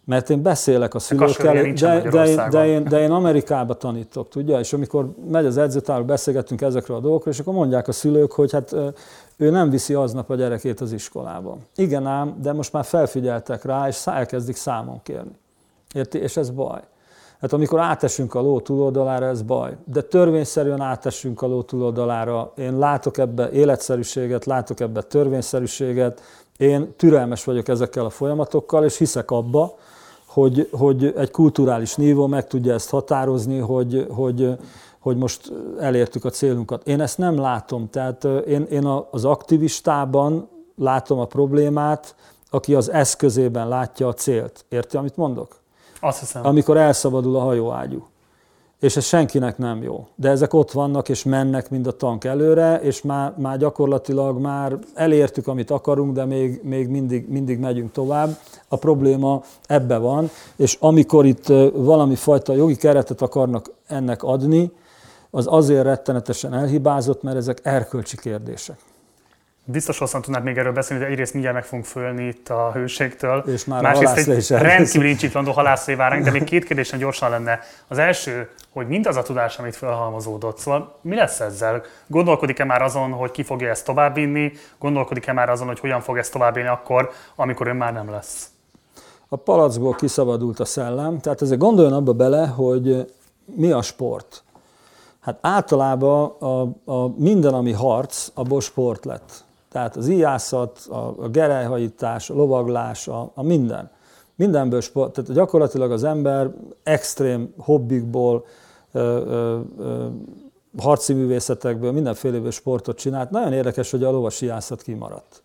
Mert én beszélek a szülőkkel, de, de, de, én, de, én, de én Amerikába tanítok, tudja? És amikor megy az edzőtábor, beszélgetünk ezekről a dolgokról, és akkor mondják a szülők, hogy hát ő nem viszi aznap a gyerekét az iskolába. Igen ám, de most már felfigyeltek rá, és elkezdik számon kérni. Érti? És ez baj. Hát amikor átesünk a ló túloldalára, ez baj. De törvényszerűen átesünk a ló túloldalára. Én látok ebbe életszerűséget, látok ebbe törvényszerűséget. Én türelmes vagyok ezekkel a folyamatokkal, és hiszek abba, hogy, hogy egy kulturális nívó meg tudja ezt határozni, hogy, hogy, hogy most elértük a célunkat. Én ezt nem látom. Tehát én, én az aktivistában látom a problémát, aki az eszközében látja a célt. Érti, amit mondok? Azt hiszem. Amikor elszabadul a hajóágyú. És ez senkinek nem jó. De ezek ott vannak, és mennek, mind a tank előre, és már, már gyakorlatilag már elértük, amit akarunk, de még, még mindig, mindig megyünk tovább. A probléma ebbe van, és amikor itt valami fajta jogi keretet akarnak ennek adni, az azért rettenetesen elhibázott, mert ezek erkölcsi kérdések. Biztos hosszan tudnád még erről beszélni, de egyrészt mindjárt meg fogunk fölni itt a hőségtől. És már másrészt egy rendkívül incsiklandó halászlé vár ránk, de még két kérdésen gyorsan lenne. Az első, hogy mindaz a tudás, amit felhalmozódott, szóval mi lesz ezzel? Gondolkodik-e már azon, hogy ki fogja ezt továbbvinni? Gondolkodik-e már azon, hogy hogyan fog ezt továbbvinni akkor, amikor ön már nem lesz? A palackból kiszabadult a szellem, tehát ezért gondoljon abba bele, hogy mi a sport. Hát általában a, a minden, ami harc, abból sport lett. Tehát az íjászat, a, a gerelyhajítás, a lovaglás, a, a minden. Mindenből sport. Tehát gyakorlatilag az ember extrém hobbikból, ö, ö, ö, harci művészetekből, mindenféléből sportot csinált. Nagyon érdekes, hogy a lovas íjászat kimaradt.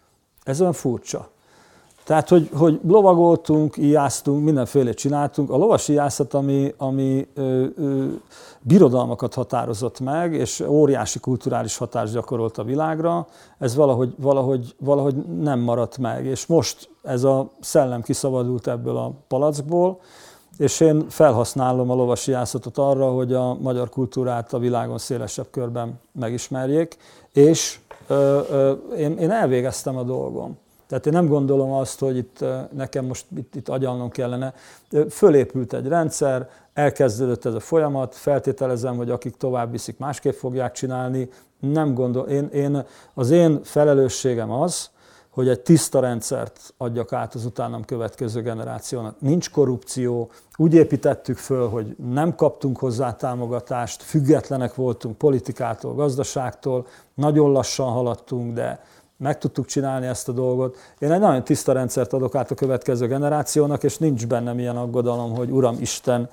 Ez olyan furcsa. Tehát, hogy, hogy lovagoltunk, íjáztunk, mindenfélét csináltunk. A lovas íjászat, ami, ami ö, ö, birodalmakat határozott meg, és óriási kulturális hatást gyakorolt a világra, ez valahogy, valahogy, valahogy nem maradt meg. És most ez a szellem kiszabadult ebből a palackból, és én felhasználom a lovas íjászatot arra, hogy a magyar kultúrát a világon szélesebb körben megismerjék, és ö, ö, én, én elvégeztem a dolgom. Tehát én nem gondolom azt, hogy itt nekem most itt, itt agyalnom kellene. Fölépült egy rendszer, elkezdődött ez a folyamat, feltételezem, hogy akik tovább viszik, másképp fogják csinálni. Nem gondol, én, én, az én felelősségem az, hogy egy tiszta rendszert adjak át az utánam következő generációnak. Nincs korrupció, úgy építettük föl, hogy nem kaptunk hozzá támogatást, függetlenek voltunk politikától, gazdaságtól, nagyon lassan haladtunk, de meg tudtuk csinálni ezt a dolgot. Én egy nagyon tiszta rendszert adok át a következő generációnak, és nincs bennem ilyen aggodalom, hogy Uram Isten,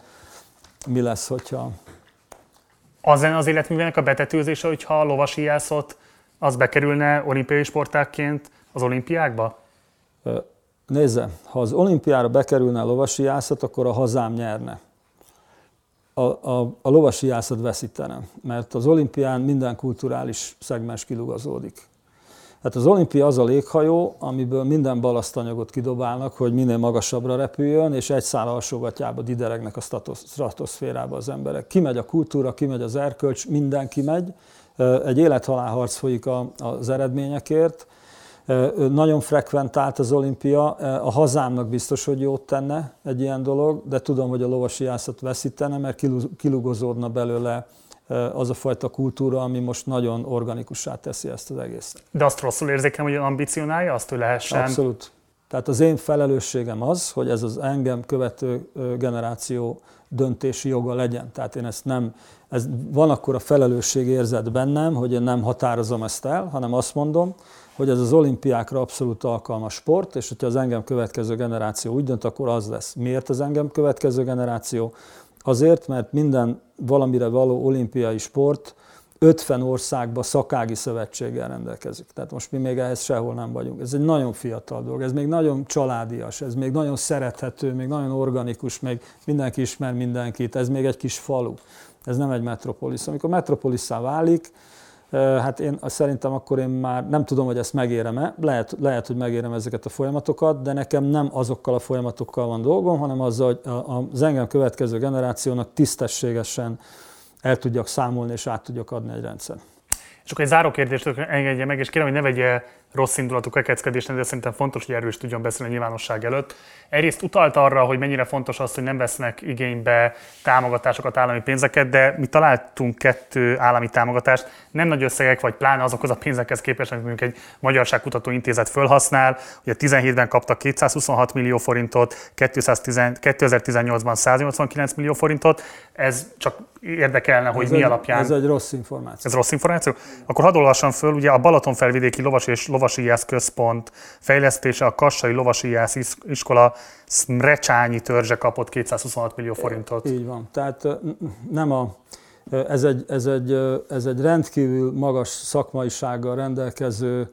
mi lesz, hogyha... Az lenne az életművének a betetőzése, hogyha a lovasíjászat az bekerülne olimpiai sportágként az olimpiákba? Nézze, ha az olimpiára bekerülne a lovasíjászat, akkor a hazám nyerne. A, a, a lovasíjászat veszítene, mert az olimpián minden kulturális szegmens kilugazódik. Hát az olimpia az a léghajó, amiből minden balasztanyagot kidobálnak, hogy minél magasabbra repüljön, és egy szál alsógatjába dideregnek a stratoszférába az emberek. Kimegy a kultúra, kimegy az erkölcs, mindenki megy. Egy élethalál harc folyik az eredményekért. Nagyon frekventált az olimpia. A hazámnak biztos, hogy jót tenne egy ilyen dolog, de tudom, hogy a lovasíjászat veszítene, mert kilugozódna belőle az a fajta kultúra, ami most nagyon organikussá teszi ezt az egészet. De azt rosszul érzékem, hogy ambicionálja azt, hogy lehessen? Abszolút. Tehát az én felelősségem az, hogy ez az engem követő generáció döntési joga legyen. Tehát én ezt nem, ez, van akkor a felelősségérzet bennem, hogy én nem határozom ezt el, hanem azt mondom, hogy ez az olimpiákra abszolút alkalmas sport, és hogyha az engem következő generáció úgy dönt, akkor az lesz. Miért az engem következő generáció? Azért, mert minden valamire való olimpiai sport ötven országban szakági szövetséggel rendelkezik. Tehát most mi még ehhez sehol nem vagyunk. Ez egy nagyon fiatal dolog, ez még nagyon családias, ez még nagyon szerethető, még nagyon organikus, még mindenki ismer mindenkit, ez még egy kis falu. Ez nem egy metropolisz. Amikor metropolisszá válik, hát én szerintem akkor én már nem tudom, hogy ezt megérem-e, lehet, lehet, hogy megérem ezeket a folyamatokat, de nekem nem azokkal a folyamatokkal van dolgom, hanem azzal, hogy az engem következő generációnak tisztességesen el tudjak számolni és át tudjak adni egy rendszer. És akkor egy záró kérdést engedje meg, és kérem, hogy ne vegye rossz indulatú kekeckedésnek, de szerintem fontos, hogy erről is tudjon beszélni a nyilvánosság előtt. Egyrészt utalt arra, hogy mennyire fontos az, hogy nem vesznek igénybe támogatásokat, állami pénzeket, de mi találtunk kettő állami támogatást, nem nagy összegek, vagy pláne azokhoz a pénzekhez képest, amit mondjuk egy Magyarságkutató Intézet fölhasznál. Ugye tizenhétben kaptak kétszázhuszonhat millió forintot, kétezer-tizennyolcban száznyolcvankilenc millió forintot. Ez csak érdekelne, hogy ez mi egy, alapján... Ez egy rossz információ. Ez rossz információ? Akkor hadd olvassam föl, ugye a Balatonfelvidéki Lovas és Lovasíjász Központ fejlesztése, a Kassai Lovasíjász Iskola Szmrecsányi törzse kapott kétszázhuszonhat millió forintot. Így van. Tehát nem a, ez, egy, ez, egy, ez egy rendkívül magas szakmaisággal rendelkező,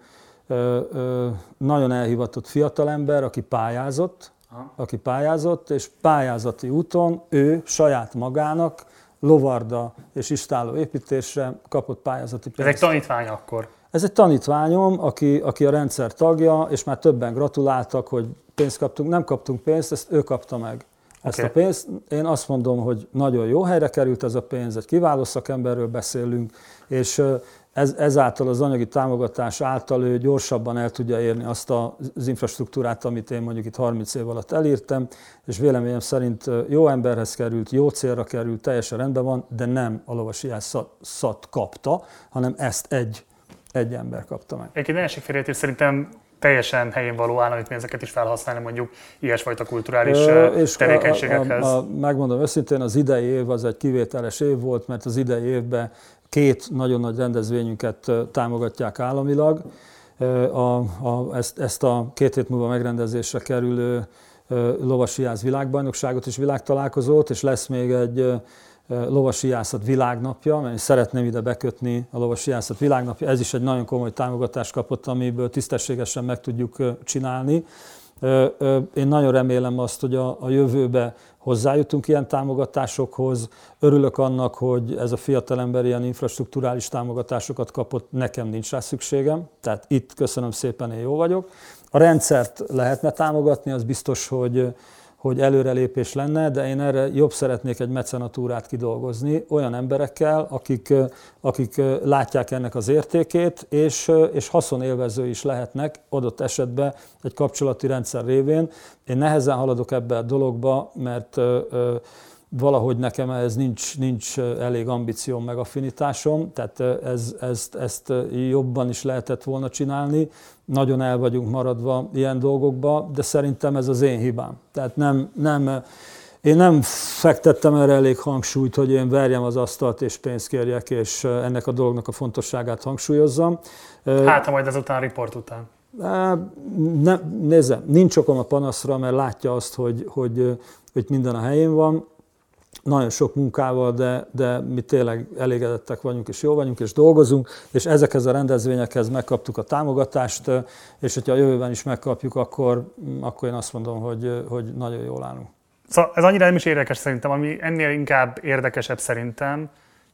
nagyon elhivatott fiatalember, aki pályázott, Aha. aki pályázott, és pályázati úton ő saját magának lovarda és istálló építésre kapott pályázati pénzt. Ez egy tanítvány akkor? Ez egy tanítványom, aki, aki a rendszer tagja, és már többen gratuláltak, hogy pénzt kaptunk. Nem kaptunk pénzt, ezt ő kapta meg. Ezt okay. a pénzt. Én azt mondom, hogy nagyon jó helyre került ez a pénz, egy kiváló szakemberről beszélünk, és ez, ezáltal az anyagi támogatás által ő gyorsabban el tudja érni azt az infrastruktúrát, amit én mondjuk itt harminc év alatt elírtam, és véleményem szerint jó emberhez került, jó célra került, teljesen rendben van, de nem a lovasíjászat kapta, hanem ezt egy, egy ember kapta meg. Egyébként elségfélreértés szerintem teljesen helyén való állami pénzeket is felhasználni mondjuk ilyesfajta kulturális Ö, tevékenységekhez. A, a, a, megmondom őszintén, az idei év az egy kivételes év volt, mert az idei évben két nagyon nagy rendezvényünket támogatják államilag. A, a, ezt, ezt a két hét múlva megrendezésre kerülő lovasíjász világbajnokságot és világtalálkozót, és lesz még egy lovasíjászat világnapja, mert szeretném ide bekötni a lovasíjászat világnapja. Ez is egy nagyon komoly támogatást kapott, amiből tisztességesen meg tudjuk csinálni. Én nagyon remélem azt, hogy a, a jövőbe hozzájutunk ilyen támogatásokhoz. Örülök annak, hogy ez a fiatalember ilyen infrastrukturális támogatásokat kapott, nekem nincs rá szükségem, tehát itt köszönöm szépen, én jó vagyok. A rendszert lehetne támogatni, az biztos, hogy hogy előrelépés lenne, de én erre jobb szeretnék egy mecenatúrát kidolgozni olyan emberekkel, akik, akik látják ennek az értékét, és, és haszonélvező is lehetnek adott esetben egy kapcsolati rendszer révén. Én nehezen haladok ebbe a dologba, mert valahogy nekem ez nincs, nincs elég ambícióm meg affinitásom, tehát ez, ezt, ezt jobban is lehetett volna csinálni. Nagyon el vagyunk maradva ilyen dolgokba, de szerintem ez az én hibám. Tehát nem, nem, én nem fektettem erre elég hangsúlyt, hogy én verjem az asztalt és pénzt kérjek, és ennek a dolognak a fontosságát hangsúlyozzam. Hát, ha majd ezután a riport után. Ne, nézze, nincs okom a panaszra, mert látja azt, hogy, hogy, hogy minden a helyén van. Nagyon sok munkával, de, de mi tényleg elégedettek vagyunk, és jó vagyunk, és dolgozunk, és ezekhez a rendezvényekhez megkaptuk a támogatást, és hogyha a jövőben is megkapjuk, akkor, akkor én azt mondom, hogy, hogy nagyon jól állunk. Szóval ez annyira nem is érdekes szerintem, ami ennél inkább érdekesebb szerintem,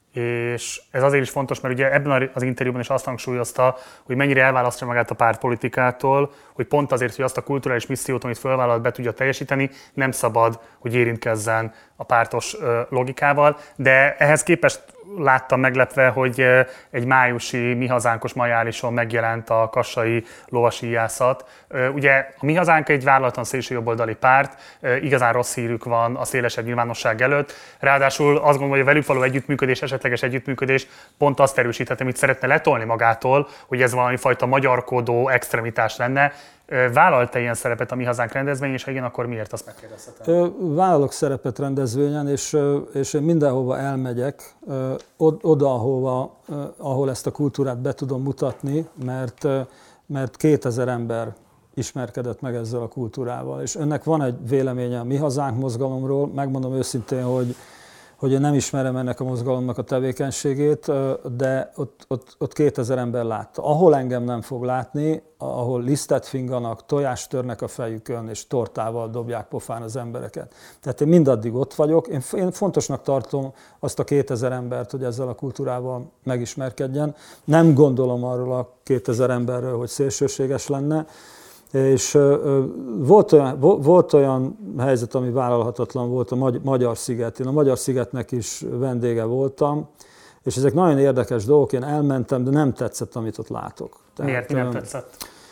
és ez azért is fontos, mert ugye ebben az interjúban is azt hangsúlyozta, hogy mennyire elválasztja magát a pártpolitikától, hogy pont azért, hogy azt a kulturális missziót, amit fölvállalt, be tudja teljesíteni, nem szabad, hogy érintkezzen a pártos logikával, de ehhez képest láttam meglepve, hogy egy májusi Mi Hazánkos majálison megjelent a kassai lovasíjászat. Ugye a Mi Hazánk egy vállalatlan szélsőjobboldali párt, igazán rossz hírük van a szélesebb nyilvánosság előtt. Ráadásul azt gondolom, hogy a velük való együttműködés, esetleges együttműködés pont azt erősítheti, amit szeretne letolni magától, hogy ez valami fajta magyarkodó extremitás lenne. Vállalt-e ilyen szerepet a Mi Hazánk rendezvény, és ha igen, akkor miért, azt megkérdezhetem? Vállalok szerepet rendezvényen, és, és én mindenhova elmegyek, oda, ahova, ahol ezt a kultúrát be tudom mutatni, mert, mert kétezer ember ismerkedett meg ezzel a kultúrával. És önnek van egy véleménye a Mi Hazánk mozgalomról, megmondom őszintén, hogy hogy én nem ismerem ennek a mozgalomnak a tevékenységét, de ott, ott, ott kétezer ember látta. Ahol engem nem fog látni, ahol lisztet finganak, tojást törnek a fejükön, és tortával dobják pofán az embereket. Tehát én mindaddig ott vagyok. Én, én fontosnak tartom azt a kétezer embert, hogy ezzel a kultúrával megismerkedjen. Nem gondolom arról a kétezer emberről, hogy szélsőséges lenne. És volt olyan, volt olyan helyzet, ami vállalhatatlan volt a Magyar-sziget. Én a Magyar-szigetnek is vendége voltam, és ezek nagyon érdekes dolgok. Én elmentem, de nem tetszett, amit ott látok. Tehát, miért nem tetszett?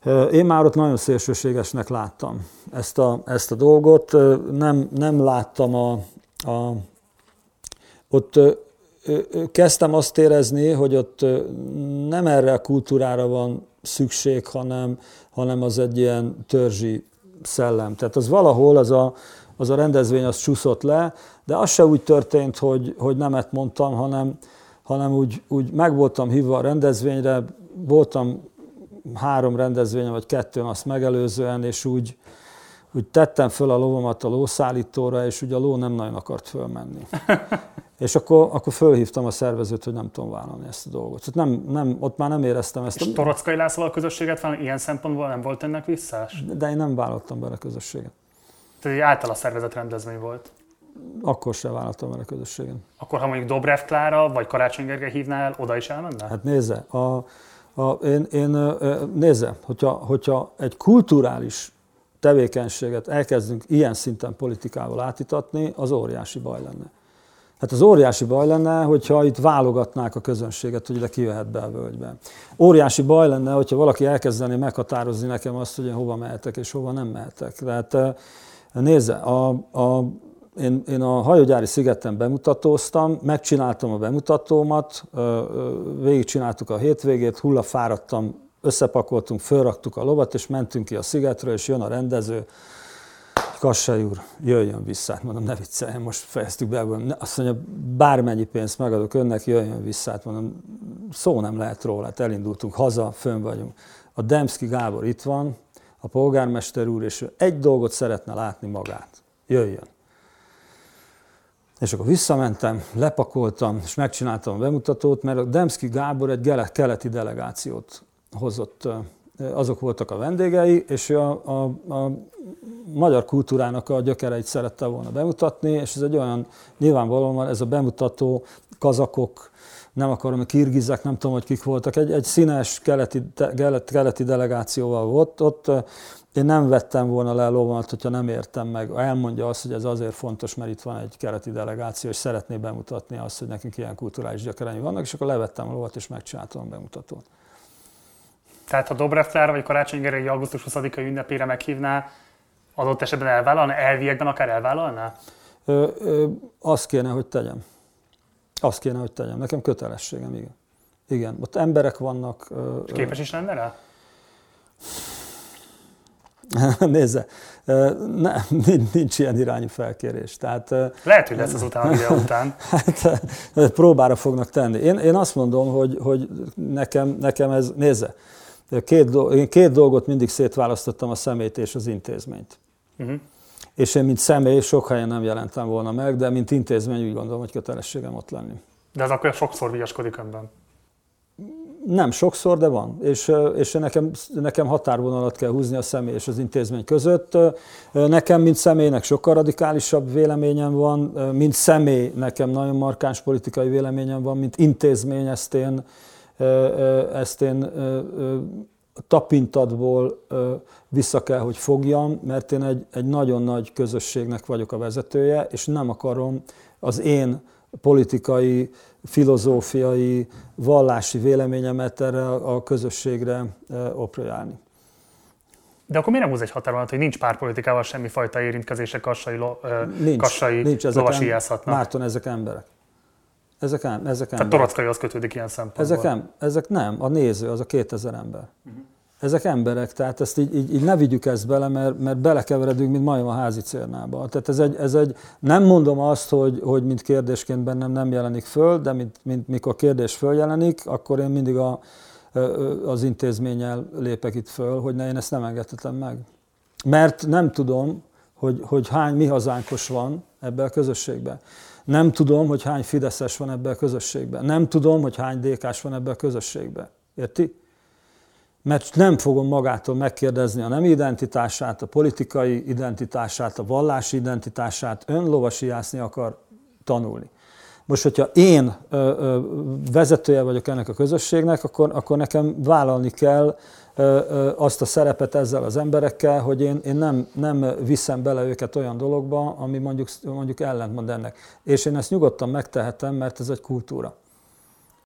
Én már ott nagyon szélsőségesnek láttam ezt a, ezt a dolgot. Nem, nem láttam a, a... Ott kezdtem azt érezni, hogy ott nem erre a kultúrára van szükség, hanem, hanem az egy ilyen törzsi szellem. Tehát az valahol, az a, az a rendezvény az csúszott le, de az se úgy történt, hogy, hogy nemet mondtam, hanem, hanem úgy, úgy meg voltam hívva a rendezvényre, voltam három rendezvényen, vagy kettőn azt megelőzően, és úgy, úgy tettem föl a lovamat a lószállítóra, és ugye a ló nem nagyon akart fölmenni. És akkor, akkor fölhívtam a szervezőt, hogy nem tudom vállalni ezt a dolgot. Tehát nem, nem, ott már nem éreztem ezt. És Torockai Lászlóval a közösséget van, ilyen szempontból nem volt ennek visszás? De én nem vállaltam bele közösséget. Tehát egy általa szervezett rendezvény volt? Akkor sem vállaltam vele közösséget. Akkor ha mondjuk Dobrev Klára vagy Karácsony Gergely hívnál, oda is elmenne? Hát nézze, a, a, én, én, nézze, hogyha, hogyha egy kulturális tevékenységet elkezdünk ilyen szinten politikával átítatni, az óriási baj lenne. Hát az óriási baj lenne, hogyha itt válogatnák a közönséget, hogy ide kijöhet be a völgybe. Óriási baj lenne, hogyha valaki elkezdené meghatározni nekem azt, hogy én hova mehetek és hova nem mehetek. Tehát nézze, a, a, én, én a hajógyári szigeten bemutatóztam, megcsináltam a bemutatómat, végigcsináltuk a hétvégét, hullafáradtam, összepakoltunk, fölraktuk a lovat, és mentünk ki a szigetről, és jön a rendező. Kassai úr, jöjjön vissza, mondom, ne vicceljen, most fejeztük be, azt mondja, bármennyi pénzt megadok önnek, jöjjön vissza, mondom, szó nem lehet róla, hát elindultunk haza, fönn vagyunk. A Demszky Gábor itt van, a polgármester úr, és egy dolgot szeretne látni magát, jöjjön. És akkor visszamentem, lepakoltam, és megcsináltam a bemutatót, mert a Demszky Gábor egy keleti delegációt hozott, azok voltak a vendégei, és a, a, a magyar kultúrának a gyökereit szerette volna bemutatni, és ez egy olyan, nyilvánvalóan ez a bemutató kazakok, nem akarom, a kirgizek, nem tudom, hogy kik voltak, egy, egy színes keleti, keleti delegációval volt ott. Én nem vettem volna le a lovamat, hogyha nem értem meg. Elmondja azt, hogy ez azért fontos, mert itt van egy keleti delegáció, és szeretné bemutatni azt, hogy nekünk ilyen kulturális gyökereink vannak, és akkor levettem a lovat, és megcsináltam a bemutatót. Tehát ha Dobrev Klára vagy Karácsony Gergely augusztus huszadikai ünnepére meghívná, adott esetben elvállalna, elviekben akár elvállalná? Ö, ö, azt kéne, hogy tegyem. Azt kéne, hogy tegyem. Nekem kötelességem, igen. Igen, ott emberek vannak. Ö, És képes is lenne rá? Nézze, ne, nincs ilyen irányú felkérés. Tehát, lehet, hogy lesz azután a videó után. Hát, próbára fognak tenni. Én, én azt mondom, hogy, hogy nekem, nekem ez, nézze, két, én két dolgot mindig szétválasztottam, a személyt és az intézményt. Uh-huh. És én, mint személy, sok helyen nem jelentem volna meg, de mint intézmény úgy gondolom, hogy kötelességem ott lenni. De ez akkor sokszor viaskodik önben. Nem sokszor, de van. És, és nekem, nekem határvonalat kell húzni a személy és az intézmény között. Nekem, mint személynek sokkal radikálisabb véleményem van, mint személy nekem nagyon markáns politikai véleményem van, mint intézmény ezt én, ezt én tapintatból vissza kell, hogy fogjam, mert én egy, egy nagyon nagy közösségnek vagyok a vezetője, és nem akarom az én politikai, filozófiai, vallási véleményemet erre a közösségre oprojálni. De akkor miért nem húz egy határolat, hogy nincs pártpolitikával semmifajta érintkezése Kassai, lo, nincs, Kassai nincs, lovasíjászatnak? Márton, ezek emberek. Ezek, ezek emberek. Tehát Torockaihoz kötődik ilyen szempontból. Ezek, ezek nem, a néző, az a kétezer ember. Uh-huh. Ezek emberek, tehát ezt így, így, így ne vigyük ezt bele, mert, mert belekeveredünk, mint majom a házi cérnába. Tehát ez egy, ez egy, nem mondom azt, hogy, hogy mint kérdésként bennem nem jelenik föl, de mint, mint mikor kérdés följelenik, akkor én mindig a, az intézménnyel lépek itt föl, hogy ne, én ezt nem engedhetem meg. Mert nem tudom, hogy, hogy hány mi hazánkos van ebbe a közösségbe. Nem tudom, hogy hány fideszes van ebbe a közösségben. Nem tudom, hogy hány dé ká-s van ebbe a közösségben. Érti? Mert nem fogom magától megkérdezni a nemi identitását, a politikai identitását, a vallási identitását, ön lovasijászni akar tanulni. Most, hogyha én ö, ö, vezetője vagyok ennek a közösségnek, akkor, akkor nekem vállalni kell ö, ö, azt a szerepet ezzel az emberekkel, hogy én, én nem, nem viszem bele őket olyan dologba, ami mondjuk, mondjuk ellentmond ennek. És én ezt nyugodtan megtehetem, mert ez egy kultúra.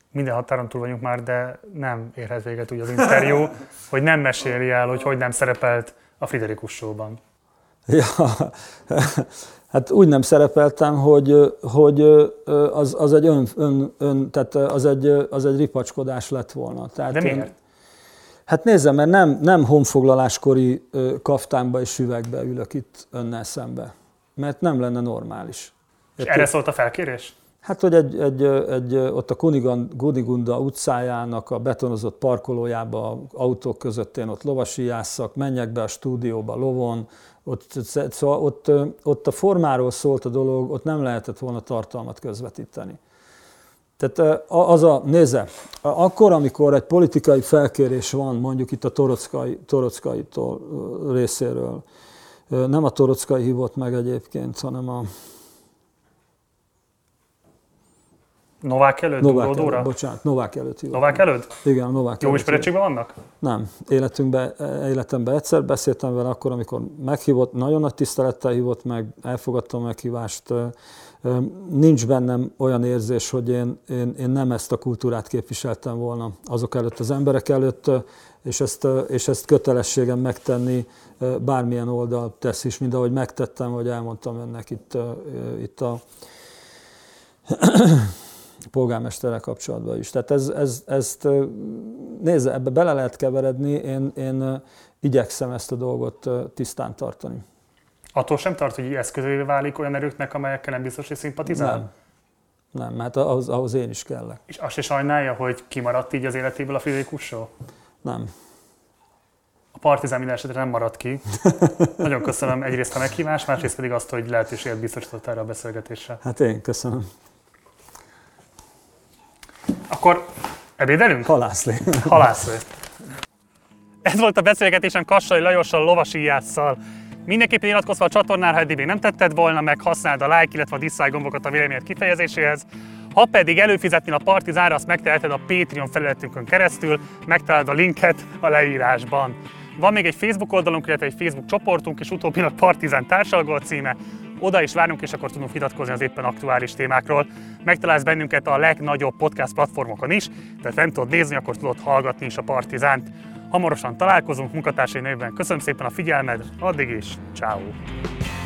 minden határon túl vagyunk már, de nem érhet véget úgy az interjú, hogy nem meséli el, hogy hogy nem szerepelt a Friderikus Show-ban. Ja, hát úgy nem szerepeltem, hogy, hogy az, az egy ön, ön, ön, tehát az egy, az egy ripacskodás lett volna. Tehát de miért? Én, hát nézzem, mert nem, nem honfoglaláskori kaftánba és üvegbe ülök itt önnel szembe, mert nem lenne normális. És erre szólt a felkérés? Hát, hogy egy, egy, egy, ott a Kunigunda utcájának a betonozott parkolójába, autók között én ott lovasíjásszak, menjek be a stúdióba lovon, ott, szóval ott, ott a formáról szólt a dolog, ott nem lehetett volna tartalmat közvetíteni. Tehát az a, nézze, akkor, amikor egy politikai felkérés van, mondjuk itt a Torockai, Torockaitól részéről, nem a Torockai hívott meg egyébként, hanem a Novák előtt? Novák előtt, bocsánat, Novák előtt hívott. Novák előtt? Igen, Novák Jó ismerettségben vannak? Nem. Életünkben, életemben egyszer beszéltem vele, akkor, amikor meghívott, nagyon nagy tisztelettel hívott meg, elfogadtam a meghívást. Nincs bennem olyan érzés, hogy én, én, én nem ezt a kultúrát képviseltem volna azok előtt, az emberek előtt, és ezt, és ezt kötelességem megtenni, bármilyen oldal tesz is, mint ahogy megtettem, hogy elmondtam önnek itt, itt a polgármesterrel kapcsolatban is. Tehát ez, ez, ezt, nézze, ebbe bele lehet keveredni, én, én igyekszem ezt a dolgot tisztán tartani. Attól sem tart, hogy eszközévé válik olyan erőknek, amelyekkel nem biztos, hogy szimpatizál? Nem. Nem, hát ahhoz, ahhoz én is kellek. És azt se sajnálja, hogy kimaradt így az életéből a Friderikus Show? Nem. A Partizán minden esetre nem maradt ki. Nagyon köszönöm egyrészt a meghívást, másrészt pedig azt, hogy lehetőséget biztosított erre a beszélgetésre. Hát én köszönöm. Akkor ebédelünk? Halászlé. Halászlé. Ez volt a beszélgetésem Kassai Lajossal, lovasíjásszal. Mindenképpen iratkozz fel a csatornára, ha eddig még nem tetted volna, meg használd a like, illetve a dislike gombokat a véleményed kifejezéséhez. Ha pedig előfizetnél a Partizánra, azt megteheted a Patreon felületünkön keresztül, megtalálod a linket a leírásban. Van még egy Facebook oldalunk, illetve egy Facebook csoportunk, és utóbbinak Partizán társalgó a címe. Oda is várunk, és akkor tudunk vitatkozni az éppen aktuális témákról. Megtalálsz bennünket a legnagyobb podcast platformokon is, tehát nem tudod nézni, akkor tudod hallgatni is a Partizánt. Hamarosan találkozunk munkatársai névben. Köszönöm szépen a figyelmed, addig is, ciao.